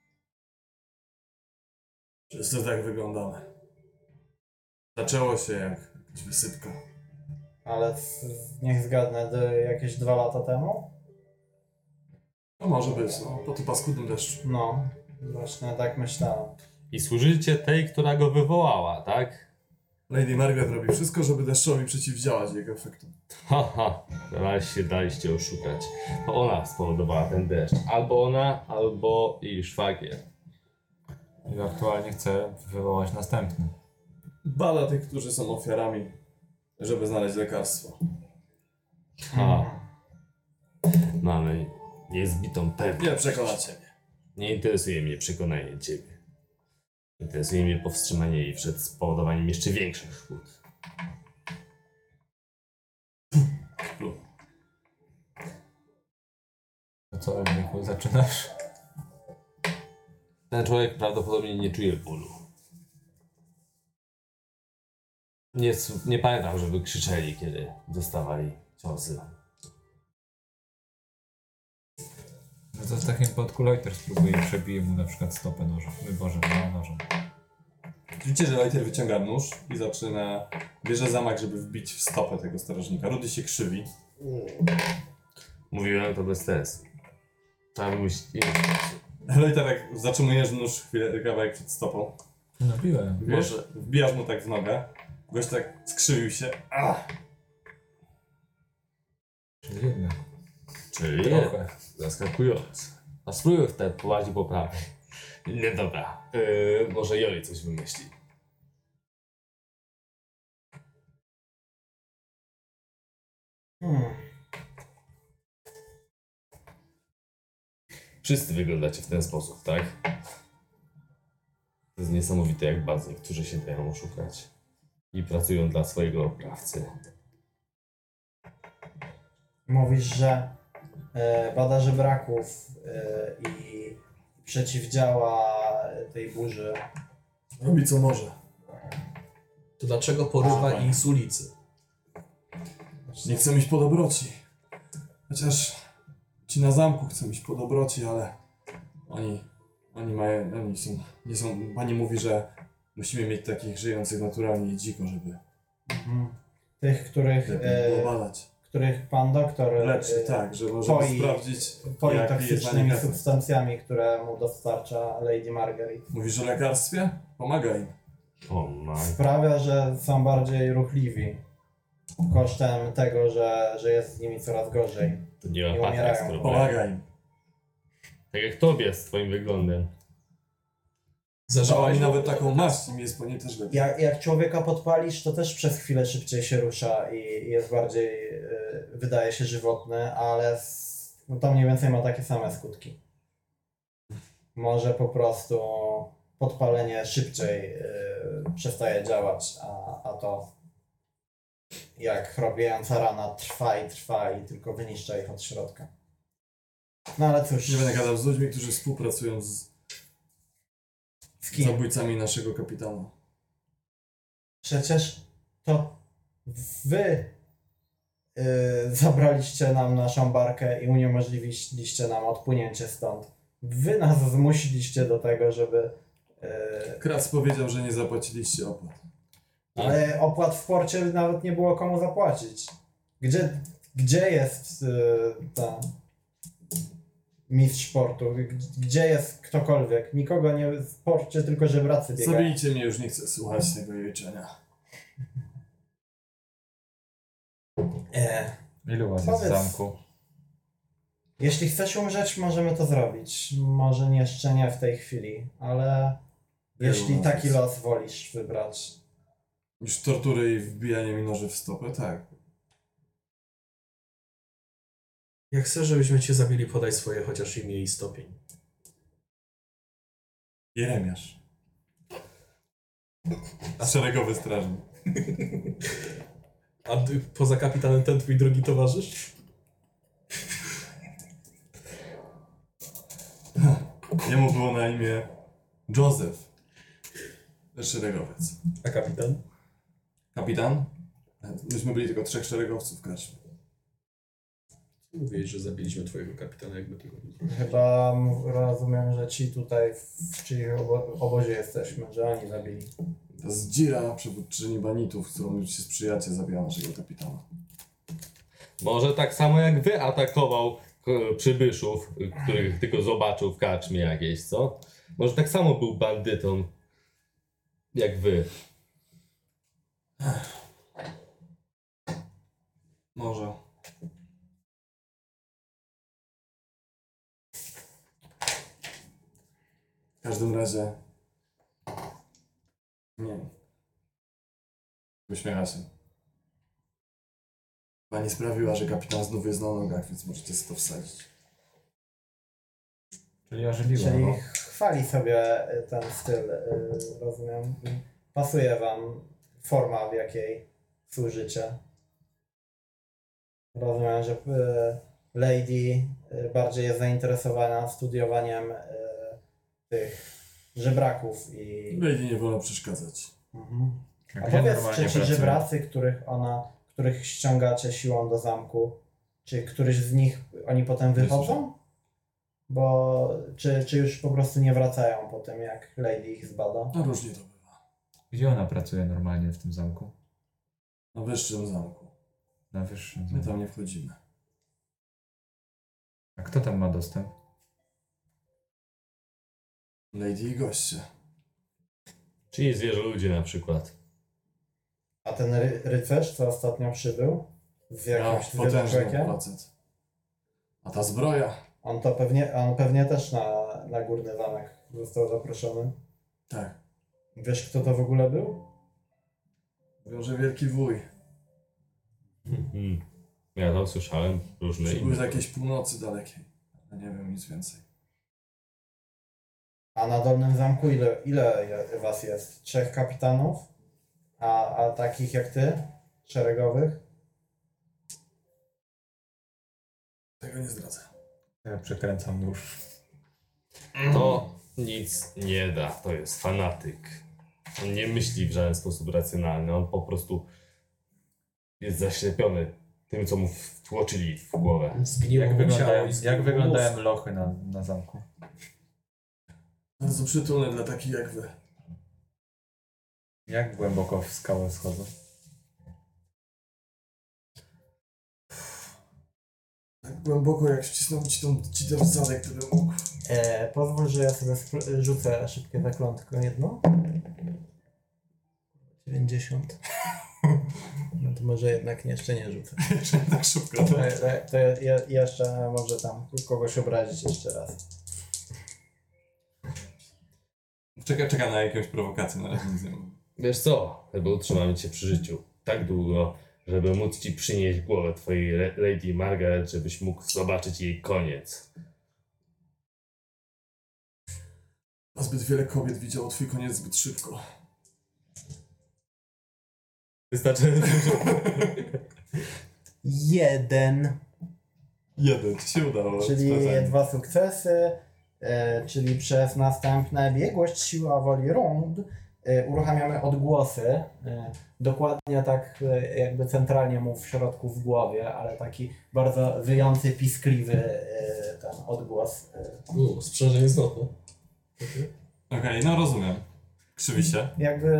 Wszyscy tak wyglądamy. Zaczęło się jak jakaś wysypka. Ale niech zgadnę, jakieś 2 lata temu? No może być, no, po tym paskudnym deszczu. No, właśnie tak myślałem. I służycie tej, która go wywołała, tak? Lady Margaret robi wszystko, żeby deszczowi przeciwdziałać jego efektom. Haha, teraz się daliście oszukać. To ona spowodowała ten deszcz. Albo ona, albo jej szwagier. I aktualnie chcę wywołać następny. Bada tych, którzy są ofiarami, żeby znaleźć lekarstwo. Ha. Mamy niezbitą pewność. Nie przekonacie mnie. Nie interesuje mnie przekonanie ciebie. Interesuje mnie powstrzymanie jej przed spowodowaniem jeszcze większych szkód. To co, Elniku, zaczynasz? Ten człowiek prawdopodobnie nie czuje bólu. Nie pamiętam, żeby krzyczeli, kiedy dostawali ciosy. No to w takim wypadku Loiter spróbuje i przebije mu na przykład stopę nożem. Boże, nożem. Widzicie, że Leiter wyciąga nóż i zaczyna... Bierze zamach, żeby wbić w stopę tego strażnika. Rudy się krzywi. Mówiłem to bez sensu. Trzeba by musieć... Leiter jak zatrzymujesz nóż chwilę, kawałek przed stopą. No biłem. Wiesz, wbijasz mu tak w nogę. Gość tak skrzywił się. Czyli jednak. Czyli Trochę. zaskakujące. A spróbuję wtedy poważnie poprawę. Nie, dobra. Może Joli coś wymyśli. Wszyscy wyglądacie w ten sposób, tak? To jest niesamowite, jak bardzo niektórzy się dają oszukać. I pracują dla swojego oprawcy. Mówisz, że bada żebraków i przeciwdziała tej burzy. Robi co może. To dlaczego porywa tak. ich z ulicy? Nie chcę iść po dobroci. Chociaż ci na zamku chcą iść po dobroci, ale oni są, nie są, pani mówi, że musimy mieć takich żyjących naturalnie i dziko, żeby Tych, których, lepiej było badać. których pan doktor Leczy, tak, że możemy poi- sprawdzić, poi jaki jest na nich toksycznymi efekt. substancjami, które mu dostarcza Lady Margaret. Mówisz o lekarstwie? Pomaga im. O my. Sprawia, że są bardziej ruchliwi. Kosztem tego, że jest z nimi coraz gorzej. To nie Nie ma patrz umierają. z problemu. Pomaga im. Tak jak tobie z twoim wyglądem. Że oni Zażałeś nawet taką maść im jest po niej też lepiej. Jak człowieka podpalisz, to też przez chwilę szybciej się rusza i jest bardziej, wydaje się żywotny, ale no to mniej więcej ma takie same skutki. Może po prostu podpalenie szybciej przestaje działać, a to jak chrobiejąca rana trwa i tylko wyniszcza ich od środka. No ale cóż, Nie będę gadał z ludźmi, którzy współpracują z z kim? zabójcami naszego kapitana. Przecież to wy zabraliście nam naszą barkę i uniemożliwiliście nam odpłynięcie stąd. Wy nas zmusiliście do tego, żeby... Kras powiedział, że nie zapłaciliście opłat. ale opłat w porcie nawet nie było komu zapłacić. Gdzie jest ta mistrz portu? Gdzie jest ktokolwiek? Nikogo nie w porcie, tylko żebracy biegają. Zabijcie mnie, już nie chcę słuchać tego jęczenia. Ilu was jest w Powiedz. zamku? Jeśli chcesz umrzeć, możemy to zrobić. Może jeszcze nie w tej chwili, ale jeśli nas taki jest? los wolisz wybrać. Już tortury i wbijanie mi noży w stopę, tak. Jak chcesz, żebyśmy cię zabili, podaj swoje chociaż imię i stopień. Jeremiasz. Szeregowy strażnik. A poza kapitanem ten twój drugi towarzysz? Jemu było na imię Joseph. Szeregowiec. A kapitan? Kapitan? Myśmy byli tylko 3 szeregowców w karczmie. Mówiłeś, że zabiliśmy twojego kapitana, jakby tego nie zrobić. Chyba rozumiem, że ci tutaj w czyich obozie jesteśmy, że oni zabili. To jest Dzira, przywódczyni banitów, z którą już się sprzyjacie, zabija naszego kapitana. Może tak samo jak wy atakował przybyszów, których tylko zobaczył w karczmie jakiejś, co? Może tak samo był bandytą jak wy. Może. W każdym razie... Nie. Uśmiecha się. Pani sprawiła, że kapitan znów jest na nogach, więc możecie sobie to wsadzić. Czyli ożywiło. Czyli No. chwali sobie ten styl, rozumiem. Pasuje wam forma, w jakiej służycie. Rozumiem, że Lady bardziej jest zainteresowana studiowaniem tych żebraków i... Lady nie wolno przeszkadzać. Mhm. A Jak ja powiedz, normalnie czy ci pracuję. żebracy, których ściągacie siłą do zamku, czy któryś z nich, oni potem wychodzą? Bo, czy już po prostu nie wracają po tym, jak Lady ich zbada? No różnie to bywa. Gdzie ona pracuje normalnie w tym zamku? Na wyższym zamku. Na wyższym My zamku. tam nie wchodzimy. A kto tam ma dostęp? Lady i goście. Czyli zwierzoludzie na przykład. A ten rycerz, co ostatnio przybył, z Ja, jakimś potężny zwierzęciem, facet. A ta zbroja? on pewnie też na Górny Zamek został zaproszony. Tak. Wiesz, kto to w ogóle był? Mówią, że wielki wuj. Ja to słyszałem różne Przybył z inne. jakiejś północy dalekiej. Ale nie wiem nic więcej. A na Dolnym Zamku ile was jest? 3 kapitanów? A takich jak ty? Szeregowych? Tego nie zdradzę. Ja przekręcam nóż. To nic nie da, to jest fanatyk. On nie myśli w żaden sposób racjonalny, on po prostu jest zaślepiony tym, co mu wtłoczyli w głowę. Zgniło Jak mu ciało wyglądają, i zgnił jak mu wyglądają mózg. lochy na zamku? Bardzo przytulne dla takich jak wy. Jak głęboko w skałę schodzą? Tak głęboko jak wcisnął ci tą citę w zadek, tyle mógł. Pozwól, że ja sobie rzucę szybkie zaklątko jedno. 90. No to może jednak jeszcze nie rzucę. Tak szybko. To jeszcze może tam kogoś obrazić jeszcze raz. Czeka na jakąś prowokację, na razie nic nie mówię. Wiesz co, żeby utrzymać cię przy życiu tak długo, żeby móc ci przynieść głowę twojej Lady Margaret, żebyś mógł zobaczyć jej koniec. A zbyt wiele kobiet widziało twój koniec zbyt szybko. Wystarczy. 1. Jeden, ci się udało. Czyli Sprawdzałem. 2 sukcesy, czyli przez następne biegłość, siła woli rund uruchamiamy odgłosy. Dokładnie tak jakby centralnie mu w środku w głowie, ale taki bardzo wyjący, piskliwy ten odgłos. Sprzężenie znowu. Okej, no rozumiem. Krzywi się. Jakby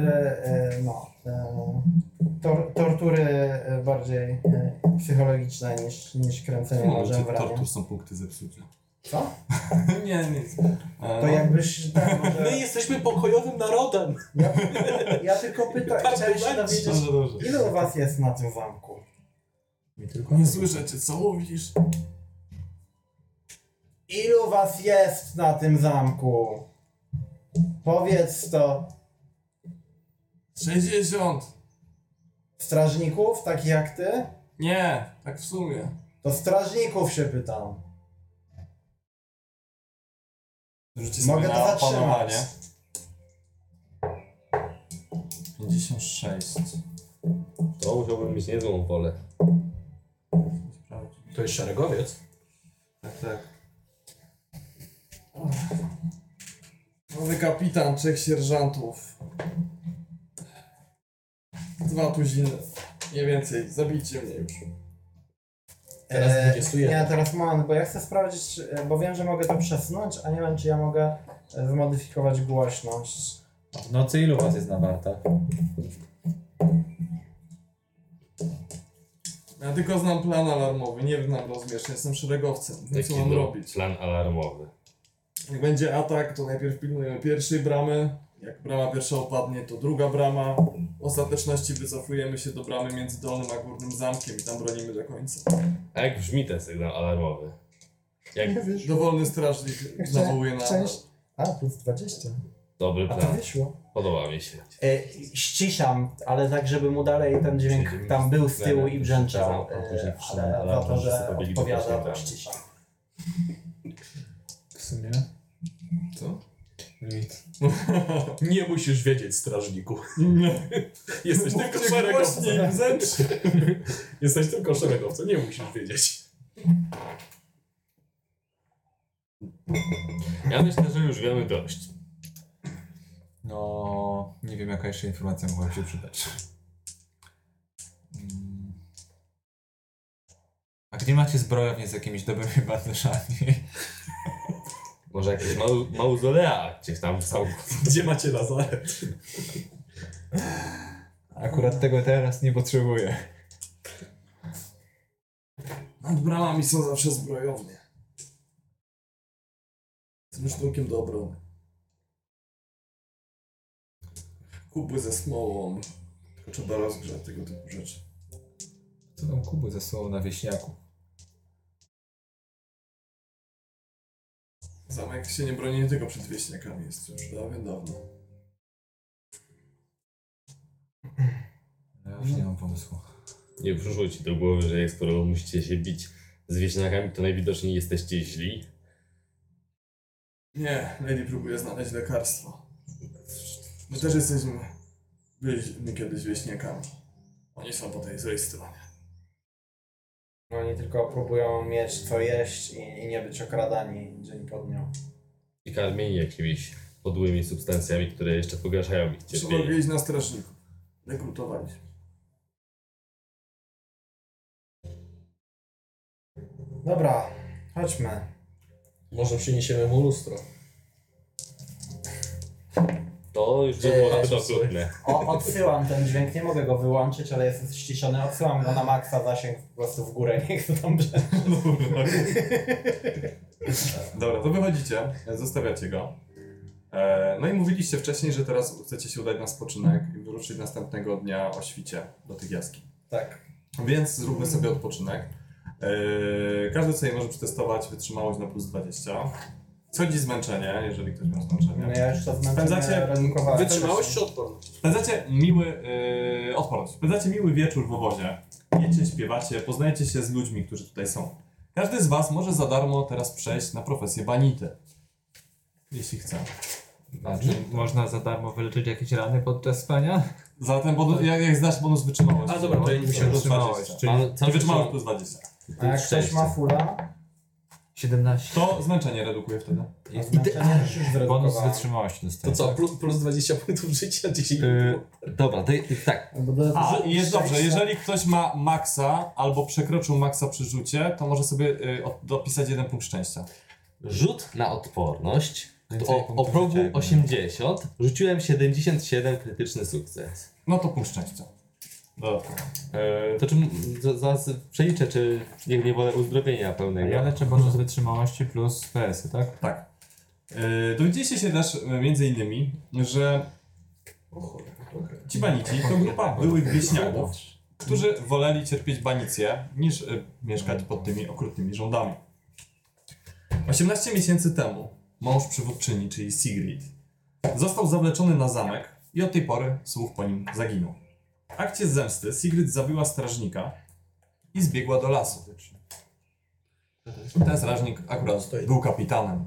tortury bardziej psychologiczne niż kręcenie No, nożem w ramię. tortur są punkty zepsucia. Co? Nie, nic. To jakbyś tak może... My jesteśmy pokojowym narodem. Ja tylko pytam, chciałem się dowiedzieć, Dobrze, dobrze. ile u was jest na tym zamku? Mi tylko Nie słyszę cię, co mówisz? Ilu was jest na tym zamku? Powiedz to. 60. Strażników, takich jak ty? Nie, tak w sumie. To strażników się pytam. Rzućcie sobie Mogę to na zatrzymać. opanowanie. 56. To musiałbym mieć niezłą wolę. To jest szeregowiec. Tak, tak. Nowy kapitan, 3 sierżantów. 2 tuziny. Nie więcej, zabijcie mnie już. Teraz 21. Nie, teraz moment, bo ja chcę sprawdzić, bo wiem, że mogę to przesunąć, a nie wiem, czy ja mogę zmodyfikować głośność. W nocy ilu was jest na wartach? Ja tylko znam plan alarmowy, nie znam rozmieszczeń, jestem szeregowcem. Wiem, co Jaki mam to robić. plan alarmowy? Jak będzie atak, to najpierw pilnujemy pierwszej bramy. Jak brama pierwsza opadnie, to druga brama. W ostateczności wycofujemy się do bramy między dolnym a górnym zamkiem i tam bronimy do końca. A jak brzmi ten sygnał alarmowy? Jak Dowolny strażnik nawołuje na... Plus 20. dobry A to plan. wyszło. Podoba mi się. Ściszam, ale tak, żeby mu dalej ten dźwięk tam był z tyłu i brzęczał. Ale za to, że odpowiada, to ściszam. W sumie? Co? Nic. Nie musisz wiedzieć, strażniku. Jesteś tylko Mówcie szeregowcem. głośniej, brzęczy. Jesteś tylko szeregowcem, nie musisz wiedzieć. Ja myślę, że już wiemy dość. No, nie wiem jaka jeszcze informacja mogła się przydać. A gdzie macie zbrojownię z jakimiś dobrymi bandażami? Może jakieś mauzolea gdzieś tam w całym. Gdzie macie lazaret? Akurat tego teraz nie potrzebuję. Nad bramami są zawsze zbrojownie. Tym sztukiem do obrony. Kubły ze smołą. Tylko trzeba rozgrzać tego typu rzeczy. Co tam Kuby ze sobą na wieśniaku? Zamek się nie broni nie tylko przed wieśniakami, jest już dawno. Ja już nie mam pomysłu. Nie przyszło ci do głowy, że skoro musicie się bić z wieśniakami, to najwidoczniej jesteście źli. Nie, Lady próbuje znaleźć lekarstwo. My też byliśmy kiedyś wieśniakami. Oni są po tej złej stronie. Oni tylko próbują mieć co jeść i nie być okradani dzień po dniu. I karmieni jakimiś podłymi substancjami, które jeszcze pogarszają ich Trzeba cierpienie. iść na strażników. Rekrutowali się. Dobra, chodźmy. Może przyniesiemy mu lustro. To już by było zbyt okrutne. Odsyłam ten dźwięk, nie mogę go wyłączyć, ale jest ściszony. Odsyłam go na maksa, zasięg po prostu w górę, niech to tam brzęczy. Dobra, to wychodzicie, zostawiacie go. No i mówiliście wcześniej, że teraz chcecie się udać na spoczynek i wyruszyć następnego dnia o świcie do tych jaskiń. Tak. Więc zróbmy sobie odpoczynek. Każdy sobie może przetestować wytrzymałość na plus 20. Schodzi zmęczenie, jeżeli ktoś ma No zmęczenie. ja już to Spędzacie Wytrzymałość czy odporność? Spędzacie miły odporność. Spędzacie miły wieczór w obozie. Jecie, śpiewacie, poznajecie się z ludźmi, którzy tutaj są. Każdy z was może za darmo teraz przejść na profesję banity. Jeśli chce. Znaczy, można za darmo wyleczyć jakieś rany podczas spania? Zatem jak zdasz bonus wytrzymałości. A dobra, to ja nie musiałem Wytrzymałość, czyli Czyli wytrzymałość plus 20. A jak ktoś ma fula, 17. To zmęczenie redukuje wtedy. a zmęczenie już Bonus zredukowałem. wytrzymałości To dostaję. co, plus 20 punktów życia, 10 Dobra, tak. A, i jest dobrze, jeżeli ktoś ma maksa albo przekroczył maksa przy rzucie, to może sobie dopisać 1 punkt szczęścia. Rzut na odporność. Więcej O punktów progu życia, jakby. 80 rzuciłem 77, krytyczny sukces. No to punkt szczęścia. Dodatkowo. To czym zaraz przeliczę, czy nie wolę uzdrowienia pełnego. Ja leczę bonus wytrzymałości plus PS-y, tak? Tak. Dowiedzieliście się też między innymi, że ci banici to grupa byłych wieśniaków, którzy woleli cierpieć banicję niż mieszkać pod tymi okrutnymi rządami. 18 miesięcy temu mąż przywódczyni, czyli Sigrid, został zawleczony na zamek i od tej pory słuch po nim zaginął. W akcie zemsty Sigrid zabiła strażnika i zbiegła do lasu. Ten strażnik akurat był kapitanem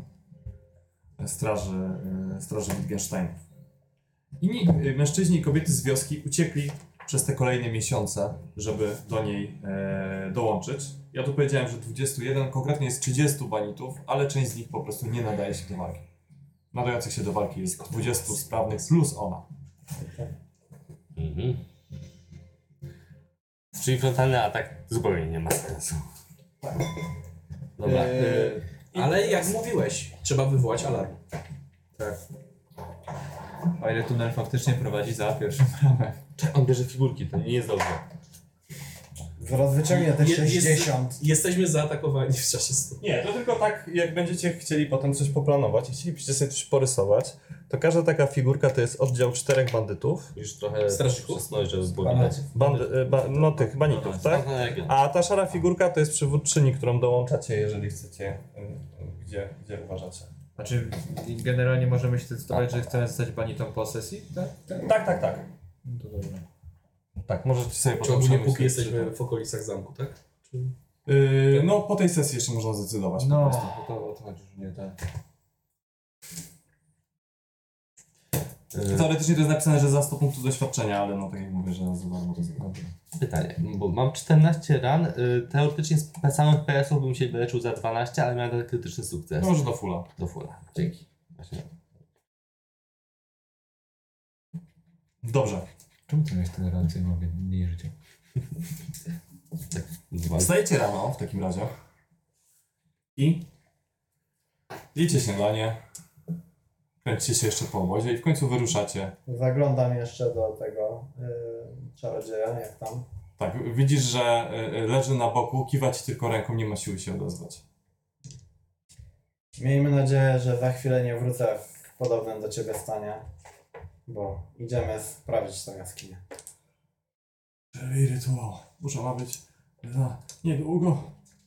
straży Wittgensteinów. Inni mężczyźni i kobiety z wioski uciekli przez te kolejne miesiące, żeby do niej dołączyć. Ja tu powiedziałem, że 21, konkretnie jest 30 banitów, ale część z nich po prostu nie nadaje się do walki. Nadających się do walki jest 20 sprawnych plus ona. Mhm. Czyli frontalny atak zupełnie nie ma sensu. Dobra. Ale jak mówiłeś, trzeba wywołać alarm. Tak. O ile tunel faktycznie prowadzi za pierwszym bramem. On bierze figurki, to nie jest dobrze. Zaraz wyciągnie te 60. Jesteśmy zaatakowani w czasie snu. Nie, to tylko tak, jak będziecie chcieli potem coś poplanować i chcielibyście sobie coś porysować, to każda taka figurka to jest oddział 4 bandytów. Już trochę Strażników? przesnąć, żeby było widać. No tych banitów, tak? A ta szara figurka to jest przywódczyni, którą dołączacie, jeżeli chcecie, gdzie uważacie. Znaczy, generalnie możemy się zdecydować, że chcemy zostać banitą po sesji, tak? Tak. No to dobra. Tak, możecie sobie Czy potem ogólnie przemyśleć, póki jesteśmy czy w okolicach zamku, tak? Czy... no po tej sesji jeszcze można zdecydować. po No, prostu. to chodzi, że nie tak. Teoretycznie to jest napisane, że za 100 punktów doświadczenia, ale no tak jak mówię, że za darmo to zrobię. Pytanie, bo mam 14 ran, teoretycznie z samych PS-ów bym się wyleczył za 12, ale miałem ten krytyczny sukces. No może do fulla. Do fulla, dzięki. Właśnie. Dobrze. Czemu ty miałeś tyle razy, ja mam mniej życia? Wstajecie rano w takim razie i jecie śniadanie, kręcicie się jeszcze po obozie i w końcu wyruszacie. Zaglądam jeszcze do tego czarodzieja, jak tam. Tak, widzisz, że leży na boku, kiwa ci tylko ręką, nie ma siły się odezwać. Miejmy nadzieję, że za chwilę nie wrócę w podobnym do ciebie stanie, bo idziemy sprawdzić tą jaskinię. Czyli rytuał. Burza ma być za niedługo.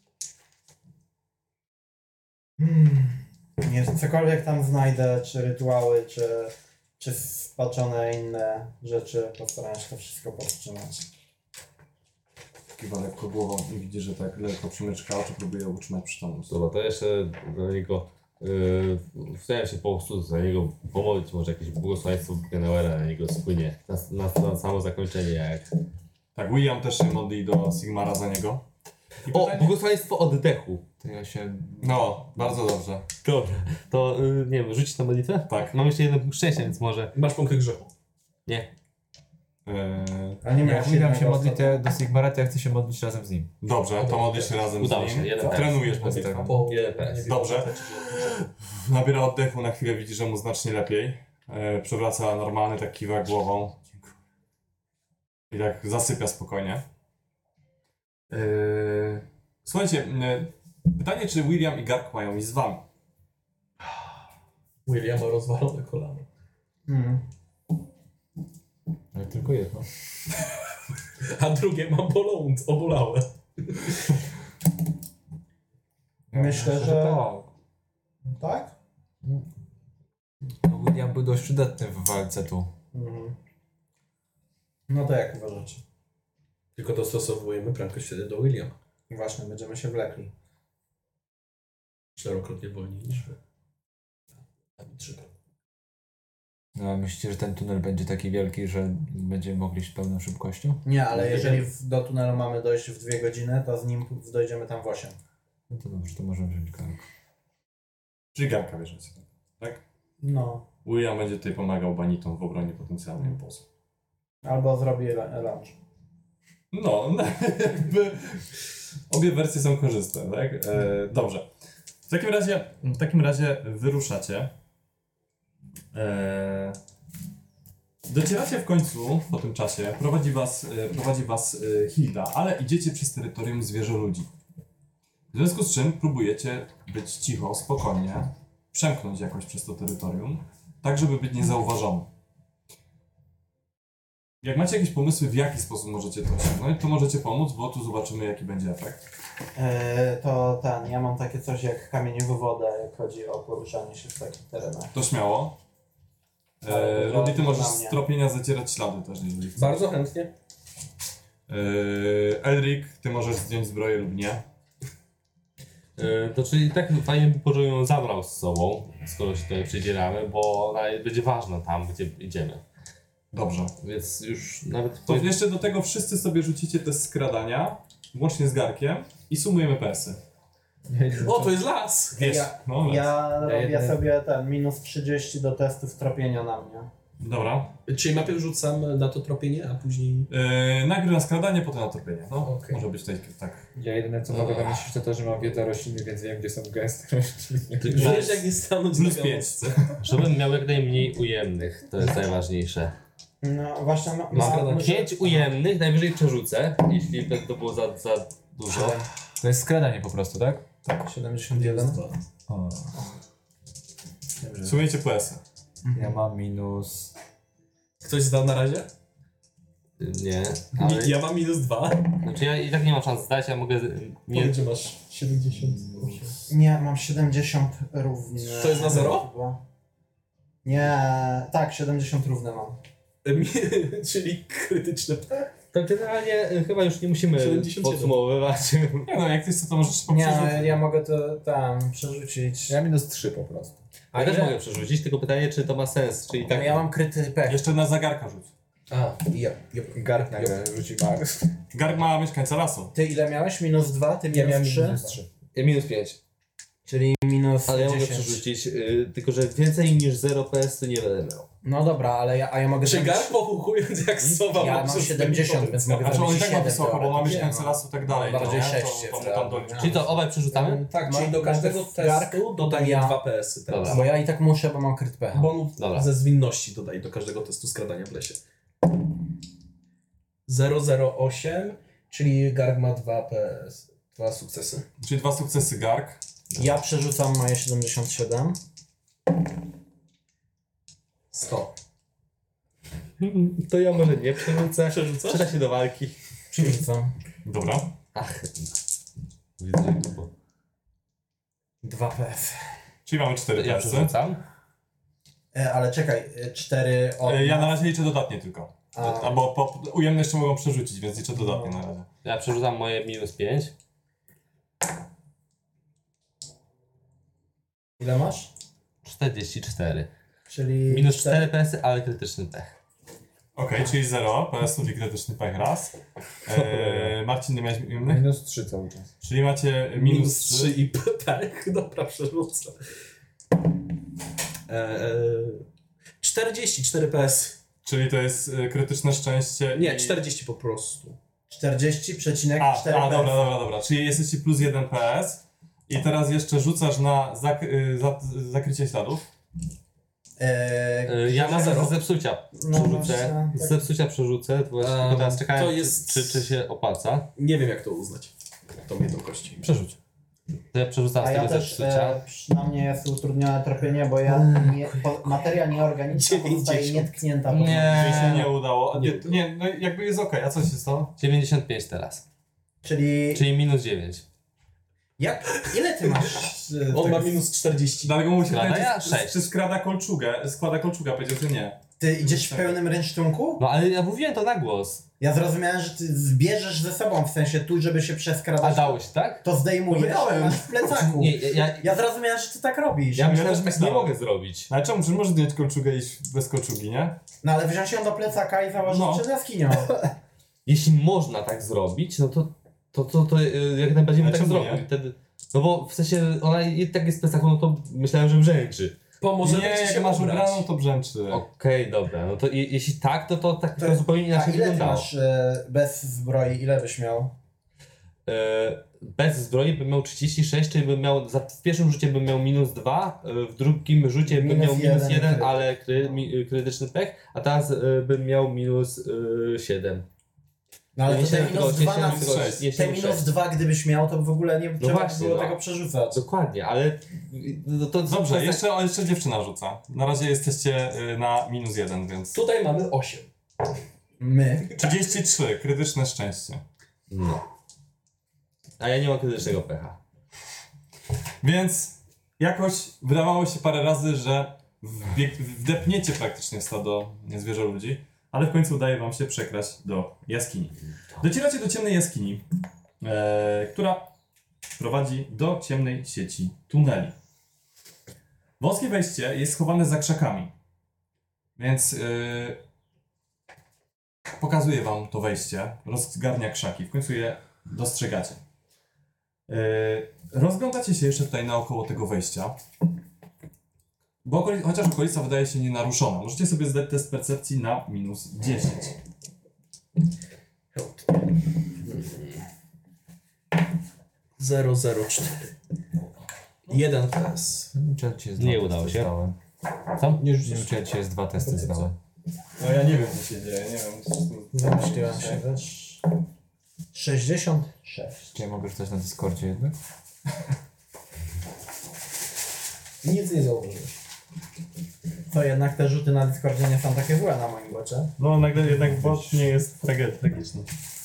Nie, cokolwiek tam znajdę, czy rytuały, czy spaczone inne rzeczy, postaram się to wszystko powstrzymać. Kiwa lekko głową i widzi, że tak lekko przymyczka oczy, próbuje utrzymać przytomność. Dobra, to jeszcze do niego chciałem się po prostu za niego pomodlić, może jakieś błogosławieństwo Genauera na niego spłynie na samo zakończenie jak... Tak, William też się modli do Sigmara za niego. I O, pytanie- błogosławieństwo oddechu. To ja się... No, bardzo dobrze. Dobra, to nie wiem, rzucić na modlitwę? Tak. Mam jeszcze jeden punkt szczęścia, więc może... Masz punkty grzechu. Nie. A nie Jak miałeś William się jednego modli ostatnio? do Sigmara, to ja chcę się modlić razem z nim. Dobrze, to modlisz się razem Udało z się, nim. jeden Trenujesz PS. modlitwę. Po Jeden PS. Dobrze. Nabiera oddechu, na chwilę widzi, że mu znacznie lepiej. Przewraca normalny, tak kiwa głową. I tak zasypia spokojnie. Słuchajcie, pytanie, czy William i Gark mają iść z wami? William ma rozwalone kolano. Ale tylko jedno. A drugie ma obolałe. Myślę, że... tak. Tak? No, William był dość przydatny w walce tu. No to jak uważacie? Tylko dostosowujemy prędkość wtedy do Williama. Właśnie, będziemy się wlekli. 4-krotnie wolniej niż wy. No, a myślicie, że ten tunel będzie taki wielki, że będziemy mogli iść pełną szybkością? Nie, ale jeżeli do tunelu mamy dojść w 2 godziny, to z nim dojdziemy tam w 8. No to dobrze, to możemy wziąć Gark. Czyli Garka bierzecie, tak? No. William będzie tutaj pomagał banitom w obronie potencjalnej obozu. Albo zrobię lunch. No, jakby obie wersje są korzystne, tak? Dobrze. W takim razie wyruszacie. Docieracie w końcu, po tym czasie, prowadzi was Hilda, ale idziecie przez terytorium zwierzoludzi. W związku z czym próbujecie być cicho, spokojnie, przemknąć jakoś przez to terytorium, tak żeby być niezauważonym. Jak macie jakieś pomysły, w jaki sposób możecie to osiągnąć, to możecie pomóc, bo tu zobaczymy, jaki będzie efekt. Ja mam takie coś jak kamieniowy wodę, jak chodzi o poruszanie się w takich terenach. To śmiało. Rudy, ty możesz z tropienia zacierać ślady też, jeżeli chcesz. Bardzo chętnie. Elric, ty możesz zdjąć zbroję lub nie. To czyli tak fajnie by było, żebym ją zabrał z sobą, skoro się tutaj przydzieramy, bo ona będzie ważna tam, gdzie idziemy. Dobrze. Więc już nawet... To jeszcze do tego wszyscy sobie rzucicie test skradania, łącznie z Garkiem i sumujemy PS-y. O, to jest las! Wiesz, Ja robię jeden- sobie ten minus 30 do testów tropienia na mnie. Dobra. Czyli najpierw rzucam na to tropienie, a później... Najpierw na skradanie, potem na tropienie. No, Okej. może być tak. Ja jedyne co mogę domyślić to że mam wiedzę rośliny, więc wiem gdzie są gęste rośliny. Ty Wiesz, jak nie stanąć Plus na 5. Żebym miał jak najmniej ujemnych, to jest najważniejsze. No właśnie, Mam 5 ujemnych, najwyżej przerzucę, jeśli to było za dużo. To jest skradanie po prostu, tak? 71. O. Sumujecie PS-y. Ja mam minus... Ktoś zdał na razie? Nie, ale... Ja mam -2. Znaczy ja i tak nie mam szans zdać, ja mogę... Nie... Powiedz, że masz 78. Nie, mam 70 równe. To jest na 0? Nie, tak, 70 równe mam. Czyli krytyczne P. To generalnie chyba już nie musimy 77. podsumowywać. Nie no, jak chcesz to możesz szybko Nie, przerzucić. ja mogę to tam przerzucić. Ja minus 3 po prostu. Ja też mogę przerzucić, tylko pytanie, czy to ma sens, czyli tak... Ja mam kryty pech. Jeszcze na zagarka rzuć. A, ja. Gark nagle rzuci Max. Garg ma mieszkańca lasu. Ty ile miałeś? -2, ty Ja miałem minus 3? minus 3. Ja minus 5. Czyli minus Ale ja mogę 10. przerzucić, tylko że więcej niż 0 PS to nie będę miał. No dobra, ale ja mogę... Czy zrobić- Gar pochuchując jak sowa Ja ma mam przez 70, więc mogę Znaczy on i zrobić tak ma 7 wysoko, bo ma teoretycznie, mieszkańca no. lasu i tak dalej. Bardziej nie? 6 To jest mu tam realnie. dojdzie. Czyli to obaj przerzucamy? Tak, No, czyli do każdego najpierw Garg, testu dodaj potem ja. 2 PS-y teraz. Bo ja i tak muszę, bo mam kryt pecha. Bonus Dobra. ze zwinności dodaj do każdego testu skradania w lesie. 008, czyli Garg ma 2 PS. 2 sukcesy. Czyli 2 sukcesy Garg. Ja przerzucam moje 77. 100. To ja może nie przerzucę. Przerzucasz? Przyda się do walki. Przerzucam. Dobra. Ach, widzę, że grubo. 2 PF. Czyli mamy 4 Ja PS-y. przerzucam. Ale czekaj, 4 od... Ja na razie liczę dodatnie tylko. A. Albo ujemne jeszcze mogą przerzucić, więc liczę dodatnie na razie. Ja przerzucam moje minus 5. Ile masz? 44. Czyli... Minus 4 PS, ale krytyczny pech. Okej, czyli 0 PS-ów i krytyczny pech raz. Marcin, nie miałeś ujemnych? Minus 3 cały czas. Czyli macie minus 3. i tak, dobra, przerzucę. 44 PS. Czyli to jest krytyczne szczęście. Nie, i... 40 po prostu. 40,4 A, dobra. Czyli jesteście plus 1 PS. I teraz jeszcze rzucasz na zakrycie śladów. Ja na zero. z zepsucia No przerzucę. właśnie, Z tak. zepsucia przerzucę. To właśnie tylko teraz czekałem, to jest- czy się opłaca. Nie wiem jak to uznać. Tą jedną kości. Przerzuć. To ja przerzucam A z ja tego też, zepsucia. na mnie jest utrudnione tropienie, bo ja materia nieorganiczna 90. pozostaje nietknięta. Czyli się Nie. nie udało. A Nie nie, no jakby jest okej. A co się stało? 95 teraz. Czyli minus 9. ile ty masz? On ma minus 40. Dlatego mu się Skrada pytać, ja? czy, 6. czy składa kolczugę. Powiedział, że nie. Ty idziesz w pełnym rynsztunku? No ale ja mówiłem to na głos. Ja zrozumiałem, że ty zbierzesz ze sobą, w sensie tu, żeby się A przeskradać. dało się, tak? To zdejmujesz, Wydałem. masz w plecaku. Nie, Ja zrozumiałem, że ty tak robisz. ja myślałem, też że tak nie myślałem. mogę zrobić. Ale czemu? Że możesz zdjąć kolczugę i iść bez kolczugi, nie? No ale wziąć ją do plecaka i założyć No. przed jaskinią. Jeśli można tak zrobić, no to jak najbardziej bym Ale tak czemu zrobił. nie? Wtedy, no bo w sensie ona i tak jest w plecaku, no to myślałem, że brzęczy. Pomoże nie, jak masz ubraną, to brzęczy. Okej, dobra, no to jeśli tak, to tak to zupełnie A inaczej ile ty wyglądało. masz bez zbroi, ile byś miał? Bez zbroi bym miał 36, czyli bym miał, w pierwszym rzucie bym miał minus 2, w drugim rzucie bym Minus miał minus 1, 1, ale krytyczny pech, a teraz bym miał minus 7. No ale Nie to te siedem, minus tylko 2 na... nie siedem, sześć. nie Te siedem, minus sześć. 2 gdybyś miał, to w ogóle nie trzeba właśnie, było no. tego przerzucać. Dokładnie, ale no to Dobrze, jeszcze dziewczyna rzuca. Na razie jesteście na minus 1, więc... Tutaj mamy 8. My. 33, krytyczne szczęście. No. A ja nie mam krytycznego pecha. Więc jakoś wydawało się parę razy, że wdepniecie praktycznie w stado zwierzę ludzi, ale w końcu udaje wam się przekraść do jaskini. Docieracie do ciemnej jaskini, która prowadzi do ciemnej sieci tuneli. Wąskie wejście jest schowane za krzakami, więc pokazuję wam to wejście, rozgarnia krzaki, w końcu je dostrzegacie. Rozglądacie się jeszcze tutaj naokoło tego wejścia. Bo chociaż okolica wydaje się nienaruszona. Możecie sobie zdać test percepcji na -10. Hełt. 004. 1 PS. Nie wiem, czy ja dzisiaj z Nie dwa udało testy się. zdałem. Co? Nie wiem, czy ja dzisiaj z 2 testy zdałem. No ja nie wiem, co się dzieje, nie wiem. Zamyśliłem się też. 66. Czy ja mogę rzucać na Discordzie jednak? Nic nie zauważyłeś. To jednak te rzuty na Discordzie nie są takie złe na moim bocie. No nagle jednak bot nie jest tragiczny.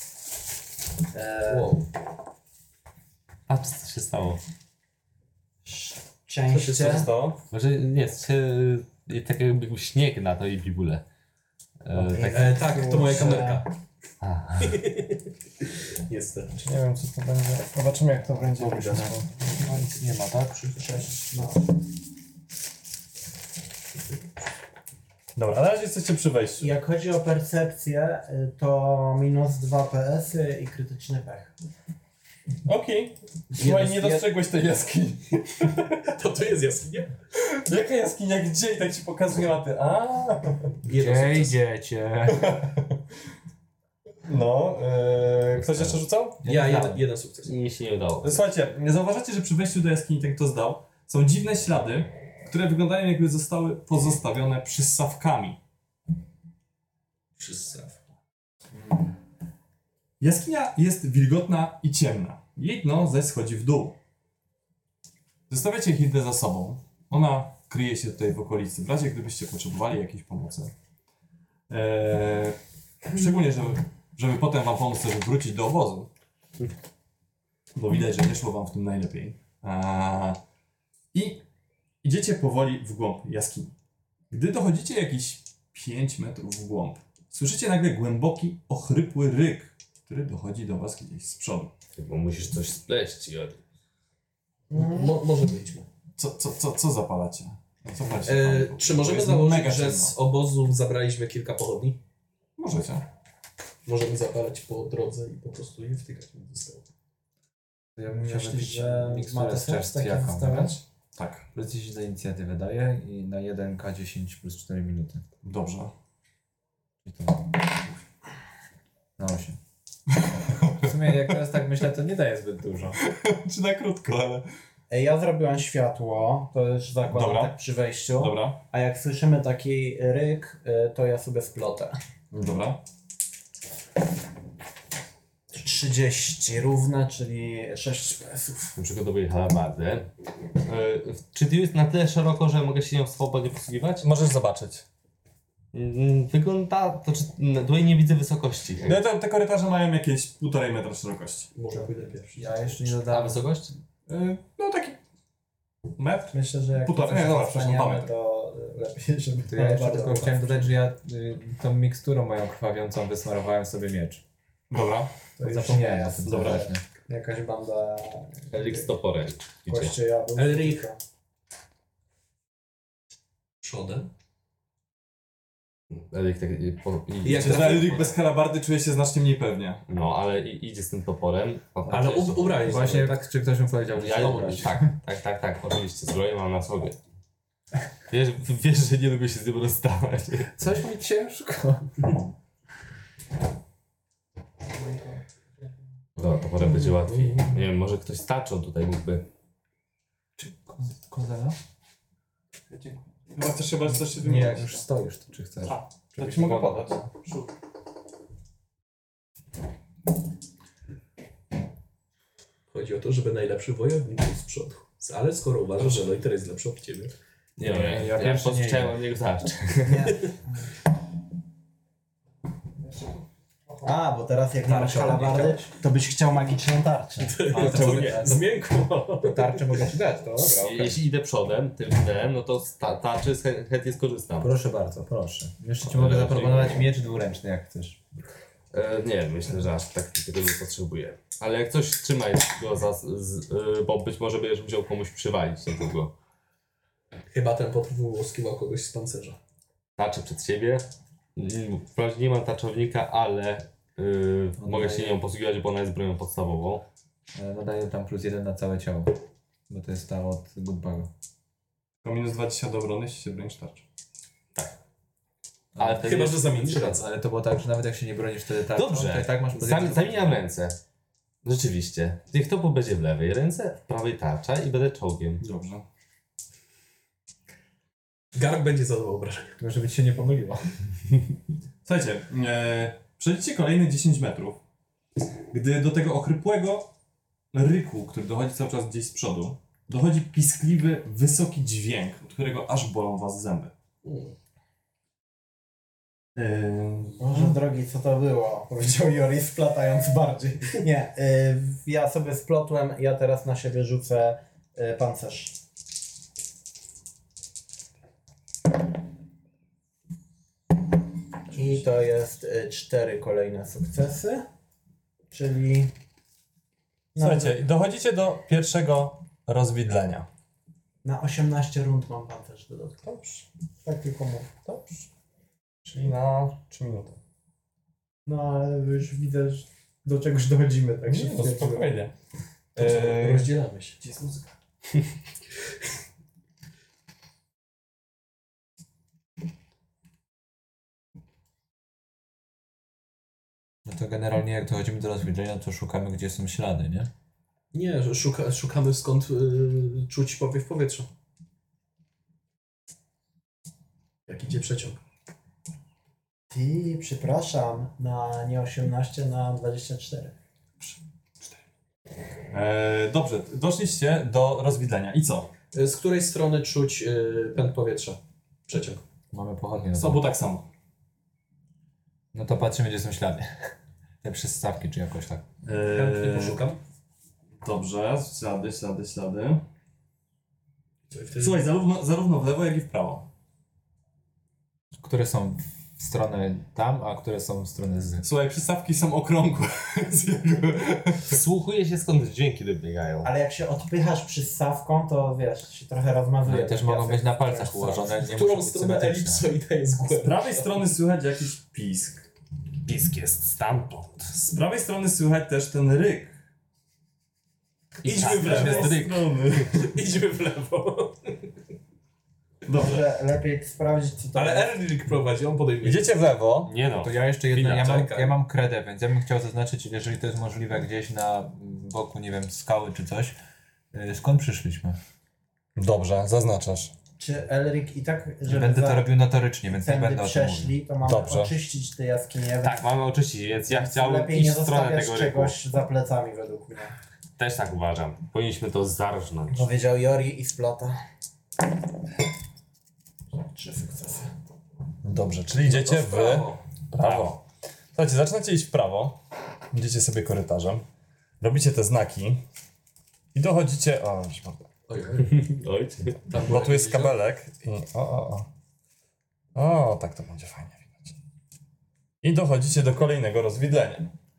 Wow. A co się stało? Częściej. stało? Może nie, tak jakby śnieg na to i bibule. Tak, to moja kamerka. A. Niestety. Nie wiem, co to będzie. Zobaczymy, jak to będzie. No nic nie ma, tak? 6, no. Dobra, na razie jesteście przy wejściu. Jak chodzi o percepcję, to -2 PS-y i krytyczny pech. Okej. Słuchaj, nie dostrzegłeś tej jaskini. To tu jest jaskinia? Jaka jaskinia? Gdzie? I tak ci pokazuje mapy. Gdzie idziecie? No, ktoś jeszcze rzucał? Ja jeden sukces. Mi się nie udało. Słuchajcie, zauważacie, że przy wejściu do jaskini, ten kto zdał, są dziwne ślady, które wyglądają jakby zostały pozostawione przyssawkami. Przystaw. Jaskinia jest wilgotna i ciemna. Jej dno zaś schodzi w dół. Zostawiacie Hildę za sobą. Ona kryje się tutaj w okolicy, w razie gdybyście potrzebowali jakiejś pomocy. Szczególnie, żeby potem wam pomóc też wrócić do obozu. Bo widać, że nie szło wam w tym najlepiej. I idziecie powoli w głąb jaskini. Gdy dochodzicie jakieś 5 metrów w głąb, słyszycie nagle głęboki, ochrypły ryk, który dochodzi do was gdzieś z przodu. Bo musisz coś spleść, Jody. Może wyjdźmy. Co zapalacie? Co palicie? Czy To możemy jest założyć, mega że ciemno. z obozu zabraliśmy kilka pochodni? Możecie. Możemy zapalać po drodze i po prostu je wtykać mi zostało. Ja bym chciał Myślisz, wypić że ma miksturę to z sens takie czerstwiaką. zostawiać? Tak. Plus 10 za inicjatywę daję i na 1K10 plus 4 minuty. Dobrze. I to na 8. W sumie jak teraz tak myślę, to nie daje zbyt dużo. Czy na krótko, ale... Ja zrobiłem światło, to już zakładam Dobra. tak przy wejściu. Dobra. A jak słyszymy taki ryk, to ja sobie splotę. Dobra. 30 równe, czyli 6 PS-ów. Przygotowuję halabardę. Czy ty jest na tyle szeroko, że mogę się nią swobodnie posługiwać? Możesz zobaczyć. Wygląda, to czy tutaj nie widzę wysokości. No, te korytarze mają jakieś 1,5 metra szerokości. Może pójdę pierwszy. Ja jeszcze nie A dodałem. wysokość? No taki metr. Myślę, że jak Półtora- coś nie, dobra, przepraszam, dostaniemy, 2 metry. to lepiej, żeby To ja jeszcze bardzo tylko chciałem dodać, że ja tą miksturą moją krwawiącą wysmarowałem sobie miecz. Dobra. To już Zapomniałem nie o tym jest Dobra. właśnie. jakaś banda Elik z toporem. Idzie. kościejadów. Elrich. Przodem. Elik tak Jak Jak trafi- Elric bez halabardy czuje się znacznie mniej pewnie. No, ale idzie z tym toporem. Ale ubrali Właśnie tak, czy ktoś mu powiedział, że Ja się ją ubrać. tak, oczywiście, zbroję mam na sobie. Wiesz, że nie lubię się z tym rozstawać. Coś mi ciężko. No, toporem będzie łatwiej. Nie wiem, może ktoś z tarczą tutaj mógłby. Kozela? Chyba chcesz się bardzo coś się Nie, wymienić. jak już stoisz, to czy chcesz? A, Czy to byś ci mogę podał? podać. Chodzi o to, żeby najlepszy wojownik był z przodu. Ale skoro uważasz, że Loiter jest lepszy od ciebie, Nie wiem, ja ja pierwszy nie postrzegłem niego tarczę. A, bo teraz jak nie masz halabardy, to byś chciał magiczną tarczę. to nie, zmiękło. Tarczę mogę ci dać, to dobra, okej. Jeśli idę przodem, tym idem, no to z tarczy chętnie skorzystam. Proszę bardzo, proszę. Jeszcze ci mogę zaproponować miecz dwuręczny, jak chcesz. Nie, myślę, że aż tak tego nie potrzebuję. Ale jak coś trzymaj go bo być może będziesz musiał komuś przywalić niedługo. Chyba ten potwór łuskiwał kogoś z pancerza. Tarczę przed siebie. Wprawdzie nie mam tarczownika, ale mogę się nią posługiwać, bo ona jest bronią podstawową. Dodaję tam +1 na całe ciało. Bo to jest ta od Goodbaga. To minus 20 do obrony, jeśli się bronisz tarczą. Ale wtedy Chyba, że zamienisz ręce. Ale to było tak, że nawet jak się nie bronisz wtedy tarczą, Dobrze. to i tak masz podjęcie. Zamieniam ręce. Rzeczywiście. Tych topów będzie w lewej ręce, w prawej tarcza i będę czołgiem. Dobrze. Garg będzie zadawał obrażenia. Tylko żeby ci się nie pomyliło. Słuchajcie, przejdziecie kolejne 10 metrów, gdy do tego ochrypłego ryku, który dochodzi cały czas gdzieś z przodu, dochodzi piskliwy, wysoki dźwięk, od którego aż bolą was zęby. Boże drogi, co to było? Powiedział Jori, splatając bardziej. Nie, ja sobie splotłem, ja teraz na siebie rzucę pancerz. I to jest 4 kolejne sukcesy, czyli... Słuchajcie, dochodzicie do pierwszego rozwidlenia. Na 18 rund mam pancerz dodatkowo. Tak tylko mówię. Dobrze. Czyli na 3 minuty. No ale już widzę, że do czegoś dochodzimy, tak się No, spokojnie. Rozdzielamy się. Gdzie jest muzyka? No to generalnie jak dochodzimy do rozwiedzenia, to szukamy, gdzie są ślady, nie? Nie, że szukamy skąd czuć powiew powietrza. Jak idzie przeciąg. I przepraszam, na nie 18, na 24. Dobrze, doszliście do rozwidlenia. I co? Z której strony czuć pęd powietrza? Przeciąg. Mamy pochodnie na Z to. obu tak samo. No to patrzymy, gdzie są ślady. Te przystawki, czy jakoś tak. Chętnie poszukam. Dobrze, ślady. Co i wtedy? Słuchaj, zarówno w lewo, jak i w prawo. Które są w stronę tam, a które są w stronę z... Słuchaj, przystawki są okrągłe. Wsłuchuję się, skąd dźwięki dobiegają. Ale jak się odpychasz przystawką, to wiesz, się trochę rozmazuje. No i też ten mogą piasek, być na w palcach którą ułożone, W nie którą muszą być stronę symetryczne. elipsoida jest Z głębsza? prawej strony słychać jakiś pisk. Pisk jest stamtąd. Z prawej strony słychać też ten ryk. Idźmy w lewej lewo. strony. Idźmy w lewo. Dobrze. Może lepiej sprawdzić, co to Ale jest. Erlik prowadzi, on podejmuje. Idziecie w lewo. Nie no. To ja jeszcze jedno, Chwila, ja mam kredę, więc ja bym chciał zaznaczyć, jeżeli to jest możliwe gdzieś na boku, nie wiem, skały czy coś, skąd przyszliśmy. Dobrze, zaznaczasz. Czy Elric i tak, żeby Będę to robił notorycznie, więc nie tędy będę o tym mówił. przeszli, to mamy Dobrze. oczyścić te jaskinie. Tak, mamy oczyścić, więc ja chciałbym Lepiej nie iść w stronę zostawiać tego ryku. czegoś za plecami według mnie. Też tak uważam. Powinniśmy to zarżnąć. Powiedział Jori i splota. 3 sukcesy. Dobrze, czyli idziecie w prawo. prawo. Słuchajcie, zaczynacie iść w prawo. Idziecie sobie korytarzem. Robicie te znaki. I dochodzicie... O, już mogę. Oj, Oj, Bo tu jest kabelek i... O, tak to będzie fajnie widać. I dochodzicie do kolejnego rozwidlenia.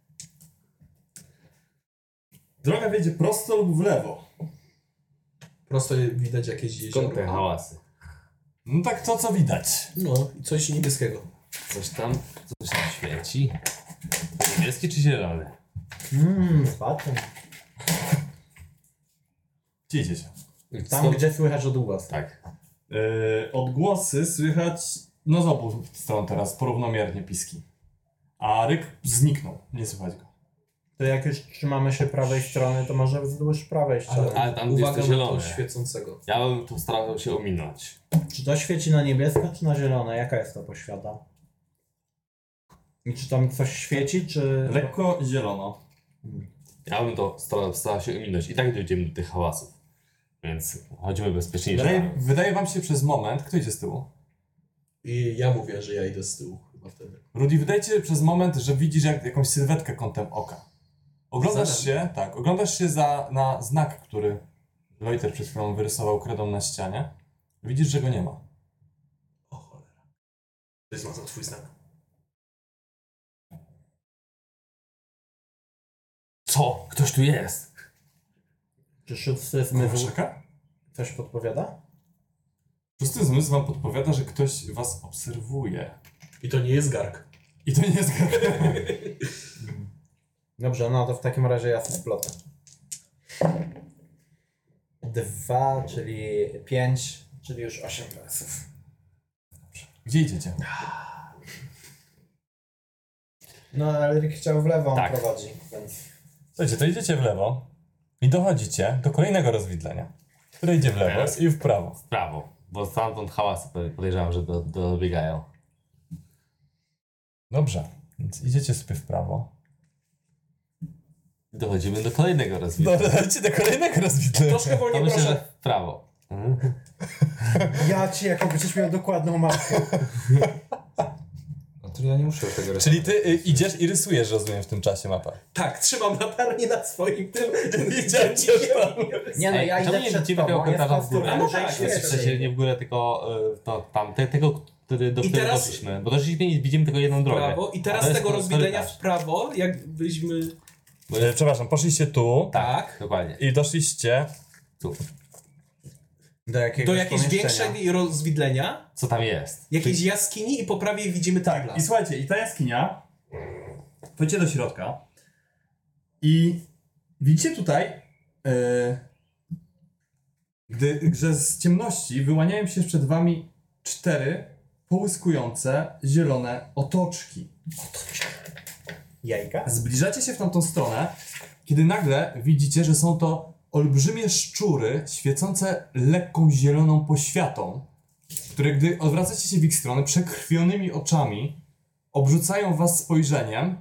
Droga wiedzie prosto lub w lewo. Prosto widać jakieś skąd te jezioro. hałasy? No tak to, co widać. No, i coś niebieskiego. Coś tam świeci. Niebieski czy zielony? Spadł. Gdzie idziecie? Tam, gdzie słychać odgłos. Tak. Odgłosy słychać, no z obu stron teraz, porównomiernie piski. A ryk zniknął, nie słychać go. To jak już trzymamy się prawej strony, to może wzdłuż prawej strony. Ale tam uwaga jest to na zielone. to świecącego. Ja bym tu starał się ominąć. Czy to świeci na niebiesko, czy na zielone? Jaka jest to poświata? I czy tam coś świeci, czy... Lekko zielono. Ja bym to starał się ominąć. I tak dojdziemy do tych hałasów. Więc chodzimy bezpiecznie. Wydaje wam się przez moment, kto idzie z tyłu? I ja mówię, że ja idę z tyłu chyba wtedy. Rudy, wydaje ci się przez moment, że widzisz jakąś sylwetkę kątem oka. Oglądasz się na znak, który Lojter przed chwilą wyrysował kredą na ścianie. Widzisz, że go nie ma. O cholera. To jest twój znak. Co? Ktoś tu jest. Czy szósty zmysł Szaka? coś podpowiada? Szósty zmysł wam podpowiada, że ktoś was obserwuje. I to nie jest garg. I to nie jest Dobrze, no to w takim razie ja splotę. 2, czyli 5, Czyli już 8 PS-ów. Gdzie idziecie? No, ale Rick chciał w lewo, on Tak. prowadzi, więc... Słuchajcie, to idziecie w lewo i dochodzicie do kolejnego rozwidlenia, które idzie w lewo Teraz? i w prawo. W prawo, bo stamtąd hałasy podejrzewam, że dobiegają. Dobrze, więc idziecie sobie w prawo. Dochodzimy do kolejnego rozwidlenia. Dochodzicie do kolejnego rozwidlenia. Troszkę To wolniej, myślę, że proszę. w prawo. Ja ci, jako będziesz miał dokładną mapkę. No to ja nie muszę tego rysować. Czyli ty idziesz i rysujesz, rozumiem, w tym czasie mapę. Tak, trzymam latarnię na swoim tym. Widziałem cię tam. Nie no, ja Ej, idę czemu nie przed widzimy tobą, tego jest korytarza w górę? kostur, No wyżej tak, W świeci. sensie nie w górę, tylko to tam, tego, do I którego teraz- doszliśmy. Bo doszliśmy i widzimy tylko jedną drogę. Prawo. I A teraz to z jest tego ko- rozwidlenia korytarz. w prawo, jakbyśmy... Przepraszam, poszliście tu Tak. Dokładnie. i doszliście... Tu. Do jakiegoś Do jakiejś pomieszczenia. większego rozwidlenia, Co tam jest? jakiejś jaskini i po prawej widzimy ten I słuchajcie, i ta jaskinia, wchodzicie do środka i widzicie tutaj, że z ciemności wyłaniają się przed wami 4 połyskujące zielone otoczki. Jajka? Zbliżacie się w tamtą stronę, kiedy nagle widzicie, że są to olbrzymie szczury świecące lekką zieloną poświatą, które gdy odwracacie się w ich stronę przekrwionymi oczami, obrzucają was spojrzeniem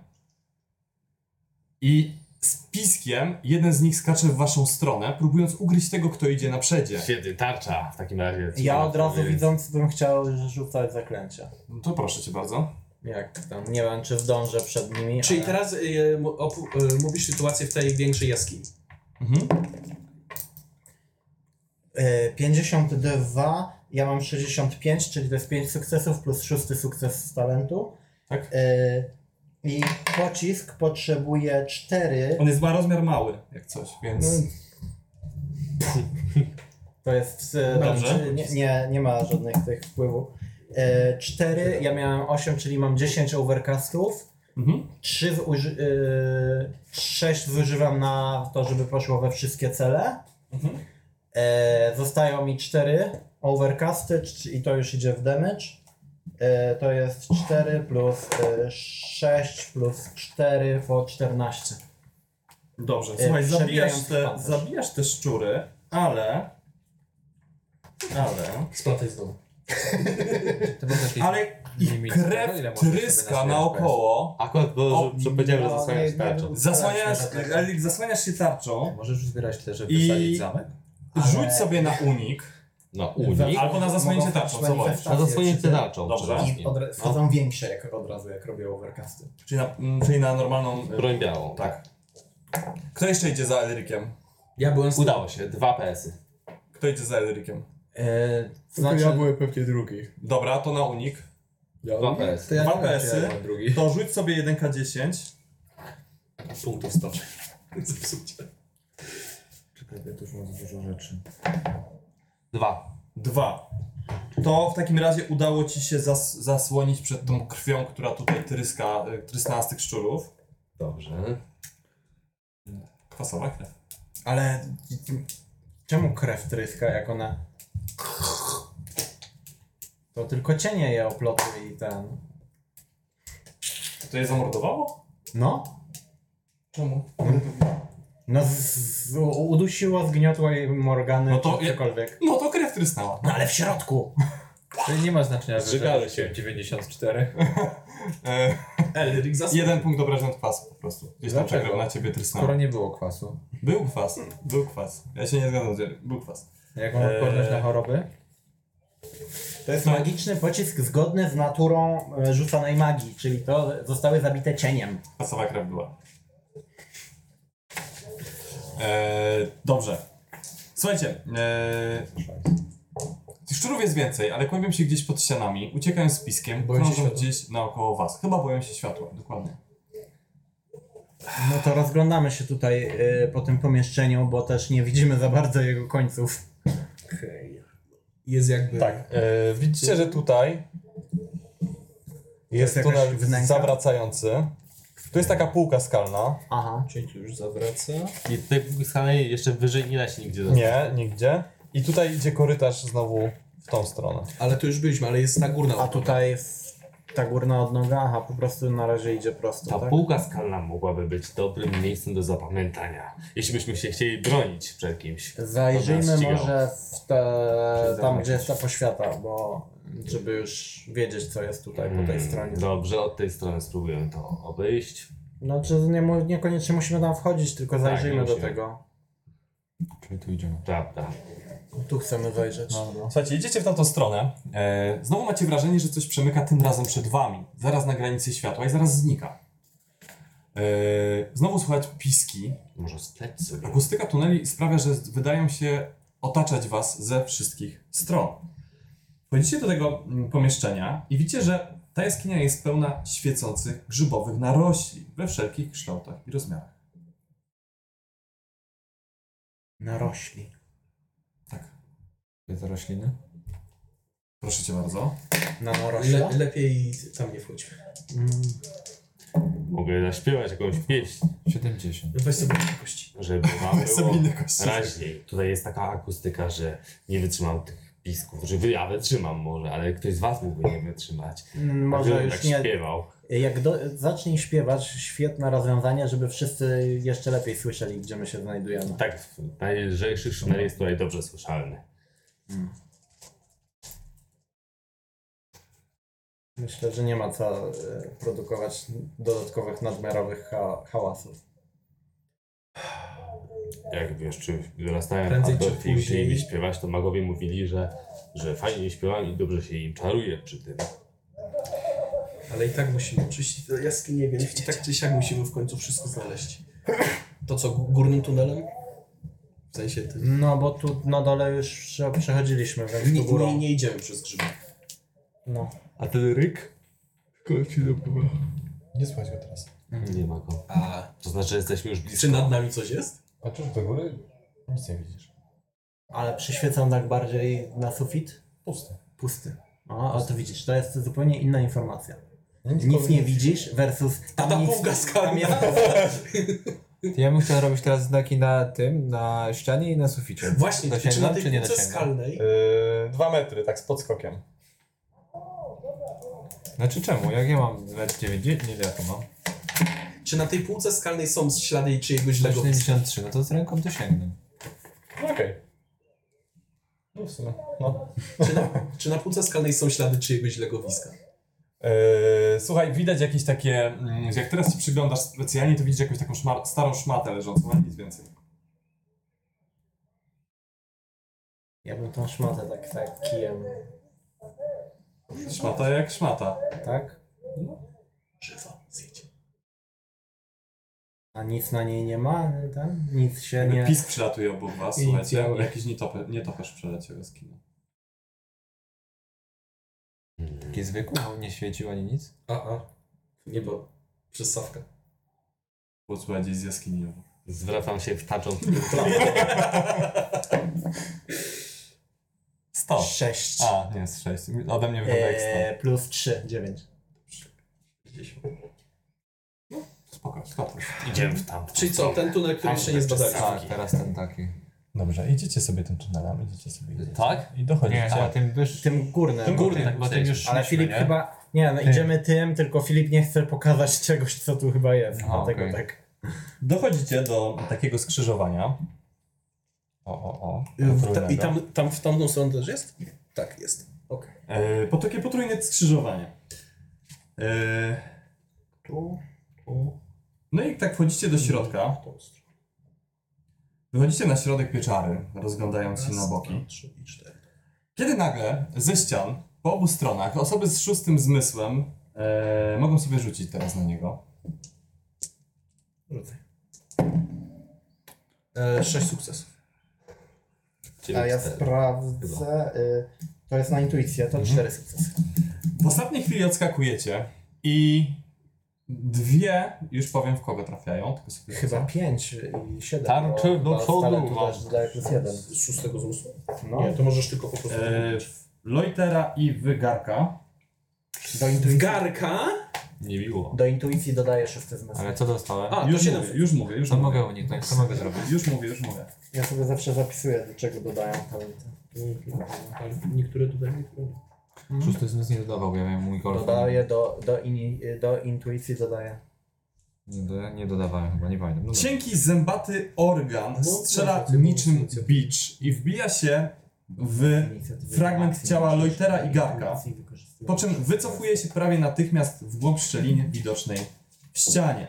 i z piskiem jeden z nich skacze w waszą stronę, próbując ugryźć tego, kto idzie na przedzie. Świetnie, tarcza w takim razie. Ja od razu Więc- widząc bym chciał rzucać zaklęcia. No to proszę cię bardzo. Jak tam, nie wiem czy zdążę przed nimi, Czyli ale... teraz mówisz sytuację w tej większej jaskini. Mhm. 52, ja mam 65, czyli to jest 5 sukcesów plus 6 sukces z talentu. Tak. I pocisk potrzebuje 4. On ma rozmiar mały, jak coś, więc... To jest... Dobrze. Nie ma żadnych tych wpływów. 4, ja miałem 8, czyli mam 10 overcastów. Mhm. 6 zużywam na to, żeby poszło we wszystkie cele. Mhm. Zostają mi 4 overcasty i to już idzie w damage. To jest 4 plus 6 plus 4 po 14. Dobrze, słuchaj, przebijając pancerz. zabijasz te szczury, ale... Splataj z domu. To był jakiś Ale ich limit tego, krew ile możesz sobie tryska nazbierać naokoło. Akurat to, że powiedziałem, że zasłaniasz tarczą. Zasłaniasz się tarczą. Możesz zbierać tyle, żeby I- wysadzić zamek? Rzuć sobie na unik. No, unik. Albo na zasłonięcie tarczą, co wolisz. A zasłonięcie tarczą. Dobrze. przede I wszystkim. wchodzą większe jak od razu, jak robię overcasty. Czyli na normalną... Broń białą. Tak. Kto jeszcze idzie za Elrykiem? Ja byłem z Udało się, 2 PS-y. Kto idzie za Elrykiem? Znaczy, byłem pewnie drugi. Dobra, to na unik. 2 PS. To ja 2 nie wiem, czy PS-y. ja byłem drugi. To rzuć sobie 1K10. punktów stoczeń. Zepsucie. Czekaj, ja tu już mam dużo rzeczy. 2. 2. To w takim razie udało ci się zasłonić przed tą krwią, która tutaj trysnęła z tych szczurów. Dobrze. Kwasowa krew. ale czemu krew tryska, jak ona... To tylko cienie je oplotły i ten... To je zamordowało? No? Czemu? No udusiło, zgniotło jej Morgany, No to czy cokolwiek. No to krew trysnęła. No ale w środku! To nie ma znaczenia, że Zżygały się 94. Elric zasłonił. 1 punkt obrażeń od kwasu po prostu. Gdzieś tam ta Dlaczego? krew na ciebie Skoro trysnęła. nie było kwasu. Był kwas. Ja się nie zgadzam, że był kwas. Jak mam odporność na choroby? To jest magiczny pocisk zgodny z naturą rzucanej magii, czyli to zostały zabite cieniem. Kwasowa krew była. Dobrze. Słuchajcie, tych szczurów jest więcej, ale kłabią się gdzieś pod ścianami, uciekają z piskiem, Boją się krążą światła. gdzieś naokoło was. Chyba boją się światła, dokładnie. No to rozglądamy się tutaj po tym pomieszczeniu, bo też nie widzimy za bardzo jego końców. Okej. Jest jakby... Tak, widzicie, że tutaj jest jakaś tunel wnęka? zawracający. Tu jest taka półka skalna. Aha. Czyli tu już zawraca. I tutaj skalej jeszcze wyżej nie da się nigdzie dostać. Nie, nigdzie. I tutaj idzie korytarz znowu w tą stronę. Ale tu już byliśmy, ale jest ta górna A odnoga. tutaj ta górna odnoga, aha, po prostu na razie idzie prosto, Ta tak? półka skalna mogłaby być dobrym miejscem do zapamiętania. Jeśli byśmy się chcieli bronić przed kimś. Zajrzyjmy Dobra, ścigał. może w te, tam zobaczyć. gdzie jest ta poświata, bo żeby już wiedzieć co jest tutaj po tej stronie. Dobrze, od tej strony spróbujemy to obejść. No czy niekoniecznie musimy tam wchodzić, tylko zajrzyjmy nie do musimy. tego. Czyli tu idziemy. Prawda. Tu chcemy zajrzeć. Słuchajcie, idziecie w tamtą stronę. Znowu macie wrażenie, że coś przemyka tym razem przed wami. Zaraz na granicy światła i zaraz znika. Znowu słychać piski. Może spleć sobie. Akustyka tuneli sprawia, że wydają się otaczać was ze wszystkich stron. Wchodzicie do tego pomieszczenia i widzicie, że ta jaskinia jest pełna świecących grzybowych narośli we wszelkich kształtach i rozmiarach. Narośli. Tak. Jest za rośliny? Proszę cię bardzo. Na narośla? Lepiej tam nie wchodźmy. Mogę zaśpiewać jakąś pieśń, 70. Weź sobie jakości. żeby wam Sobie było inne kości. raźniej. Tutaj jest taka akustyka, że nie wytrzymam tych pisków. Że ja wytrzymam może, ale ktoś z was mógłby nie wytrzymać. Może Gdybym już tak nie. śpiewał. Jak zacznij śpiewać, świetne rozwiązanie, żeby wszyscy jeszcze lepiej słyszeli, gdzie my się znajdujemy. Tak, najlżejszy szmer jest tutaj dobrze słyszalny. Myślę, że nie ma co produkować dodatkowych nadmiarowych hałasów. Jak wiesz, czy wyrastałem Prędzej czy Adolfie i później. uczyli śpiewać, to magowie mówili, że fajnie śpiewam i dobrze się im czaruje przy tym. Ale i tak musimy oczyścić tę jaskinię, więc i tak czy siak musimy w końcu wszystko znaleźć. To co, górnym tunelem? W sensie tym. No bo tu na dole już przechodziliśmy, więc tu górą. Nie idziemy przez grzyby. No. A ten ryk? Nie słychać go teraz. Nie ma go. A To znaczy, że jesteśmy już blisko. czy nad nami coś jest? Patrzysz do góry? Nic nie widzisz. Ale przyświecam tak bardziej na sufit? Pusty. Pusty. O, to widzisz, to jest zupełnie inna informacja. Nic Nic nie widzisz versus A ta nic- półka skalna. tam Ja bym chciał robić teraz znaki na tym, na ścianie i na suficie. Właśnie, czy na Dosięgam, tej czy nie półce dosięgam? skalnej? 2 metry, tak z podskokiem. Znaczy czemu? Jak ja mam 1,90 nie wiem jak to mam. Czy na tej półce skalnej są ślady czyjegoś legowiska? 73, no to z ręką dosięgnę. Okej. No w sumie, no. Czy na półce skalnej są ślady czyjegoś legowiska? Słuchaj, widać jakieś takie, że jak teraz ci przyglądasz specjalnie, to widzisz jakąś taką starą szmatę leżącą, ale nic więcej. Ja bym tą szmatę tak kijem, Szmata jak szmata. tak? Żywo, zjedź. A nic na niej nie ma? Tam? Nic się nie... Pisk przylatuje obok was, I słuchajcie. ciało. Jakiś nietoperz przeleciał jaskinią. Taki zwykły? Nie świecił ani nic? Niebo. Przystawka. Było słychać gdzieś z jaskini. Zwracam się wtaczą. 100. 6. A, nie, jest 6. Ode mnie wygląda jak 100. Plus 3, 9. Spoko, kto to jest? Idziemy w tamtą Czyli co, ten tunel, który jeszcze nie zbadaliśmy. Tak, teraz ten taki. Dobrze, idziecie sobie tym tunelem, idziecie sobie. Tak? I dochodzicie. Nie, a tym wyższym. Tym górnym. Tym górnym, Bo tym już Ale szliśmy, Filip nie? chyba... Nie, no idziemy tym, tylko Filip nie chce pokazać czegoś, co tu chyba jest. Aha, Dlatego okej. tak. Dochodzicie do takiego skrzyżowania. I tam w tamtą stronę też jest? Tak, jest. Okej. Po takie potrójne skrzyżowanie. Tu. No i tak wchodzicie do środka. Wychodzicie na środek pieczary, rozglądając się na boki. 3 i 4. Kiedy nagle ze ścian, po obu stronach, osoby z szóstym zmysłem mogą sobie rzucić teraz na niego. Rzucaj. 6 sukcesów. A ja sprawdzę... to jest na intuicję, to 4 sukcesy. W ostatniej chwili odskakujecie i dwie, już powiem w kogo trafiają. Tylko sobie Chyba rzucę. 5 i 7. Tarczy do przodu. Daje plus 1. Z 6 zmysłu? No. Nie, to możesz tylko po prostu... Loitera i Wygarka. Do intuicji. Garka? Niemiło. Do intuicji dodaję 6 zmysł. Ale co dostałem? A, Już to 7 mówię, już mówię, już Co mówię. mogę uniknąć? Co mogę zrobić? Już mówię. Ja sobie zawsze zapisuję, do czego dodają talenty. Niektóre tutaj, niektóre. Szósty zmysł nie dodawał, ja miałem mój golf. Dodaję do intuicji dodaję. Nie dodawałem chyba, nie pamiętam. No dobra. Cienki, zębaty organ strzela niczym bicz i wbija się w fragment ciała Loitera i Garka, po czym wycofuje się prawie natychmiast w głąb szczeliny widocznej w ścianie,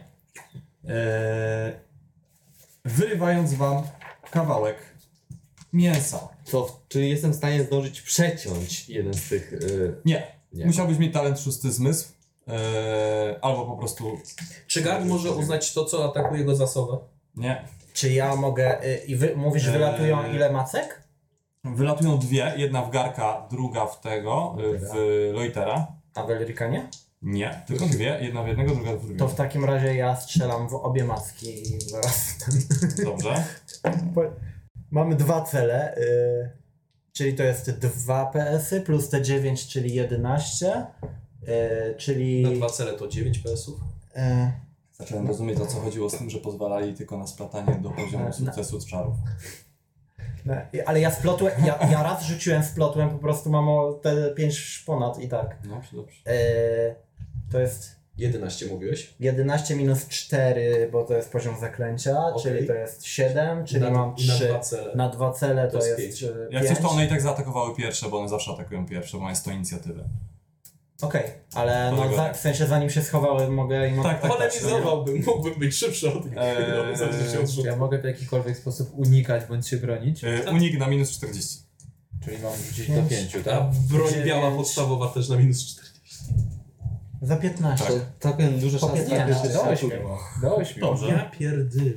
wyrywając wam kawałek mięsa. Czy jestem w stanie zdążyć przeciąć jeden z tych... Nie, Nie. musiałbyś mieć talent 6 zmysł, albo po prostu Czy Gard może uznać to, co atakuje go za sowę? nie. Czy ja mogę... mówisz, wylatują ile macek? Wylatują dwie, jedna w Garka, druga w tego, w Loitera. A w Elrikanie? Nie, tylko dwie, jedna w jednego, druga w drugiego. To w takim razie ja strzelam w obie macki i zaraz Dobrze. Mamy 2 cele, czyli to jest 2 PS-y plus te 9, czyli 11, czyli... Na 2 cele to 9 PS-ów. Zacząłem rozumieć, o co chodziło z tym, że pozwalali tylko na splatanie do poziomu sukcesu z czarów. Ale ja splotłem, ja raz rzuciłem splotłem, po prostu mam o te 5 ponad i tak. No, dobrze. To jest 11 mówiłeś. 11 minus 4, bo to jest poziom zaklęcia, Okej. czyli to jest 7, czyli na, mam i na 3. 2 cele. Na 2 cele to jest pięć. 5. Jak chcesz, to one i tak zaatakowały pierwsze, bo one zawsze atakują pierwsze, bo mają 100 inicjatywy. Okej, ale Do no, tego tak. w sensie zanim się schowały mogę im... Tak, tak. Polemizowałbym, mógłbym być szybszy od nich. Zależy się od Czy rzutu. ja mogę w jakikolwiek sposób unikać bądź się bronić? Unik na minus 40. Czyli mam rzucić do 5, A tak? broń 9. biała podstawowa też na minus 40. Za 15. To całkiem duże Po szanse. 15, Do 8. Do 8. Dobrze. Ja pierdyle.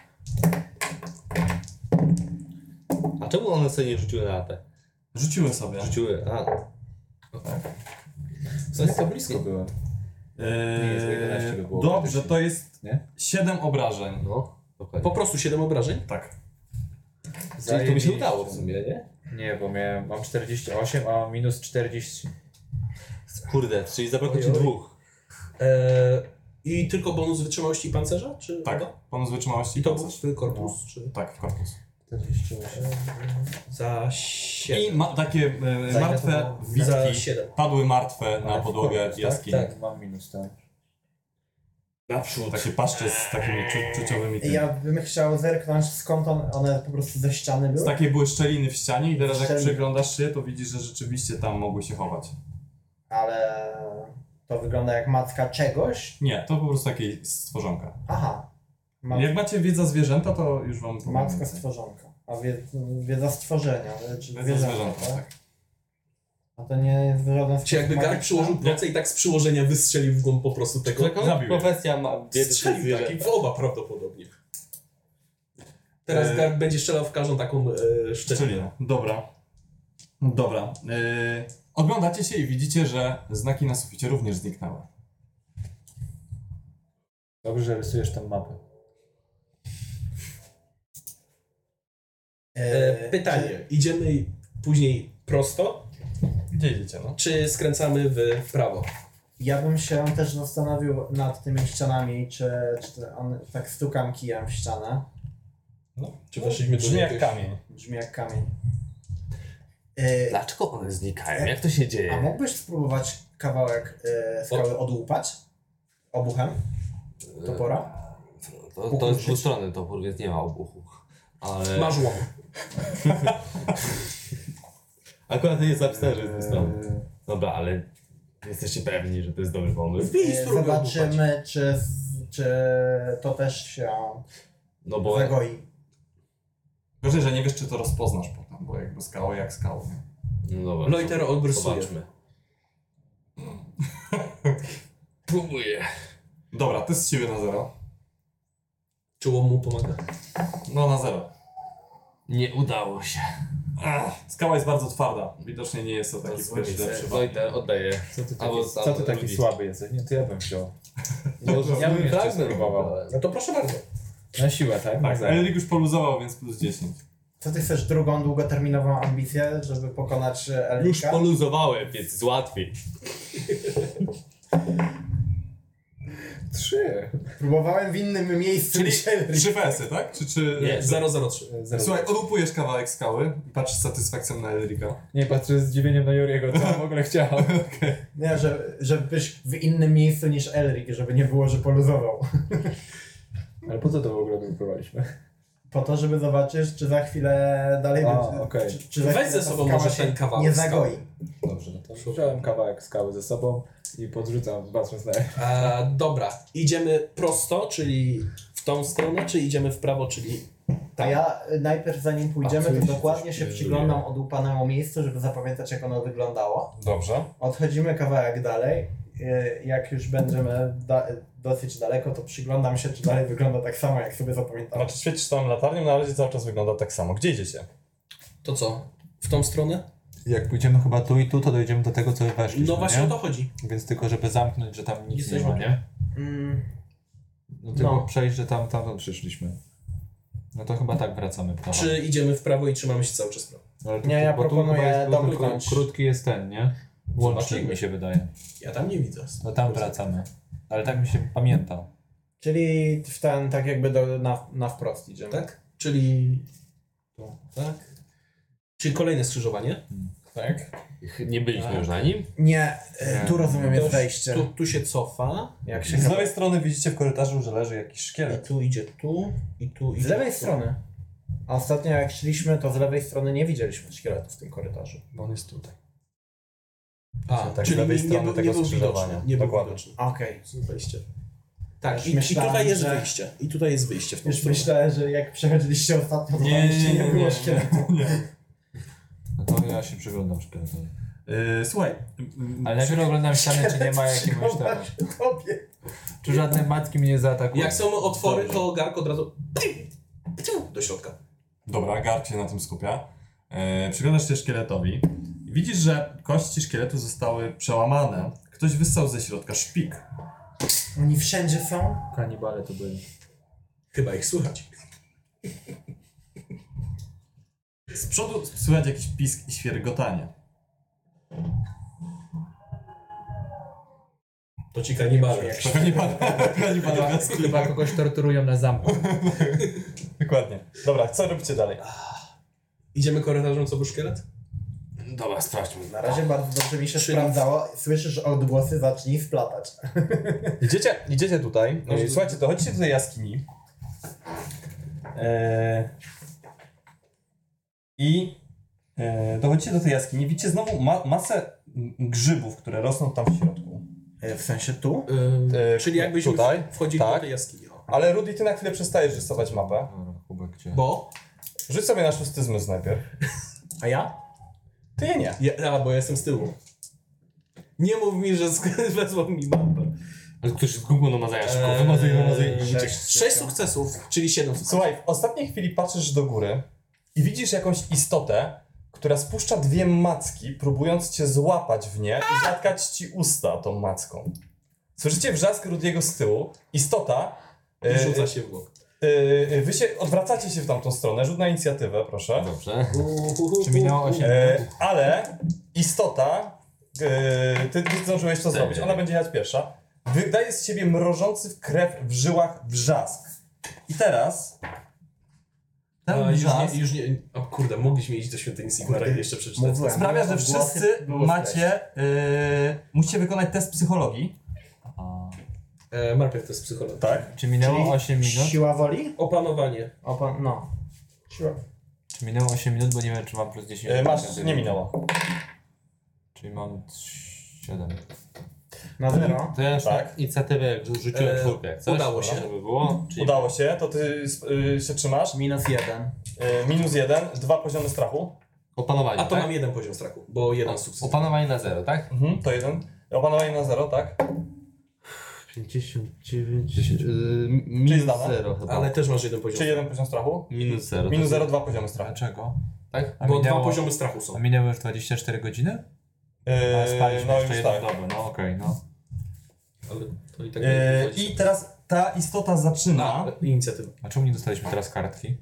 A czemu one sobie nie rzuciły na atak? Rzuciły sobie. Rzuciły, Za blisko byłem. Nie jest, bo 11 by było Dobrze, praktycznie. to jest Nie? 7 obrażeń. No, dokładnie. Po prostu 7 obrażeń? Tak. Czyli to mi się udało w sumie, nie? Nie, bo mam 48, a mam minus 40. Kurde, czyli zabrakło ci Ojoj. 2. I tylko bonus wytrzymałości i pancerza? Czy Tak. oba? Bonus wytrzymałości. I to był pancerz. w korpus? Czy... Tak, w korpus. 48. Za 7. I takie Za ile martwe to było? Za wizki 7. padły martwe na Ale w podłogę korpus, tak? jaskini. Tak, mam minus, tak. Naprzód. Takie paszcze z takimi czuciowymi tymi. Ja bym chciał zerknąć skąd one po prostu ze ściany były. Takie były szczeliny w ścianie i teraz jak Szczeliny. przyglądasz się, to widzisz, że rzeczywiście tam mogły się chować. Ale to wygląda jak macka czegoś. Nie, to po prostu takie stworzonka. Aha. Jak macie wiedza zwierzęta, to już wam powiem Macka więcej. stworzonka. A wiedza stworzenia. Czy Wiedza zwierzęta, tak? tak. A to nie jest żaden Czy jakby Gard przyłożył proce i tak z przyłożenia wystrzelił w głąb po prostu tego? Jaka profesja ma wiedzy przez Strzelił tak i w zwierzęta? oba prawdopodobnie. Teraz Gard będzie strzelał w każdą taką szczelinę. Szczelina. Dobra. Oglądacie się i widzicie, że znaki na suficie również zniknęły. Dobrze, że rysujesz tą mapę. Pytanie. Idziemy później prosto, Gdzie idziecie, no? czy skręcamy w prawo? Ja bym się też zastanowił nad tymi ścianami, czy on tak stukam kijem w ścianę. Czy weszliśmy do Brzmi jak jakiegoś... kamień. Brzmi jak kamień. Dlaczego one znikają? Jak to się A dzieje? mógłbyś spróbować kawałek skały odłupać? Obuchem? Topora? To jest dwustronny topór, więc nie ma obuchu. Ale... Masz łom. Akurat nie jest napisane, że jest dwustronny. Dobra, ale jesteście pewni, że to jest dobry pomysł? Zobaczymy, czy to też się No bo... zagoi. Gorzej, że nie wiesz, czy to rozpoznasz potem, bo jakby skały jak skały. nie? No dobra. Loiter odbrysuje. Zobaczmy. Próbuję. Dobra, ty z siły na 0. Czy łom mu pomaga? No na 0. Nie udało się. Skała jest bardzo twarda. Widocznie nie jest to taki Zły lepszy wagi. Loiter, oddaję. Co ty taki słaby jesteś? Nie, to ja bym wziął. Ja bym jeszcze fragment spróbował. No to proszę bardzo. Na siłę, tak? Tak, Elric już poluzował, więc plus 10. Co ty chcesz, drugą długoterminową ambicję, żeby pokonać Elrika? Już poluzowałem, więc jest łatwiej. 3. Próbowałem w innym miejscu Czyli niż Elric. 3 wersy, tak? Czy... Nie, 003. Słuchaj, odłupujesz kawałek skały i patrzysz z satysfakcją na Elrika. Nie, patrzę z zdziwieniem na Juriego, co on w ogóle chciał. Nie, żebyś w innym miejscu niż Elric, żeby nie było, że poluzował. Ale po co to w ogóle wypróbowaliśmy? Po to, żeby zobaczyć, czy za chwilę dalej okej. czy za Weź chwilę ze ta sobą skała może się ten kawałek nie skały. zagoi. Dobrze, no to wziąłem kawałek skały ze sobą i podrzucam, patrząc na Dobra, idziemy prosto, czyli w tą stronę, czy idziemy w prawo, czyli A ja najpierw zanim pójdziemy, coś to dokładnie coś się dzieje. przyglądam odłupanemu miejscu, żeby zapamiętać, jak ono wyglądało. Dobrze. Odchodzimy kawałek dalej. Jak już będziemy dosyć daleko, to przyglądam się, czy dalej wygląda tak samo, jak sobie zapamiętałem. Znaczy świecisz tą latarnią, na razie cały czas wygląda tak samo. Gdzie idziecie? to co? W tą stronę? Jak pójdziemy chyba tu i tu, to dojdziemy do tego, co weszliśmy, No właśnie nie? o to chodzi. Więc tylko, żeby zamknąć, że tam nic Jesteśmy nie ma, nie? No tylko No. przejść, że tam przyszliśmy. No to chyba tak wracamy. Prawo. Czy idziemy w prawo i trzymamy się cały czas w prawo? Ale tu- Nie, ja bo tu proponuję chyba jest, bo tu domknąć. krótki jest ten, nie? Łącznik Zobaczymy. mi się wydaje. Ja tam nie widzę. No tam wracamy. Ale tak mi się pamiętał. Czyli w ten, tak jakby na wprost idziemy. Tak? Czyli... Tu, tak? Czyli kolejne skrzyżowanie? Tak. Nie byliśmy już na nim? Nie, tu rozumiem jest To- wejście. Tu się cofa. Jak się Z lewej strony widzicie w korytarzu, że leży jakiś I szkielet. tu idzie tu. I tu idzie Z lewej tu. strony. A ostatnio jak szliśmy, to z lewej strony nie widzieliśmy szkieletu w tym korytarzu. Bo on jest tutaj. A, Tak, z czyli lewej nie strony był- tego nie był skrzyżowania. widoczny, nie był Dokładnie. widoczny. Okej. Wejście. Tak, Już i myślałem, tutaj jest że- wyjście. I tutaj jest wyjście w tą Już stronę. myślę, że jak przechodziliście ostatnio, to nie było szkieletu. No to ja się przyglądam szkieletowi. Słuchaj. Ale najpierw oglądam ścianę, czy nie ma jakiegoś tam. Tobie. Czy żadne matki mnie nie zaatakują. Jak są otwory, Dobrze. to Gark od razu do środka. Dobra, Gark się na tym skupia. Przyglądasz się szkieletowi. Widzisz, że kości szkieletu zostały przełamane. Ktoś wyssał ze środka szpik. Oni wszędzie są? Kanibale to byli. Chyba ich słychać. Z przodu słychać jakiś pisk i świergotanie. To ci kanibale. To kanibale Chyba kogoś torturują na zamku. Dokładnie. Dobra, co robicie dalej? Idziemy korytarzem, co był szkielet? Dobra, sprawdźmy. Na razie bardzo dobrze mi się sprawdzało. Słyszysz odgłosy, zacznij splatać. Idziecie tutaj. Słuchajcie, dochodzicie do tej jaskini. Dochodzicie do tej jaskini. Widzicie znowu masę grzybów, które rosną tam w środku. W sensie tu? Czyli jakbyśmy tutaj, wchodzili tak. do tej jaskini. O. Ale Rudy, ty na chwilę przestajesz rysować mapę. Dobra, Kubek, gdzie? Bo? Rzuć sobie na szóstyzmysł najpierw. A ja? Ty nie. Bo ja jestem z tyłu. Nie mów mi, że wezwał mi mapę. Ale ktoś z Google namazaja szybko. Wymazuj. 6 sukcesów, czyli 7 sukcesów. Słuchaj, w ostatniej chwili patrzysz do góry i widzisz jakąś istotę, która spuszcza dwie macki, próbując cię złapać w nie i zatkać ci usta tą macką. Słyszycie wrzask Rudiego z tyłu. Istota... I rzuca się w bok. Wy się odwracacie się w tamtą stronę. Rzut na inicjatywę, proszę. Dobrze. Czy minęło 8 minut? Ale istota... Ty zdążyłeś to zrobić. Ona będzie jechać pierwsza. Wydaje z siebie mrożący krew w żyłach wrzask. I teraz... Ten wrzask O kurde, mogliśmy iść do świątyni Sigmara i jeszcze przeczytać. Mówiłem. sprawia, że Odgłosy wszyscy było macie... musicie wykonać test psychologii. Marpek to jest psycholog. Tak. Czy minęło 8 minut? Siła woli? Opanowanie. No. Siła. Czy minęło 8 minut, bo nie wiem, czy mam plus 10. Masz, nie minęło. Czyli mam 7. Na 0. To ja już Tak. tak. Inicjatywę jak rzuciłem czwórkę. Jak coś, udało się. Żeby było. Czyli Udało się, to ty się trzymasz. -1. -1, 2 poziomy strachu. opanowanie, A to tak? mam 1 poziom strachu, bo 1 sukces. Opanowanie na 0, tak? To 1. Opanowanie na 0, tak? 59... Czyli minus zdane. 0 chyba. Ale też masz 1 poziom Czyli strachu. 1 poziom strachu. Minus 0. -0, 2 poziomy strachu. Dlaczego? Tak? A Bo 2 minęło, poziomy strachu są. a minęły już 24 godziny? A spaliśmy No jeszcze już jedną tak. dobę, no okej, no. Ale to i tak nie I teraz ta istota zaczyna... Inicjatywa. A czemu nie dostaliśmy teraz kartki?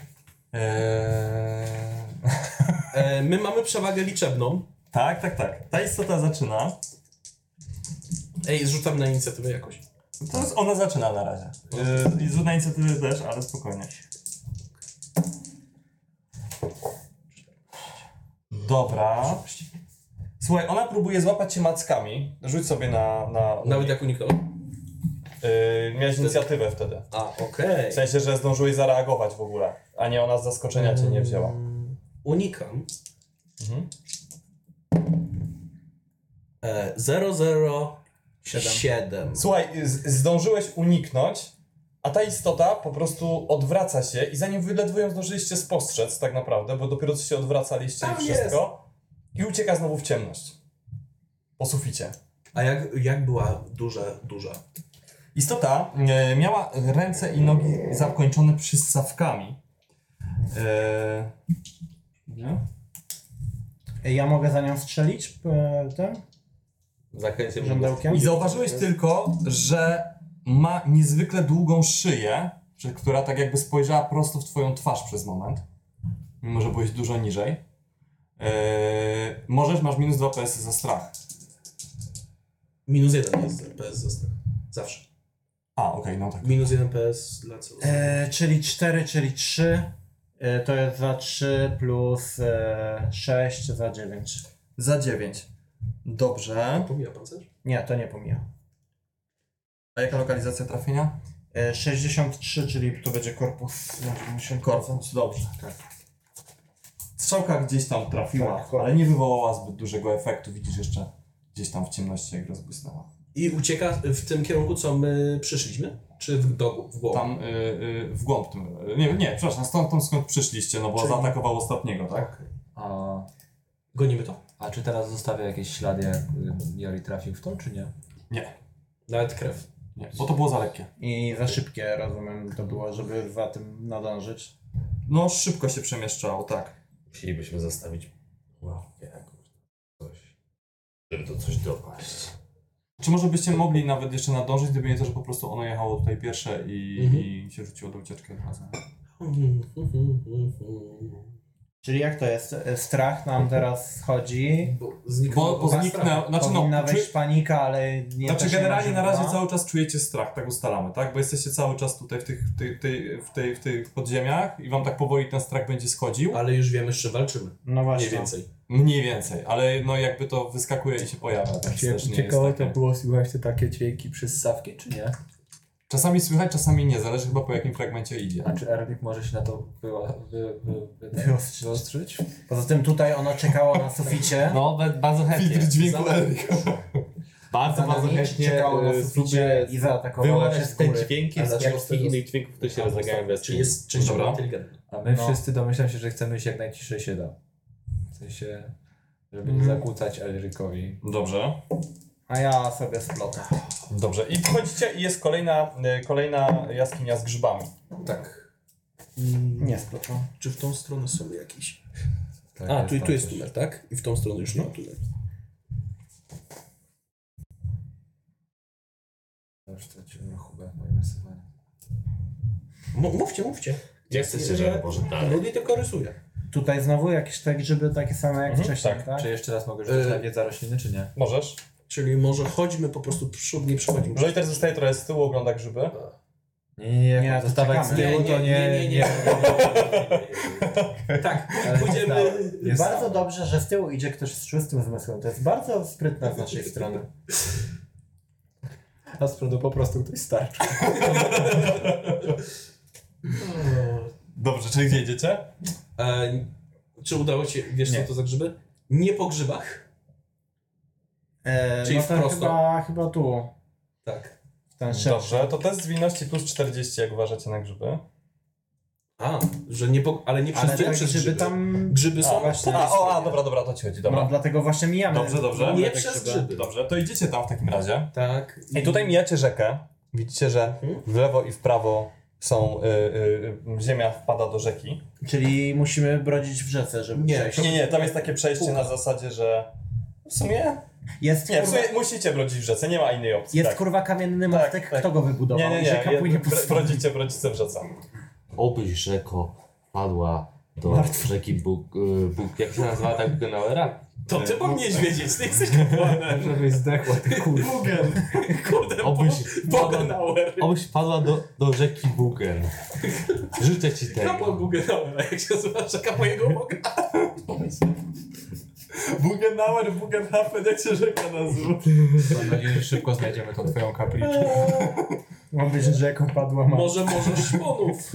My mamy przewagę liczebną. Tak. Ta istota zaczyna. Ej, zrzucam na inicjatywę jakoś. To jest, ona zaczyna na razie. I rzut na inicjatywę też, ale spokojnie. Dobra. Słuchaj, ona próbuje złapać cię mackami. Rzuć sobie na... Nawet jak uniknął? Miałeś inicjatywę wtedy. A, okej. W sensie, że zdążyłeś zareagować w ogóle, a nie ona z zaskoczenia cię nie wzięła. Unikam. Mhm. 007. Słuchaj, zdążyłeś uniknąć, a ta istota po prostu odwraca się i zanim wy ledwo ją zdążyliście spostrzec tak naprawdę, bo dopiero co się odwracaliście Tam i wszystko, i ucieka znowu w ciemność. Po suficie. A jak była duża? Istota miała ręce i nogi zakończone przyssawkami. Nie? Ja mogę za nią strzelić tym Zakręcie żądełkiem? I zauważyłeś tylko, że ma niezwykle długą szyję, która tak jakby spojrzała prosto w twoją twarz przez moment. Mimo, że byłeś dużo niżej. Masz minus 2 PS za strach. Minus 1 jest PS za strach. Zawsze. A, okej, no tak. Minus 1 PS dla co? Czyli 4, czyli 3. To jest za 3 plus 6 za 9. Za 9. Dobrze. Pomija pancerz? Nie, to nie pomija. A jaka lokalizacja trafienia? 63, czyli to będzie korpus. Korpus, dobrze. Tak. Strzałka gdzieś tam trafiła, Tak, ale nie wywołała zbyt dużego efektu. Widzisz jeszcze gdzieś tam w ciemności, jak rozbłysnęła. I ucieka w tym kierunku, co my przyszliśmy? Czy w głąb? Tam w głąb tym. Nie, przepraszam, stąd skąd przyszliście, no bo Czyli- zaatakował ostatniego, tak? Okej. A, Gonimy to? a czy teraz zostawia jakieś ślady, jak Jori trafił w to, czy nie? Nie, Nawet krew. nie, bo to było za lekkie. I za szybkie, rozumiem, to było, żeby za tym nadążyć. No, szybko się przemieszczało, tak. Musielibyśmy zostawić łapkę jakąś, coś, żeby to coś dopaść. Czy może byście mogli nawet jeszcze nadążyć, gdyby nie to, że po prostu ono jechało tutaj pierwsze i się rzuciło do ucieczki od razu? Czyli jak to jest? Strach nam teraz schodzi. Bo zniknął, znaczy Powinna no, wejść panika, ale nie znaczy to się generalnie na razie nazywa. cały czas czujecie strach, tak ustalamy, tak? Bo jesteście cały czas tutaj w tych podziemiach i wam tak powoli ten strach będzie schodził. Ale już wiemy, że walczymy. No właśnie. Mniej więcej. Mniej więcej, ale no jakby to wyskakuje i się pojawia, więc też nie jest Ciekawe to takie. było, słuchajcie, takie dźwięki przyssawki, czy nie? Czasami słychać, czasami nie, zależy chyba po jakim fragmencie idzie. A czy Erlik może się na to wyostrzyć? Poza tym tutaj ono czekało na suficie. No, bardzo chętnie. dźwięku Erika. Bardzo, Za bardzo nami chętnie czekało na suficie i zaatakowało cię wyłaniać z te góry. dźwięki A z dlaczego wszystkich z tego- innych dźwięków, które się rozlegają we Czyli jest częściowo Dobra. inteligentny. A my No. wszyscy domyślam się, że chcemy iść jak najciszej się da. W sensie, żeby nie zakłócać Elrykowi. Dobrze. A ja sobie splotę. Dobrze. I wchodzicie i jest kolejna jaskinia z grzybami. Tak. Nie splotę. Czy w tą stronę są jakieś? Tak, A, tu tam jest coś. tunel, tak? I w tą stronę już nie ma tunel. Już straciłem chubę moje rysowanie. Mówcie. Gdzie chcecie, żeby poszedł dalej? Rudy tylko rysuje. Tutaj znowu jakieś te grzyby takie same jak wcześniej, tak. tak? Czy jeszcze raz mogę rzucić na wiedzę rośliny, czy nie? Możesz. Czyli może chodźmy po prostu przód, nie przechodzimy. Lojter zostaje trochę z tyłu, ogląda grzyby. Nie, Nie, to zostawać z czekamy. tyłu to nie. Tak, Ale pójdziemy. Jest Bardzo dobrze, że z tyłu idzie ktoś z szóstym zmysłem. To jest bardzo sprytne z naszej strony. A z przodu po prostu ktoś starczy. Dobrze, czyli gdzie idziecie? Czy udało ci, wiesz Nie. co to za grzyby? Nie po grzybach. Czyli No to wprost. chyba tu. Tak. Ten szerszy. Dobrze, to test zwinności plus 40, jak uważacie na grzyby. A, że nie po, ale nie przez Ale nie te przez grzyby grzyby. tam... Grzyby są właśnie. Dobra, to ci chodzi, dobra. No dlatego właśnie mijamy. Dobrze. Nie te przez grzyby. grzyby. Dobrze, to idziecie tam w takim razie. Tak. I tutaj mijacie rzekę. Widzicie, że w lewo i w prawo są ziemia wpada do rzeki. Czyli musimy brodzić w rzece, żeby Nie, przejść. Nie, tam jest takie przejście na zasadzie, że w sumie... Jest, Nie, w kurwa, sumie musicie brodzić w rzece, nie ma innej opcji. jest tak. kurwa kamienny Tak, mostek, tak. kto go wybudował? I rzeka płynie po spodnie. brodzicie w rzece. Obyś rzeko padła do rzeki jak się nazywa ta Bugenauera? To ty powinieneś wiedzieć, ty jesteś kapłanem. Żebyś zdechła, ty kurwa. Bugen. Kurde, Bugenauer. Obyś wpadła do rzeki Bugen. Życzę ci tego. Kapłan Bugenauera, jak się nazywa rzeka mojego Boga. Bugenauer, Bugenhafen, jak się rzeka nazywa? Mam nadzieję, że szybko znajdziemy tą twoją kapliczkę. Mam być, że jako padła ma. Może szponów.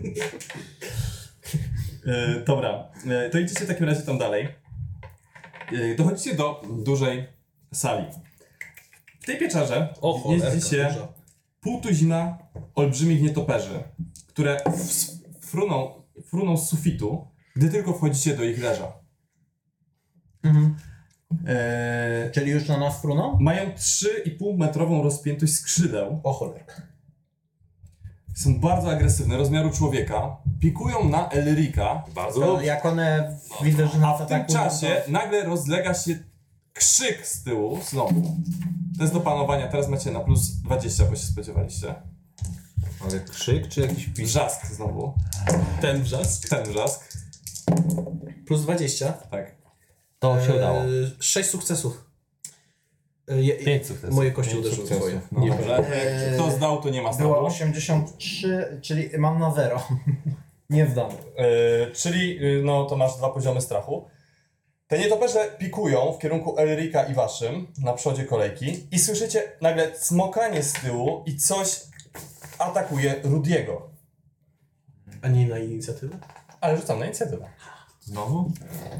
Dobra, to idziecie w takim razie tam dalej. Dochodzicie do dużej sali. W tej pieczarze jeździ się pół tuzina olbrzymich nietoperzy, które fruną z sufitu, gdy tylko wchodzicie do ich leża. Mhm. Czyli już na nas fruną? Mają 3,5 metrową rozpiętość skrzydeł. O cholerka. Są bardzo agresywne, rozmiaru człowieka. Pikują na Elrika. Bardzo To dobrze. jak one widzę, że A nas w tym atakują, czasie nagle rozlega się krzyk z tyłu znowu. To jest do panowania, teraz macie na plus 20, bo się spodziewaliście. Ale krzyk czy jakiś Wrzask znowu. Ten wrzask. Ten wrzask. Plus 20. Tak. To się udało. 6 sukcesów. 5 sukcesów. Moje kości 5 uderzyły sukcesów, twoje. no. Nie, Dobrze. Kto zdał, to nie ma Było stawu. 83, czyli mam na 0. Nie zdam. Czyli no to masz 2 poziomy strachu. Te nietoperze pikują w kierunku Elrika i waszym na przodzie kolejki i słyszycie nagle cmokanie z tyłu i coś atakuje Rudiego. A nie na inicjatywę? Ale rzucam na inicjatywę. Znowu?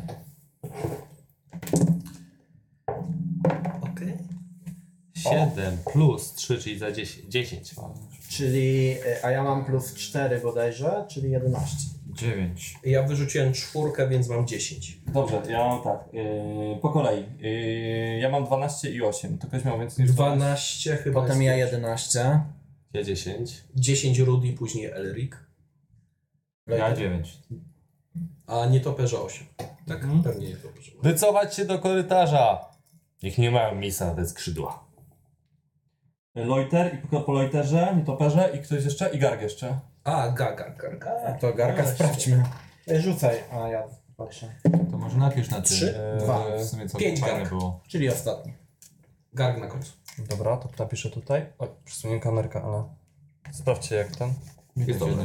Okej. 7 plus 3, czyli za 10. Czyli, a ja mam plus 4 bodajże, czyli 11. 9. Ja wyrzuciłem 4, więc mam 10. Dobrze, ja mam tak. Po kolei. Ja mam 12 i 8. To ktoś miał więcej niż 12 chyba. Potem jest ja pierwszy. 11. Ja 10. 10 Rudy, później Elric. Ja 9. A nietoperze 8. Tak? Pewnie nietoperze. Wycofać się do korytarza. Niech nie mają miejsca na te skrzydła. Loiter i po loiterze, nietoperze i ktoś jeszcze? I Garg jeszcze. A, Garga. To Garka sprawdźmy. Rzucaj, a ja patrzę. To może napisz na ty. 3, 2. W sumie co 5 fajne garg. było. Czyli ostatni. Garg na końcu. Dobra, to napiszę tutaj. Oj, przesunię kamerkę, ale sprawdźcie jak ten. Jest dobre.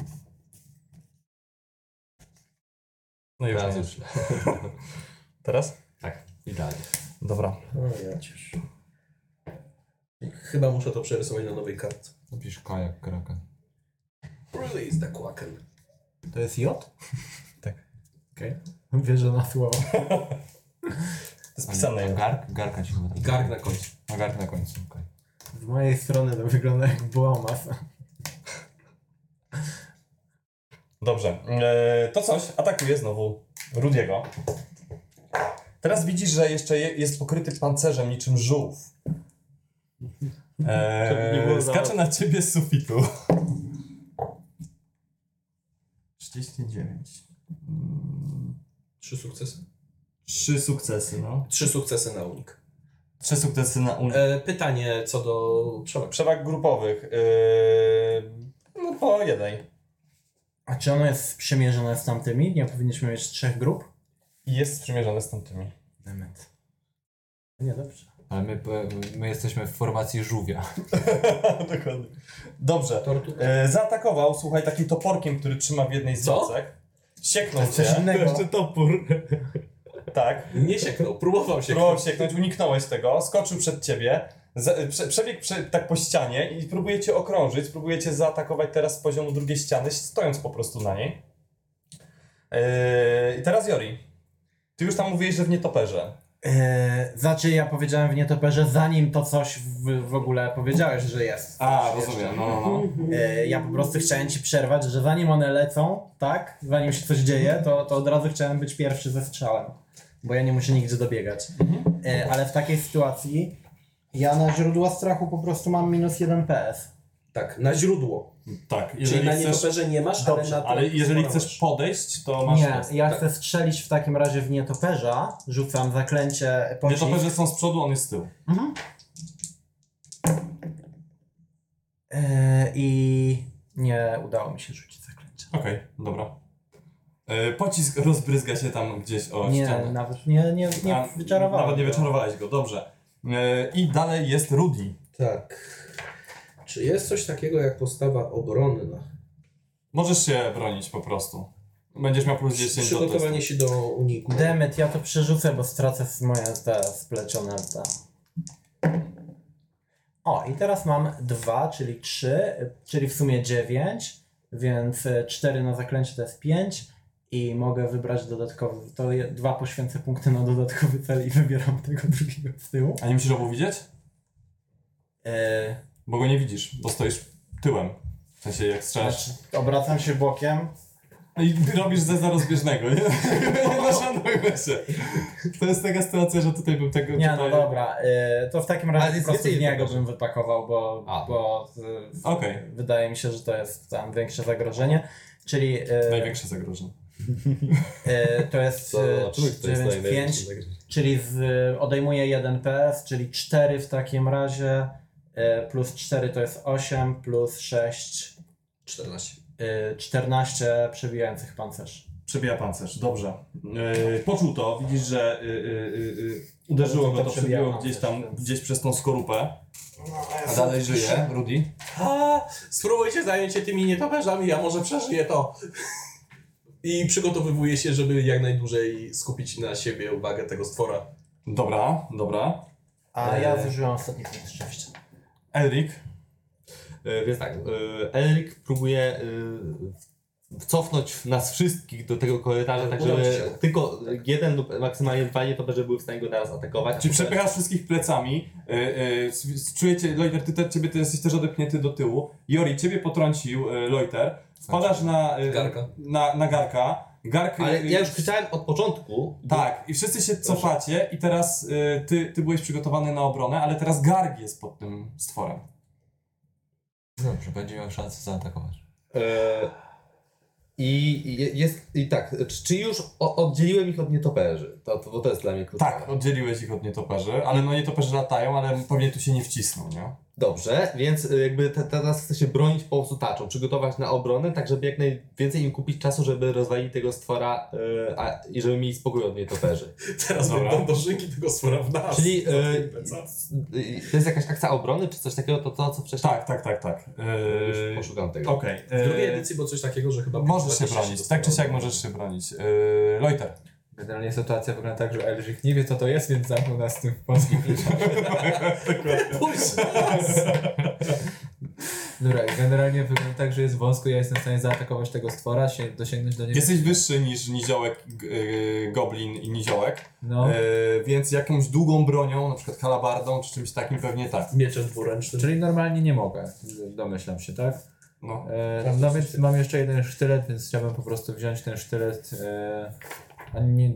No i już. Teraz nie. już. Teraz? Tak, idealnie. Dobra. O, ja cię. Chyba muszę to przerysować na nowej kartce. Napisz kajak kraken. Release the Quaken. To jest J? Tak. Okej. Wierzę na słowo. To jest pisane. Garka ci chyba tak. Garg na końcu. A gark na końcu, okej. Z mojej strony to wygląda jak błamas. Dobrze. To coś atakuje znowu Rudiego. Teraz widzisz, że jeszcze jest pokryty pancerzem niczym żółw. Skacze na ciebie z sufitu. 39. 3 sukcesy. 3 sukcesy, no. 3 sukcesy na unik. 3 sukcesy na unik. Pytanie co do przewag. Przewag grupowych. No po jednej. A czy ono jest sprzymierzone z tamtymi? Nie powinniśmy mieć 3 grup? I jest sprzymierzone z tamtymi. Demet. Nie, dobrze. Ale my jesteśmy w formacji żółwia. Dokładnie. Dobrze. Tortu. Zaatakował, słuchaj, takim toporkiem, który trzyma w jednej z Co? macek. Sieknął Coś cię. innego. topór. Tak. Nie sieknął, próbował się. Próbował sieknąć, uniknąłeś tego, skoczył przed ciebie, przebiegł tak po ścianie i próbuje cię okrążyć, próbuje cię zaatakować teraz z poziomu drugiej ściany, stojąc po prostu na niej. I teraz Jori. Ty już tam mówiłeś, że w nietoperze. Znaczy ja powiedziałem w nietoperze zanim to coś w ogóle powiedziałeś, że jest. A, Jeszcze. rozumiem, no. Ja po prostu chciałem ci przerwać, że zanim one lecą, tak, zanim się coś dzieje, to od razu chciałem być pierwszy ze strzałem. Bo ja nie muszę nigdzie dobiegać. Ale w takiej sytuacji ja na źródła strachu po prostu mam -1 PS. Tak, na źródło. Tak, Czyli jeżeli na chcesz, nietoperze nie masz, Dobrze, ale na ale tym jeżeli sporo chcesz masz. podejść, to masz Nie, test. ja chcę strzelić w takim razie w nietoperza, rzucam zaklęcie pocisk. Nietoperze są z przodu, on jest z tyłu. I nie udało mi się rzucić zaklęcia. Okej, dobra. Pocisk rozbryzga się tam gdzieś o ścianę. Nawet nie wyczarowałem. Nawet nie wyczarowałeś go, dobrze. I dalej jest Rudy. Tak. Czy jest coś takiego jak postawa obronna? Możesz się bronić po prostu. Będziesz miał plus 10 do Przygotowanie testu. się do uniku. Demet, ja to przerzucę, bo stracę moje te splecione te. O, i teraz mam 2, czyli 3, czyli w sumie 9, więc 4 na zaklęcie to jest 5 i mogę wybrać dodatkowy, to 2 poświęcę punkty na dodatkowy cel i wybieram tego drugiego z tyłu. A nie musisz obu widzieć? Bo go nie widzisz, bo stoisz tyłem. W sensie jak strzelasz. Znaczy, obracam się bokiem. I robisz zeza rozbieżnego, nie? Nie zaszanujmy się. To jest taka sytuacja, że tutaj bym tego... Nie, tutaj... no dobra, to w takim Ale razie jest po prostu więcej z niego zagrożeń. bym wypakował, bo Okej. wydaje mi się, że to jest tam większe zagrożenie. Czyli Największe zagrożenie. to jest Zobaczymy, kto jest 9, 5, największy. czyli odejmuję 1 PS, czyli 4 w takim razie, plus 4 to jest 8, plus 6, 14. 14 przebijających pancerz. Przebija pancerz, dobrze. Poczuł to, widzisz, że uderzyło go to, przebiło gdzieś tam, gdzieś przez tą skorupę. A dalej żyje, Rudy. Spróbujcie zająć się tymi nietoperzami, ja może przeżyję to. I przygotowywuję się, żeby jak najdłużej skupić na siebie uwagę tego stwora. Dobra, dobra. A ja zużyłam ostatni punkt szczęścia. Elric. Więc tak, Elric próbuje cofnąć nas wszystkich do tego korytarza, tak Udało żeby ci się. tylko jeden lub maksymalnie 2 nietoperze były w stanie go teraz atakować. Czyli przepychasz wszystkich plecami. Czujecie, Loiter, ciebie ty jesteś też odepchnięty do tyłu. Jori, ciebie potrącił Loiter. Wpadasz na Garka. Na Garka. Gark, Ale ja już krzyczałem od początku. Tak, i wszyscy się cofacie i teraz ty byłeś przygotowany na obronę, ale teraz Garg jest pod tym stworem. Dobrze, będzie miał szansę zaatakować. I tak, czy już oddzieliłem ich od nietoperzy? Bo to jest dla mnie kluczowe. Tak, oddzieliłeś ich od nietoperzy, ale no nietoperzy latają, ale pewnie tu się nie wcisną, nie? Dobrze, więc jakby teraz chcę się bronić po prostu taczą, przygotować na obronę, tak żeby jak najwięcej im kupić czasu, żeby rozwalić tego stwora i żeby mieli spokój od nietoperzy. Teraz Dobra. będą dożynki tego stwora w nas. Czyli Co? to jest jakaś akcja obrony, czy coś takiego, to co wcześniej? Tak. Już poszukam tego. Okej. W drugiej edycji było coś takiego, że chyba... Możesz się 20 bronić, tak czy siak możesz się bronić. Loiter. Generalnie sytuacja wygląda tak, że Elrich nie wie co to jest, więc zamknął nas z tym polskim kluczem. Dobra, i generalnie wygląda tak, że jest wąsko, ja jestem w stanie zaatakować tego stwora, dosięgnąć do niego. Jesteś wyższy niż niziołek, goblin i niziołek, No, więc jakąś długą bronią, na przykład halabardą czy czymś takim pewnie tak. Mieczem dwuręcznym. czyli normalnie nie mogę, domyślam się, tak? No. No więc mam jeszcze jeden sztylet, więc chciałbym po prostu wziąć ten sztylet, a nie...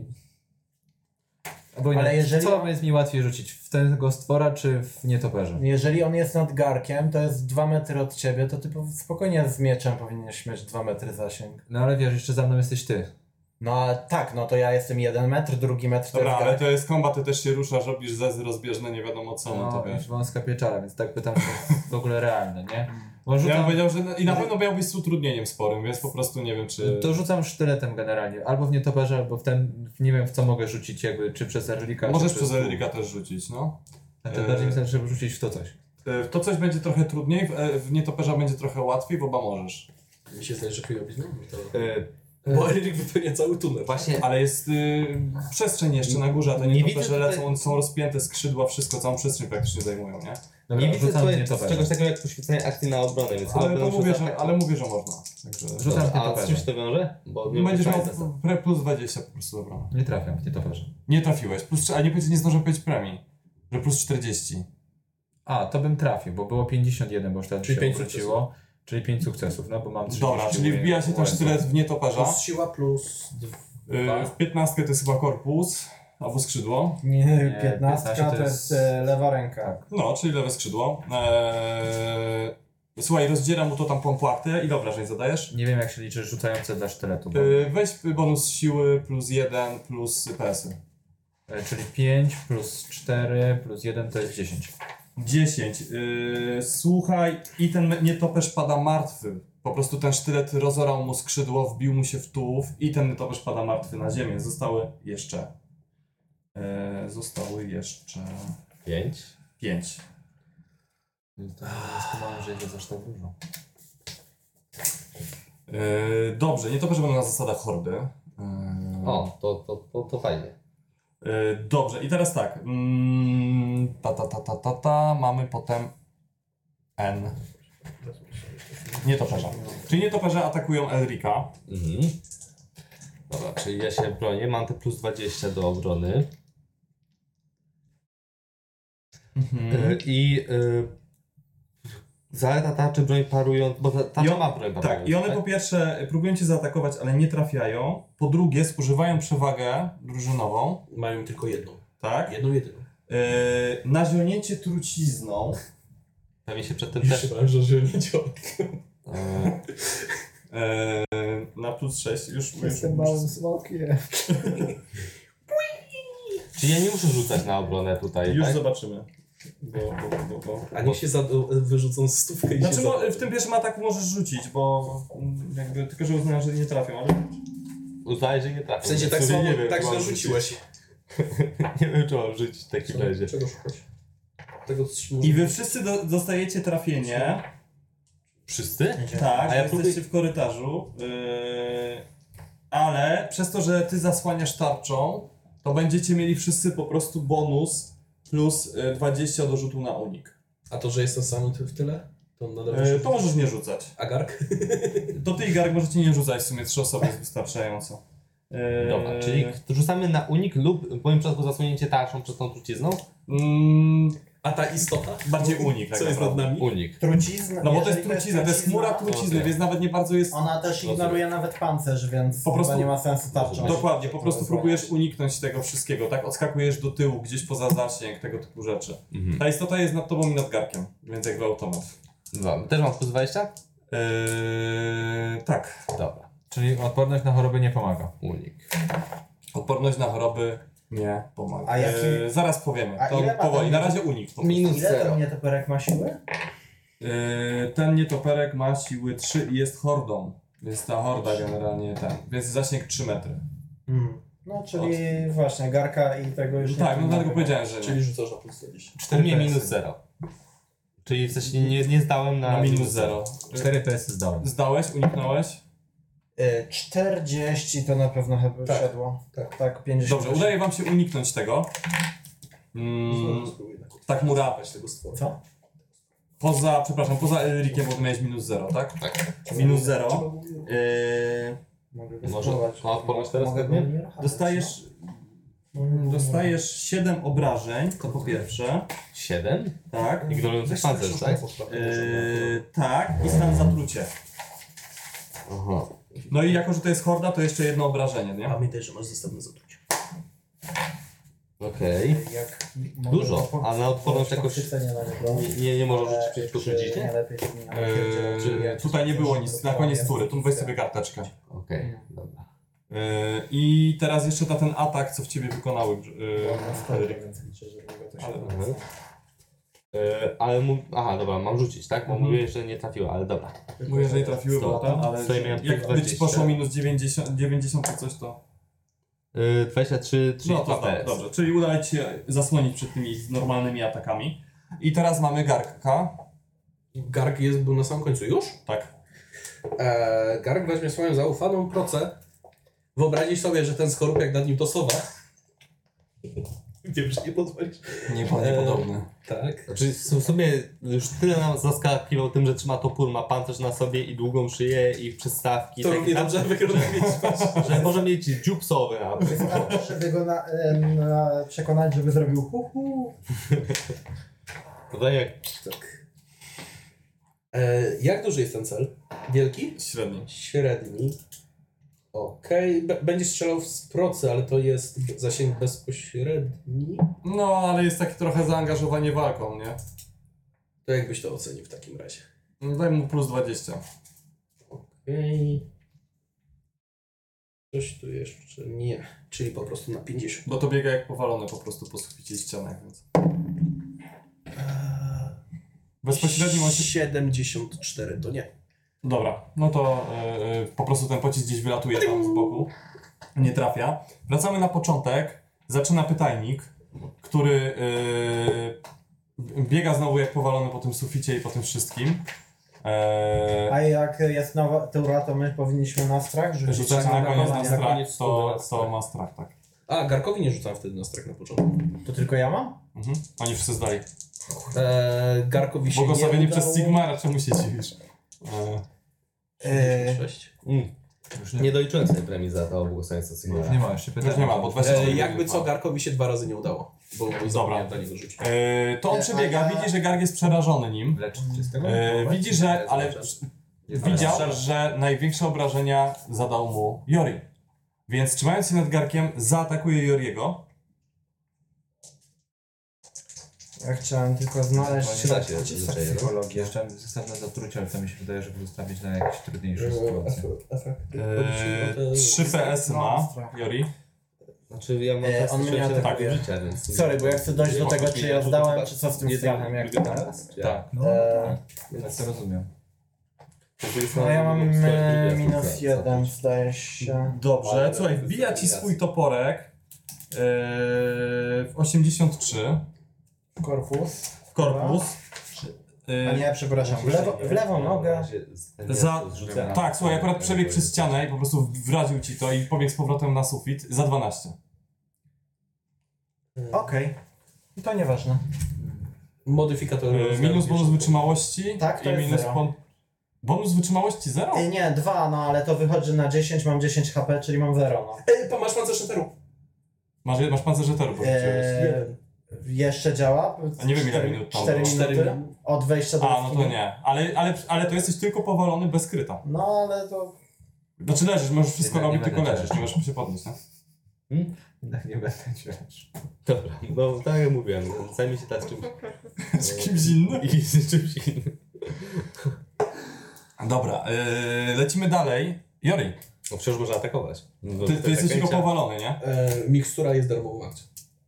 Albo Ale inaczej, jeżeli- co jest mi łatwiej rzucić? W tego stwora czy w nietoperze? Jeżeli on jest nad garkiem, to jest 2 metry od ciebie, to ty spokojnie z mieczem powinieneś mieć 2 metry zasięg. No ale wiesz, jeszcze za mną jesteś ty. No a tak, no to ja jestem 1 metr, drugi metr to Dobra, jest ale gark. to jest kombat, ty też się ruszasz, robisz zezy rozbieżne, nie wiadomo co, no to No, wiesz. już wąska pieczara, więc tak pytam, czy to jest w ogóle realne, nie? Może Ja bym rzucam, powiedział, że i na pewno miałbyś z utrudnieniem sporym, więc po prostu nie wiem czy... to rzucam sztyletem generalnie. Albo w nietoperze, albo w ten, nie wiem w co mogę rzucić, jakby, czy przez Elrika, Możesz czy przez Elrika też rzucić, no. Znaczy bardziej mi zależy, żeby rzucić w to coś. To coś będzie trochę trudniej, w nietoperza będzie trochę łatwiej, w oba możesz. Mi się zdaje, że chujowi znowu to... E, Bo Erik wypełnia cały tunel. Właśnie, Ale jest przestrzeń jeszcze na górze, a te Nie nietoperze widzę tutaj- lecą, one są rozpięte, skrzydła, wszystko, całą przestrzeń praktycznie zajmują, nie? Dobra, nie widzę rzucam w tutaj nietoperze. czegoś takiego jak poświęcenie akcji na obronę, więc chyba Ale będę mówię, rzucał że, tak. ale mówię, że można. Także... Rzucam w A z nietoperze. czymś to wiąże? Bo nie Będziesz wiem, miał plus 20 po prostu, dobra. Nie trafiam w nietoperze. Nie trafiłeś, a nie zdążyłem powiedzieć premii, że plus 40. A, to bym trafił, bo było 51, bo już wtedy Czyli się 5 obróciło. Czyli 5 sukcesów, no bo mam 30. Dobra, czyli wbija się ten sztylet w nietoperza. Plus siła, plus... W 15 to jest chyba korpus, albo skrzydło. Nie, 15 15 to jest lewa ręka. No, czyli lewe skrzydło. Słuchaj, rozdzieram mu to tam płatę. Ile obrażeń zadajesz? Nie wiem jak się liczy rzucające dla sztyletu. Bo, Weź bonus siły plus 1 plus PS-y. czyli 5 plus 4 plus 1 to jest 10. 10. Słuchaj, i ten nietoperz pada martwy. Po prostu ten sztylet rozorał mu skrzydło, wbił mu się w tułów i ten nietoperz pada martwy na ziemię. Zostały jeszcze 5. 5. To nie skumałem, że jest aż tak dużo. Dobrze, nietoperze będą na zasadach hordy. O, to fajnie. Dobrze, i teraz tak. Mamy potem N. Nietoperza. Czyli nietoperze atakują Elrika. Mhm. Dobra, czyli ja się bronię, mam te plus 20 do obrony. I zaleta tarczy broń parując, bo tarcza ma broń parującą. Tak, i one po pierwsze próbują cię zaatakować, ale nie trafiają. Po drugie zużywają przewagę drużynową. Mają tylko jedną. Tak. Jedną jedyną. Nazionięcie trucizną. Pewnie się przed tym Już też... mam, że zielnicio. Na plus 6. Już Jestem małym smokiem. Czyli ja nie muszę rzucać na obronę tutaj, Już tak? zobaczymy. A niech się wyrzucą stówkę i Znaczy, się w tym pierwszym ataku możesz rzucić, bo jakby tylko, że uznają, że nie trafią, ale... Uznaję, że nie trafię. W sensie tak W sumie samo, nie wiem, tak czy mam źle rzuciłeś. Nie wiem, czy mam rzucić w takim razie. Czego szukać? Tego, I wy wszyscy dostajecie trafienie. Wszyscy? Tak, A ja jesteście w korytarzu. Ale przez to, że ty zasłaniasz tarczą, to będziecie mieli wszyscy po prostu bonus plus 20 do rzutu na unik. A to, że jestem sam w tyle? To nadal To możesz nie rzucać. A Garg? To ty i Garg możecie nie rzucać, w sumie 3 osoby jest wystarczająco. Dobra, czyli rzucamy na unik lub w moim przypadku zasłonięcie tarczą przed tą trucizną? A ta istota? Bardziej unik, tak Co jest nad naprawdę. nami? Unik. Trucizna. No bo to jest jeżeli trucizna, to jest chmura trucizny, Okej. więc nawet nie bardzo jest... Ona też ignoruje nawet pancerz, więc Po prostu- chyba nie ma sensu tarczą. Dokładnie, po prostu próbujesz uniknąć tego wszystkiego, tak? Odskakujesz do tyłu, gdzieś poza zasięg, tego typu rzeczy. Mhm. Ta istota jest nad tobą i nad Garkiem, więc jakby automat. Dobra, też mam plus 20? Tak. Dobra, Czyli odporność na choroby nie pomaga. unik. Odporność na choroby nie pomaga. A jaki- Zaraz powiemy, A to ile ma powoli, ten- na razie unik. Po prostu. Minus Ile 0. to nietoperek ma siły? Ten nietoperek ma siły 3 i jest hordą, więc ta horda generalnie więc zasięg 3 metry. No, czyli właśnie Garka i tego już Tak, no nie dlatego ma. powiedziałem, że Czyli rzucasz na plus 40. 4 mnie minus 0. Czyli w sensie nie zdałem na minus 0. 4 PS zdałem. Zdałeś, uniknąłeś? 40 to na pewno chyba Tak. siadło. Tak. Tak, 50. Dobrze, udaje wam się uniknąć tego. Spróbuj na kółko. Tak mura. Złapać tego stwora. Co? Poza Elrikiem, bo miałeś minus 0, tak? Tak. Minus 0. Mogę go Może spróbować. ma odporność teraz Mogę pewnie? go nie ruchać, Dostajesz 7 obrażeń, to po pierwsze. 7? Tak. Ignorujący pancerz, tak? Tak, i stan zatrucie. Aha. No i jako, że to jest horda, to jeszcze jedno obrażenie, nie? Pamiętaj, że masz zestawne zatrucie. Okej. Jak Dużo, mogę go a na odporność jakoś pochwycenia na niego. nie może Ale rzucić przeciwko czy truciźnie? nie lepiej sobie na pierdzielę, czy Tutaj nie było nic, na koniec tury, tu weź sobie karteczkę. Okej, dobra. I teraz jeszcze ten atak, co w ciebie wykonały Elrik. Więc liczę, że mogę to się Ale- Mhm. Ale aha, dobra, mam rzucić, tak? Bo mówię, że nie trafiło, ale dobra. Bo jeżeli trafiły, bo Dobra. ale Tutaj miałem jakby ci 20. poszło minus 90 czy coś, to... 23, 3, No to 2 PS. dobrze, czyli udaje ci się zasłonić przed tymi normalnymi atakami. I teraz mamy Garka. Garg był na samym końcu już? Tak. Garg weźmie swoją zaufaną procę. Wyobrazisz sobie, że ten skorupek nad nim to sowa. Wiem, że nie pozwolisz. Niepodobne. Tak. Znaczy w sumie już tyle nam zaskakiwał tym, że trzyma topór, ma pancerz na sobie i długą szyję i przystawki. To tak, równie dobrze wygląda mieć. że może mieć dziób psowy na Wystarczy, żeby go przekonać, żeby zrobił hu. Tutaj jak Tak. Jak duży jest ten cel? Wielki? Średni. Średni. Okej. Będzie strzelał z procy, ale to jest zasięg bezpośredni. No, ale jest takie trochę zaangażowanie walką, nie? To jakbyś to ocenił w takim razie? No, daj mu plus 20. Okej. Coś tu jeszcze nie. Czyli po prostu na 50. Bo to biega jak powalony po prostu po suficie i ścianach, więc... bezpośrednim 74 to nie. Dobra, no to po prostu ten pocisk gdzieś wylatuje tam z boku. Nie trafia. Wracamy na początek. Zaczyna pytajnik, który biega znowu jak powalony po tym suficie i po tym wszystkim. A jak jest nowa tura, to my powinniśmy na strach rzucić. Rzucać na koniec na na strach, koniec to ma strach, tak. A, Garkowi nie rzucam wtedy na strach na początku. To tylko ja mam? Mhm. Oni wszyscy zdali. Garkowi się Błogosławienie nie przez udało. Sigmara, czemu się dziwisz? 66. Już Nie doliczyłem sobie premii za to błogosławieństwo Już Sigmara. nie ma, jeszcze pytania. Już nie ma, bo 24 Jakby co, Garkowi się 2 razy nie udało. Bo zapomniałem na niego rzucić. To on przebiega, widzi, że Garg jest przerażony nim. Lecz czystego? Widzi, że, ale widział, że największe obrażenia zadał mu Jori. Więc trzymając się nad Garkiem, zaatakuje Joriego. Ja chciałem tylko znaleźć Nie da się nacisek zwyczajnie, no. psychologii. Jeszcze zestaw na zatrucie, ale to mi się wydaje, żeby zostawić na jakieś trudniejsze sytuacje. 3 PS ma Jori. Znaczy ja mam on mnie atakuje. życia, więc... Sorry, bo ja chcę dojść do tego, czy ja zdałem, czy co z tym Nie strachem, jak to teraz. Tak, no Eee, tak to rozumiem. No ja mam -1, zdaje się. Dobrze, słuchaj, wbija ci swój toporek w 83 Korpus. w korpus. A nie, przepraszam, w lewą nogę. Tak, słuchaj, akurat przebiegł przez ścianę i po prostu wraził ci to i pobiegł z powrotem na sufit za 12. Okej. To nieważne. Modyfikator. Minus bonus wytrzymałości Tak, to i jest minus zero. bonus wytrzymałości 0? Nie, 2, no ale to wychodzi na 10, mam 10 HP, czyli mam 0, no. Masz pancerz eteru. Masz pancerze teru, powiedziałeś. Jeszcze działa? A nie wiem, ile minut tam 4 było. minuty od wejścia do A, no to nie. Ale to jesteś tylko powalony bez kryta. No ale to... Znaczy leżysz, możesz wszystko Jednak nie robić, tylko będę leżysz, nie możesz się podnieść, nie? Jednak nie będę cię. Dobra, no tak jak mówiłem, zajmij się teraz czymś... Z kimś innym? I z czymś innym. Dobra, lecimy dalej. Jori, No wciąż można atakować. No, ty jesteś tylko powalony, nie? Mikstura jest darmową akcją.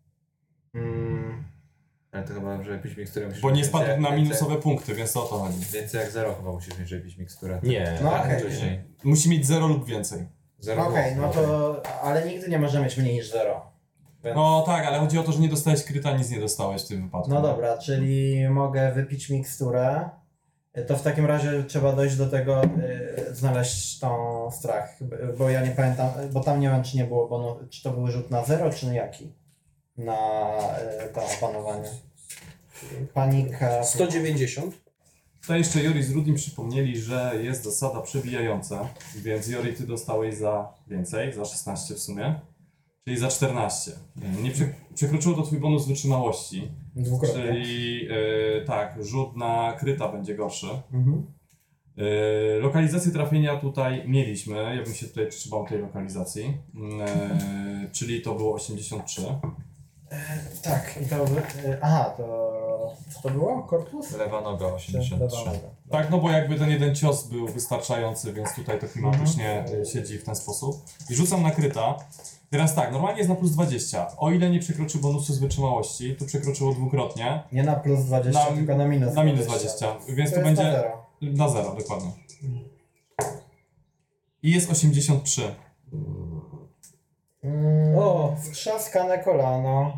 Ale to chyba, że pić miksturę musisz Bo nie mieć spadł więcej- na więcej- minusowe punkty, więc o to chodzi. Więcej jak 0 chyba musisz mieć, żeby pić miksturę. Nie. No tak, okej. wcześniej. Musi mieć 0 lub więcej. Okej, no to... Ale nigdy nie może mieć mniej niż 0. No tak, ale chodzi o to, że nie dostałeś kryta, nic nie dostałeś w tym wypadku. No dobra, czyli mogę wypić miksturę. To w takim razie trzeba dojść do tego, znaleźć tą strach, bo ja nie pamiętam, bo tam nie wiem, czy nie było, czy to był rzut na 0, czy na jaki? Na to opanowanie. Panika. 190. To jeszcze Jori z Rudim przypomnieli, że jest zasada przebijająca, więc Jori, ty dostałeś za więcej, za 16 w sumie, czyli za 14. Nie przekroczyło to twój bonus wytrzymałości, Dwukrotnie. czyli tak, rzut na kryta będzie gorszy. Mhm. Lokalizację trafienia tutaj mieliśmy, ja bym się tutaj trzymał tej lokalizacji, czyli to było 83. Tak, i to... aha, to... Co to było? Korpus? Lewa noga Czy 83. lewa noga? Tak, no bo jakby ten jeden cios był wystarczający, więc tutaj to klimatycznie siedzi w ten sposób. I rzucam na kryta. Teraz tak, normalnie jest na plus 20. O ile nie przekroczy bonusu z wytrzymałości, to przekroczyło dwukrotnie. Nie na plus 20, tylko na minus 20. Na minus 20, więc to jest będzie na 0. na 0, dokładnie. I jest 83. O, wtrzaskane kolano.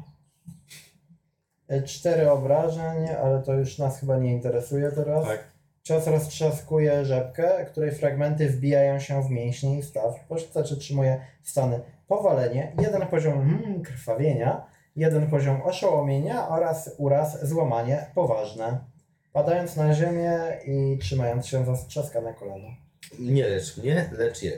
4 obrażeń, ale to już nas chyba nie interesuje teraz. Tak. Cios roztrzaskuje rzepkę, której fragmenty wbijają się w mięśnie i staw. Postać otrzymuje stany powalenie, 1 poziom krwawienia, 1 poziom oszołomienia oraz uraz, złamanie poważne. Padając na ziemię i trzymając się za strzaskane kolano. Nie lecz mnie, lecz je.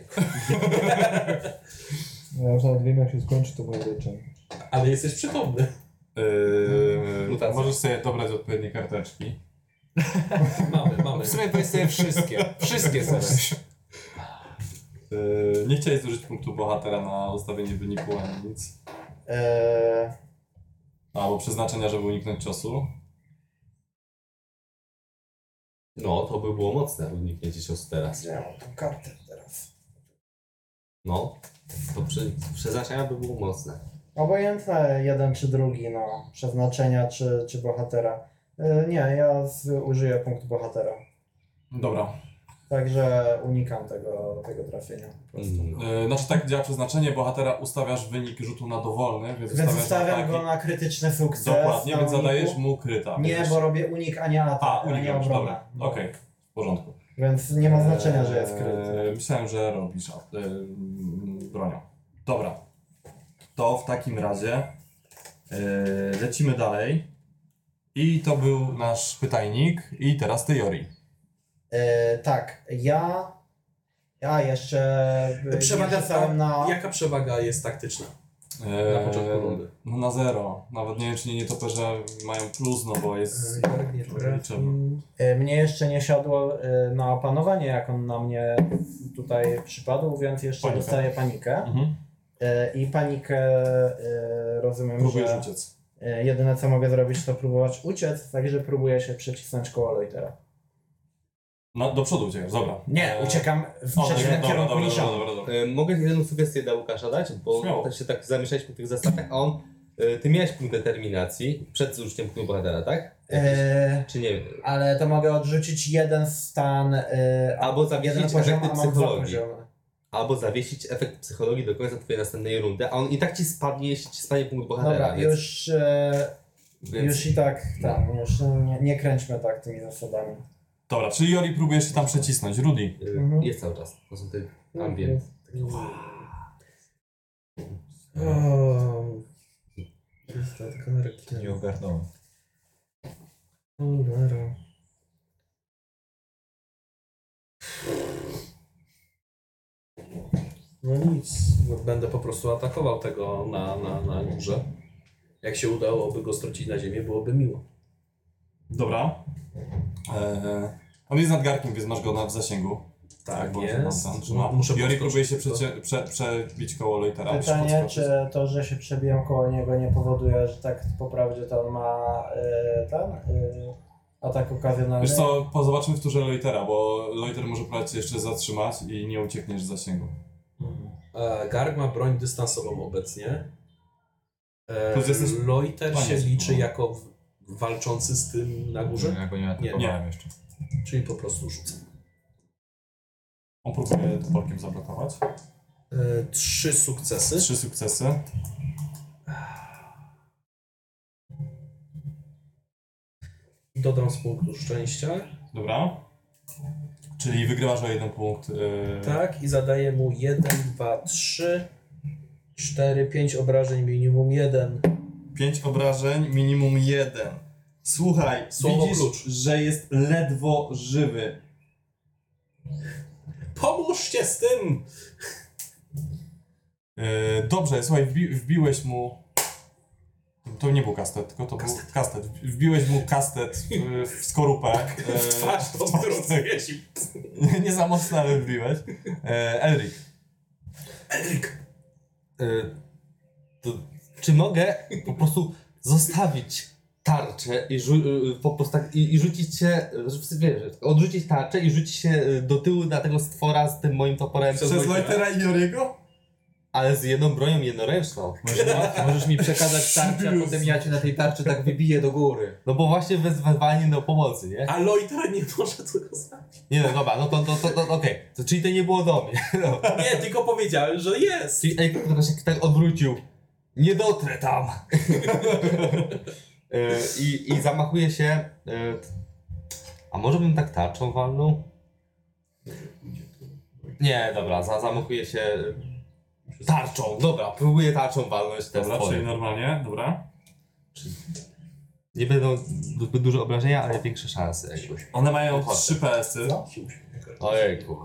Ja już nawet wiem, jak się skończy to moje leczenie. Ale jesteś przytomny. Mutacja. Możesz sobie dobrać odpowiednie karteczki. Mamy. W sumie powiedz sobie wszystkie. Wszystkie sobie. Nie chciałeś zużyć punktu bohatera na ustawienie wyniku ani nic. Albo przeznaczenia, żeby uniknąć ciosu. No, to by było mocne, uniknięcie ciosu teraz. Ja mam tą kartę teraz. No, to przeznaczenia by było mocne. Obojętne jeden czy drugi, no. Przeznaczenia czy bohatera. Nie, ja użyję punktu bohatera. Dobra. Także unikam tego trafienia. Po prostu. Znaczy tak działa przeznaczenie, bohatera ustawiasz wynik rzutu na dowolny, więc Ustawiam ataki. go na krytyczny sukces. Dokładnie, na więc uniku. zadajesz mu kryta. Nie, wiesz. bo robię unik, a nie atak, a unik nie robisz, obronę. dobra. Okej, w porządku. Więc nie ma znaczenia, że jest kryt. Myślałem, że robisz bronią. Dobra. To w takim razie lecimy dalej. I to był nasz pytajnik. I teraz ty, Jori. Tak, ja jeszcze Przewaga rzucałem na... Jaka przewaga jest taktyczna na początku rundy? No na 0. Nawet nie wiem, czy nietoperze mają plus, no bo jest... Mnie jeszcze nie siadło na opanowanie, jak on na mnie tutaj przypadł, więc jeszcze Panika. dostaję panikę. Mhm. I panikę rozumiem, Próbujesz że uciec. jedyne co mogę zrobić to próbować uciec, także próbuję się przecisnąć koło Loitera. No, do przodu uciekasz, dobra. Nie, uciekam w O, przeciwnym dobra, kierunku dobra, niż dobra, on. dobra, dobra. Mogę jedną sugestię dla Łukasza dać? Bo Śmiało. też się tak zamieszaliśmy w tych zasadach, a on... Ty miałeś punkt determinacji przed zużyciem punktu bohatera, tak? Czy nie? Ale to mogę odrzucić jeden stan, Albo zawiesić jeden poziom, efekty a mam dwa psychologii. poziomy. Albo zawiesić efekt psychologii do końca twojej następnej rundy, a on i tak ci spadnie, jeśli ci spadnie punkt bohatera. Dobra, więc, już i tak, już nie kręćmy tak tymi zasadami. Dobra, czyli Jori próbujesz się tam przecisnąć. Rudy. Jest cały czas. To są te ambient. Nie ogarnąłem. No nic, no będę po prostu atakował tego na górze. Jak się udałoby go strącić na ziemię, byłoby miło. Dobra. On jest nad garkiem, więc masz go w zasięgu. Tak, bo jest. on tam trzyma. Muszę Jori podskoczyć próbuje się przebić koło Loitera. musisz Pytanie, podskoczyć. czy to, że się przebijam koło niego nie powoduje, że tak po prawdzie to on ma atak okazjonalny? Wiesz co, zobaczmy w turze Loitera, bo Loiter może próbować cię jeszcze zatrzymać i nie uciekniesz z zasięgu. Garg ma broń dystansową obecnie. Plus jesteś- Loiter Panie, się liczy no. jako walczący z tym na górze? Ja go nie atakowałem jeszcze. Czyli po prostu rzucam. On próbuje toporkiem zablokować. 3 sukcesy. 3 sukcesy. Dodam z punktu szczęścia. Dobra. Czyli wygrywasz o 1 punkt. Tak, i zadaję mu 1, 2, 3, 4, 5 obrażeń, minimum 1. 5 obrażeń, minimum 1. Słuchaj, Słowo widzisz, klucz. że jest ledwo żywy. Pomóżcie z tym! Dobrze, słuchaj, wbiłeś mu... To nie był kastet, tylko to był kastet. Wbiłeś mu kastet w skorupę. W twarz, tą, którą zwiesił. Nie za mocno, ale wbiłeś. Elric. Czy mogę po prostu zostawić tarczę po prostu tak, i rzucić się, wiesz, odrzucić tarczę i rzucić się do tyłu na tego stwora z tym moim toporem? Przez Loitera i Joriego? Ale z jedną bronią jednoręczną. Możesz mi przekazać tarczę, a potem ja cię na tej tarczy tak wybiję do góry. No bo właśnie wezwanie do pomocy, nie? A Loiter nie może tego zrobić. Nie no dobra, no to okej. To czyli to nie było do mnie. No. Nie, tylko powiedziałem, że jest. Czyli ktoś się tak odwrócił. Nie dotrę tam. I zamachuje się. A może bym tak tarczą walnął? Nie, dobra, zamachuje się tarczą. Dobra, próbuję tarczą walnąć te Dobra, czyli stwory. normalnie, dobra. Nie będą zbyt duże obrażenia, ale większe szanse jakby. One mają Ochotę. 3 PS-y. Ojejku.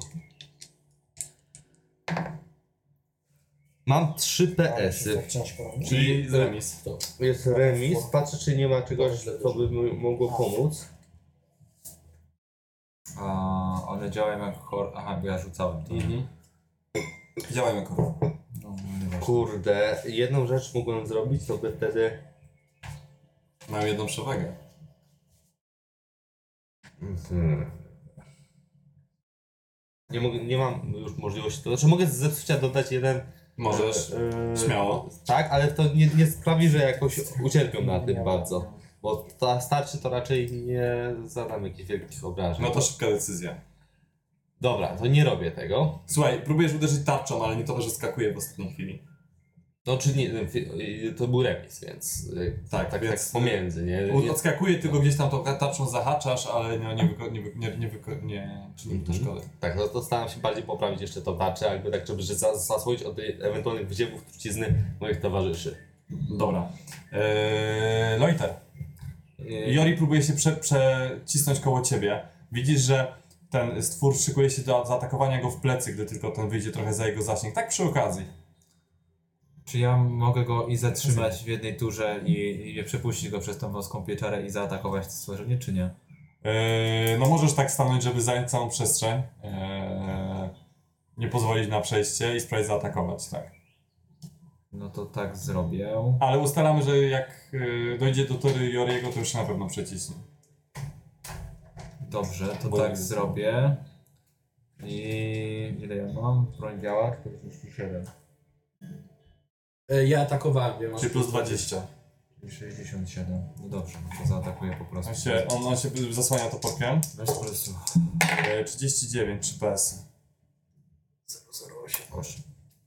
Mam 3 PS-y. Tak ciężko robić. Czyli remis. Jest remis. Patrzę, czy nie ma czegoś, co by mi mogło pomóc. A one działają jak Aha, bo ja rzucałem to. Działają jako. No, nieważne. Kurde, jedną rzecz mogłem zrobić, to by wtedy... Mają jedną przewagę. Nie mam już możliwości, to znaczy mogę z zepsucia dodać jeden... Możesz. Śmiało. Tak, ale to nie sprawi, że jakoś ucierpią na tym bardzo. Bo ta starczy to raczej nie zadam jakichś wielkich obrażeń. No to szybka decyzja. Dobra, to nie robię tego. Słuchaj, próbujesz uderzyć tarczą, ale nie to, że skakuje w ostatniej chwili. No czy nie, to był remis, więc tak pomiędzy, nie? Odskakuje, tylko gdzieś tam tą tarczą zahaczasz, ale nie czyni to szkody. Tak, no to staram się bardziej poprawić jeszcze tą tarczę, jakby tak, żeby zasłonić od ewentualnych wyziewów trucizny moich towarzyszy. Dobra. Loiter. Jori próbuje się przecisnąć koło ciebie. Widzisz, że ten stwór szykuje się do zaatakowania go w plecy, gdy tylko ten wyjdzie trochę za jego zasięg. Tak przy okazji. Czy ja mogę go i zatrzymać w jednej turze i nie przepuścić go przez tą wąską pieczarę i zaatakować to stworzenie, czy nie? No możesz tak stanąć, żeby zająć całą przestrzeń. Nie pozwolić na przejście i spróbować zaatakować, tak. No to tak zrobię. Ale ustalamy, że jak dojdzie do tory Joriego, to już się na pewno przeciśnie. Dobrze, to tak zrobię. I ile ja mam? Broń biała? 47. Ja atakowałem, wiem. Czyli plus 20. I 67. No dobrze, no to zaatakuję po prostu. On się zasłania toporkiem. Bez stresu. 39, 3 PS. 008. Proszę.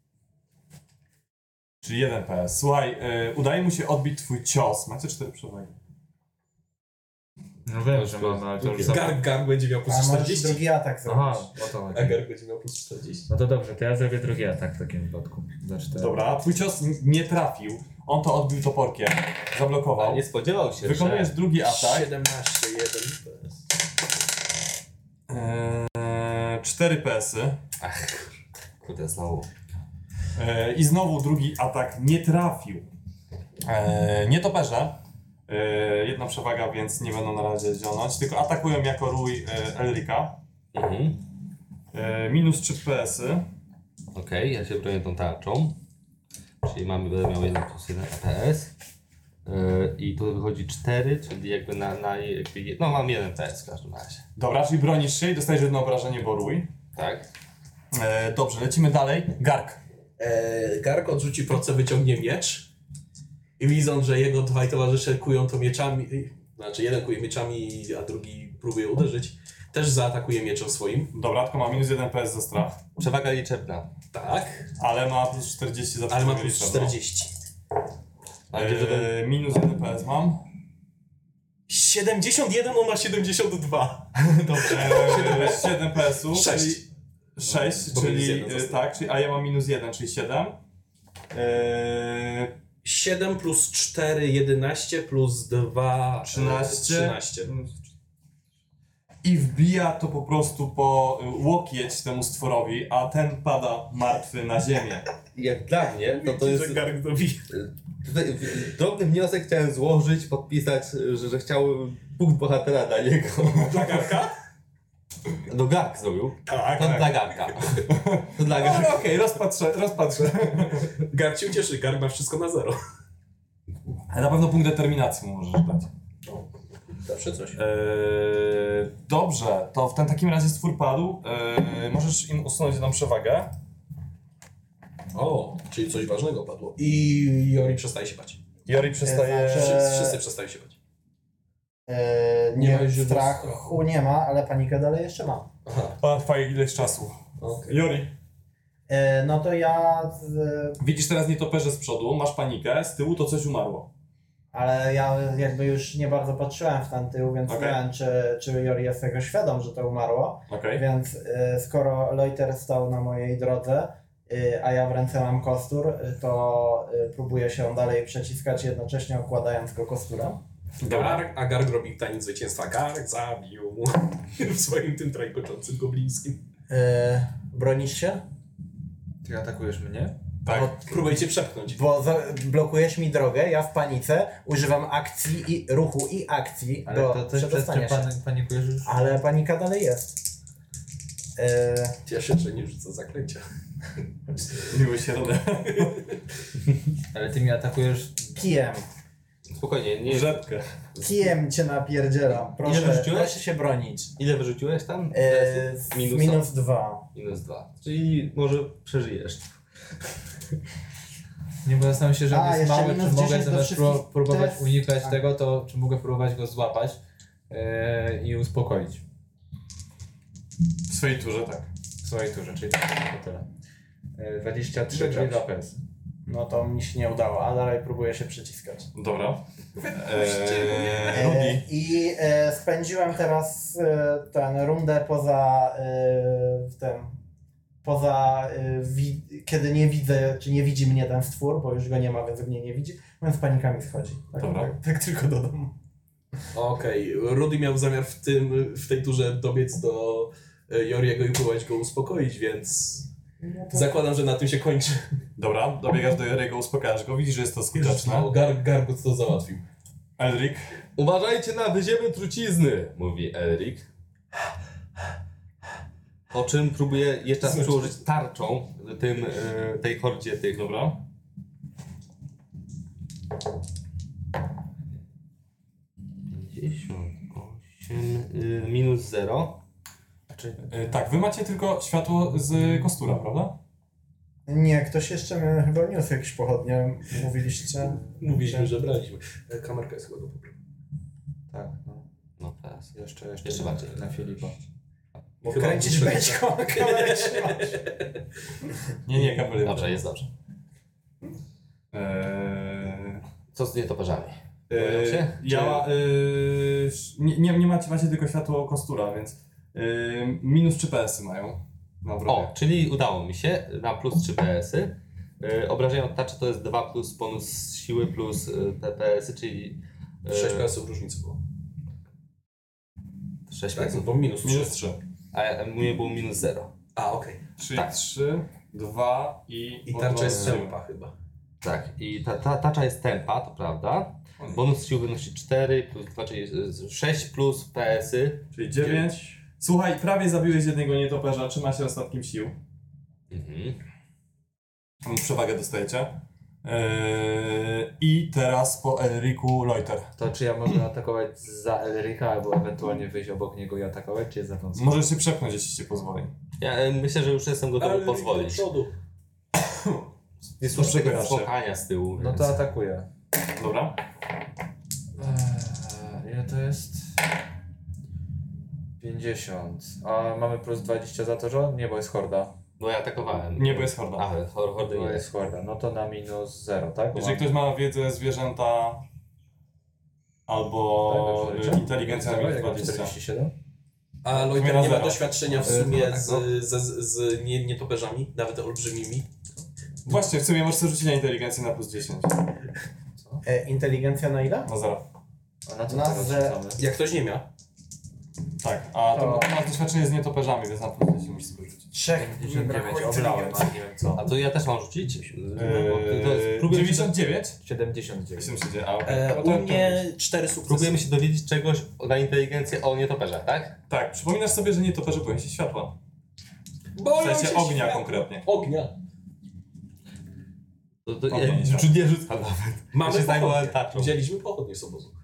Czyli 1 PS. Słuchaj, udaje mu się odbić twój cios. Macie 4 przewagi. No wiem, że mamy, ale to już Garg będzie miał plus A możesz 40. drugi atak zrobić. Aha, o to chodzi. A Garg będzie miał plus 40. No to dobrze, to ja zrobię drugi atak w takim wypadku. Za 4. Dobra, twój cios nie trafił. On to odbił toporkiem. Zablokował. Ale nie spodziewał się, Wykonujesz drugi atak. 17, 1 PS. 4 PS-y. Ach, kurde, znowu. I znowu drugi atak nie trafił. Nietoperze. Jedna przewaga, więc nie będą na razie zionąć, tylko atakują jako rój Elrika. Mhm. Minus 3 PS-y. Okej, ja się bronię tą tarczą. Czyli będę miał 1 plus 1 APS. I tu wychodzi 4, czyli jakby no mam 1 PS w każdym razie. Dobra, czyli bronisz się i dostajesz jedno obrażenie, bo rój. Tak? Dobrze, lecimy dalej. Garg. Garg odrzuci proce, wyciągnie miecz. I widząc, że jego dwaj towarzysze kują to mieczami, znaczy jeden kuje mieczami, a drugi próbuje uderzyć, też zaatakuje mieczem swoim. Dobra, tylko ma minus 1 PS za strach. Przewaga liczebna. Tak, Ale ma plus 40 za ale ma przewagę plus liczebną. 40. Minus 1 PS mam. 71, on ma 72. Dobrze. 7 PS-ów. 6. Czyli 6, Bo minus czyli jeden został. tak, czyli, a ja mam minus 1, czyli 7. 7 plus 4, 11 plus 2, 13. 13. I wbija to po prostu po łokieć temu stworowi, a ten pada martwy na ziemię. Jak dla mnie, to jest... Że Garg dobije. Tutaj drobny wniosek chciałem złożyć, podpisać, że chciał punkt bohatera dla niego. Dla Garga? No Garg zrobił. Tak, To dla Garga. To dla Garga. Ale okej, rozpatrzę. Garg się ucieszy, Garg ma wszystko na 0. Ale na pewno punkt determinacji mu możesz dać. Zawsze coś. Dobrze, to w takim razie stwór padł. Możesz im usunąć jedną przewagę. O, czyli coś ważnego padło. I Jori przestaje się bać. Jori przestaje... Wszyscy przestają się bać. Nie, ma źródła strachu nie ma, ale panikę dalej jeszcze ma. Aha, A, trwa ileś czasu. okej. Jori. No to ja... Widzisz teraz nietoperze z przodu, masz panikę, z tyłu to coś umarło. Ale ja jakby już nie bardzo patrzyłem w ten tył, więc Okej. nie wiem, czy Jori jest tego świadom, że to umarło. Okej. Więc skoro Loiter stał na mojej drodze, a ja w ręce mam kostur, to próbuję się dalej przeciskać, jednocześnie okładając go kosturem. A Garg robi taniec zwycięstwa. Garg zabił mu w swoim tym trajkoczącym goblińskim. Bronisz się? Ty atakujesz mnie? Tak. Próbujcie przepchnąć. Bo blokujesz mi drogę, ja w panice używam akcji i ruchu i akcji Ale do to ty przez przedostania się. panikujesz już? Ale panika dalej jest. Cieszę się, że nie rzucę zaklęcia. Miły się rodę. Ale ty mnie atakujesz... Kijem. Spokojnie, nie... Rzepkę. Kijem cię napierdzielam. Ile Proszę, wyrzuciłeś? proszę się bronić. Ile wyrzuciłeś tam? Minusa? Minus 2. Minus 2. Czyli może przeżyjesz. Nie, bo zastanawiam się, że on jest jeszcze mały, czy minus mogę 10 do zamiast wszystkich próbować test. unikać Tak. tego, to czy mogę próbować go złapać i uspokoić W swojej turze, tak. w swojej turze, czyli to tyle. 23, Wygrać. czyli 2 PS. No to mi się nie udało, a dalej próbuję się przyciskać. Dobra. Rudy. I spędziłem teraz tę rundę kiedy nie widzę, czy nie widzi mnie ten stwór, bo już go nie ma, więc mnie nie widzi, więc panikami schodzi. Dobra. Tak tylko dodam. Okej, Rudy miał zamiar w tej turze dobiec do Joriego i próbować go uspokoić, więc zakładam, że na tym się kończy. Dobra, dobiegasz do Joriego, uspokajasz go, widzisz, że jest to skuteczne. No, Gargut to załatwił. Elric. Uważajcie na wyziewy trucizny, mówi Elric. Po czym próbuje jeszcze raz przyłożyć tarczą tej hordzie tych. Dobra. Minus 0. Tak, wy macie tylko światło z kostura, prawda? Nie, ktoś jeszcze mnie chyba niósł jakieś pochodnie, mówiliście. Mówiliśmy, że braliśmy. Kamerka jest chyba do poprawy. Tak, no. No teraz. Jeszcze bardziej na Filipa. Bo Chyba kręcić muszę- beczką, a kamerę trzymasz. Nie, kamery. Dobrze, jest dobrze. Co z nietoperzami? Boją się? Nie macie tylko światło kostura, więc minus 3 PS-y mają na obronie. O, czyli udało mi się na plus 3 PS-y. Obrażenia od tarczy to jest 2 plus bonus siły plus te PS-y, czyli 6 PS-ów różnicy było. 6 Tak, PS-ów. bo minus 3. Minus 3. A mój był minus 0. A, okej. Czyli Tak. 3, 2 i... I tarcza jest bonus tempa chyba. Tak, i ta tarcza jest tempa, to prawda. Bonus siły wynosi 4 plus 2, czyli 6 plus PS-y. Czyli 9. Słuchaj, prawie zabiłeś jednego nietoperza, trzyma się ostatnim sił. Przewagę dostajecie. I teraz po Elriku Loiter. To czy ja mogę atakować za Elrika, albo ewentualnie wyjść obok niego i atakować, czy jest zacząć? Możesz się przepchnąć, jeśli ci pozwoli. Ja myślę, że już jestem gotowy Ale do pozwolić. przodu. Nie słyszę tego Przepraszam. skakania z tyłu. No to atakuję. Dobra. Ile to jest? 50. A mamy plus 20 za to, że on? Nie, bo jest horda. Bo ja atakowałem. Nie, bo jest horda. A, hordy Bo nie jest horda. No to na minus 0, tak? Bo Jeżeli mam- ktoś ma wiedzę zwierzęta albo Tak, dobrze. inteligencja Zero, minus jak 20. 47? A Loiter Wymiana nie ma zero. doświadczenia w No sumie tak, z nietoperzami, nawet olbrzymimi. Właśnie, w sumie możesz sobie rzucić na inteligencję na plus 10. Inteligencja na ile? Na 0. A na co Na teraz ze- rzucamy? Jak ktoś nie miał. Tak, a to masz doświadczenie z nietoperzami, więc na plus 10 musisz sobie rzucić. 59, oblałem, a nie wiem co. A to ja też mam rzucić? Próbujemy się, 99? 79. 79, a okej. No to- U mnie 4 sukcesy. próbujemy się dowiedzieć czegoś na inteligencję o nietoperzach, tak? Tak, przypominasz sobie, że nietoperze boją się światła. W Boją sensie się ognia światła. konkretnie. Ognia. To Okej, ja nie nie rzucam nawet. Mamy Ja się zajmowałem pochodnie. tarczą. Wzięliśmy pochodnie z obozu.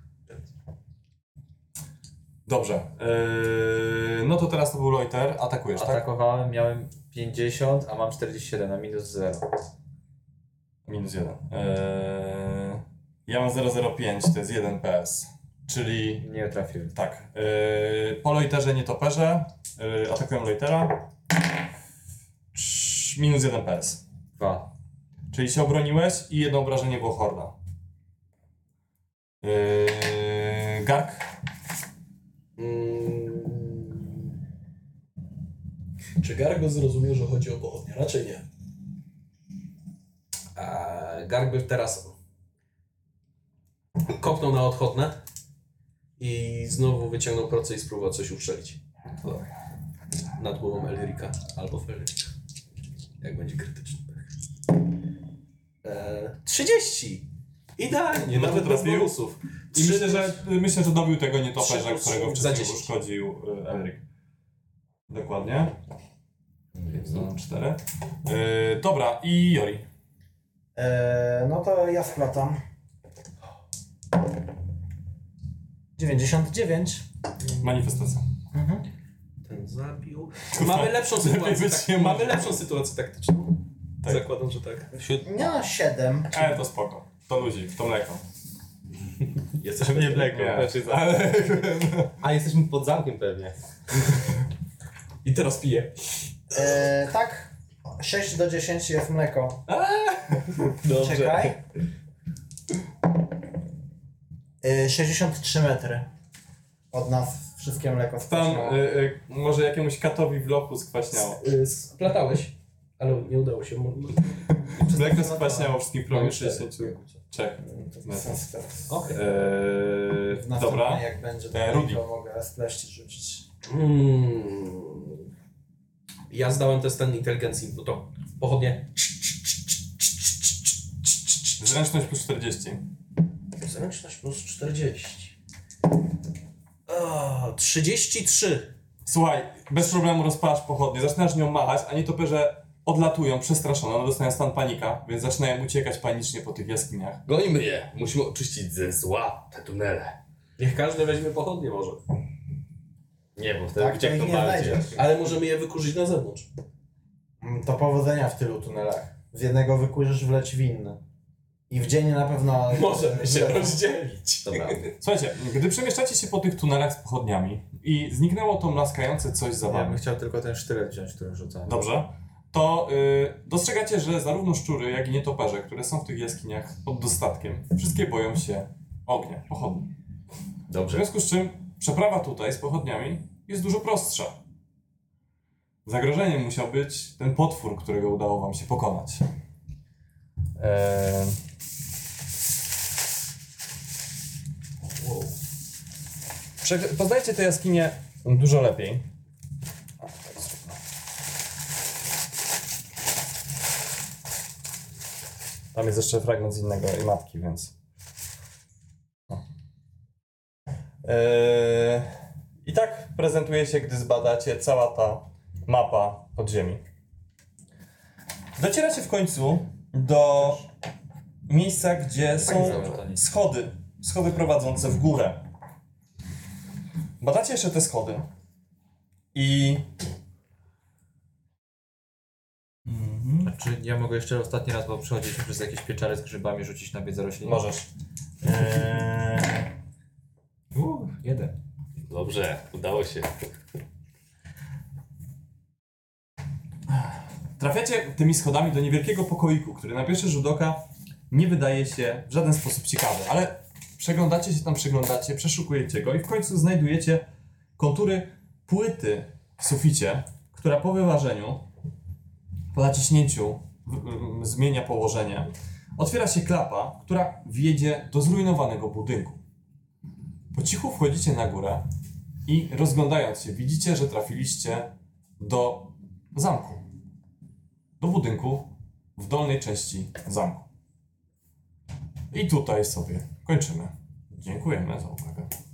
Dobrze. No to teraz to był Loiter. Atakujesz, tak? Atakowałem, miałem 50, a mam 47, na minus 0. Minus 1. Ja mam 005, to jest 1 PS. Czyli Nie trafiłem. tak. Po Loiterze nietoperze. Atakują Loitera. Minus 1 PS. 2. Czyli się obroniłeś i jedno obrażenie było horda. Gark. Czy Gargo zrozumiał, że chodzi o pochodnie? Raczej nie. Garg by teraz kopnął na odchodne i znowu wyciągnął proce i spróbował coś ustrzelić. Nad głową Elrika albo w Elrika. Jak będzie krytyczny pech. 30! Idealnie, No to nawet bez trafił. bonusów. I myślę, że dobił tego nietoperza, 3 plus którego za wcześniej 10. uszkodził Elric. Dokładnie. Więc to 4. Dobra, i Jori. No to ja splatam. 99. Manifestacja. Ten zabił. Mamy lepszą sytuację, być nie mamy może. lepszą sytuację taktyczną. Tak. Zakładam, że tak. No 7. To spoko. To ludzi, to mleko. Jesteśmy Nie mleko, ale... A jesteśmy pod zamkiem pewnie. I teraz piję. Tak, 6 do 10 jest mleko. Dobrze. Czekaj. 63 metry. Od nas wszystkie mleko Tam spaśniało. może jakiemuś katowi w lochu skwaśniało. Splatałeś, ale nie udało się. Mleko skwaśniało wszystkim promieniu 63. Okej. W następnej, Dobra. jak będzie Rudy. to mogę spleść rzucić. Ja zdałem test ten inteligencji, bo to pochodnie. Zręczność plus 40. Zręczność plus 40. 33. Słuchaj, bez problemu rozpalasz pochodnie, zaczynasz nią machać, a nietoperze odlatują przestraszone, one dostają stan panika, więc zaczynają uciekać panicznie po tych jaskiniach. Gonimy je. Musimy oczyścić ze zła te tunele. Niech każdy weźmie pochodnie może. Nie, bo wtedy Tak, to ich uciekną nie bardziej. znajdziesz. Ale możemy je wykurzyć na zewnątrz. To powodzenia w tylu tunelach. Z jednego wykurzysz, wleć w inny. I w dzień na pewno... Możemy się rozdzielić. Dobra. Słuchajcie, gdy przemieszczacie się po tych tunelach z pochodniami i zniknęło to mlaskające coś za Ja wami, bym chciał tylko ten sztylet wziąć, który rzucałem. dobrze, to dostrzegacie, że zarówno szczury, jak i nietoperze, które są w tych jaskiniach pod dostatkiem, wszystkie boją się ognia, pochodni. W Dobrze. związku z czym przeprawa tutaj z pochodniami jest dużo prostsza. Zagrożeniem musiał być ten potwór, którego udało wam się pokonać. Poznajcie tę jaskinię dużo lepiej. Tam jest jeszcze fragment z innego mapki, więc... I tak prezentuje się, gdy zbadacie cała ta mapa podziemi. Docieracie w końcu do miejsca, gdzie są schody prowadzące w górę. Badacie jeszcze te schody i... Czy ja mogę jeszcze ostatni raz, bo przechodziliśmy przez jakieś pieczary z grzybami, rzucić na wiedzę roślin? Możesz. 1. Dobrze, udało się. Trafiacie tymi schodami do niewielkiego pokoiku, który na pierwszy rzut oka nie wydaje się w żaden sposób ciekawy, ale przeglądacie się tam, przeszukujecie go i w końcu znajdujecie kontury płyty w suficie, która po wyważeniu, po naciśnięciu zmienia położenie. Otwiera się klapa, która wiedzie do zrujnowanego budynku. Po cichu wchodzicie na górę i rozglądając się widzicie, że trafiliście do zamku. Do budynku w dolnej części zamku. I tutaj sobie kończymy. Dziękujemy za uwagę.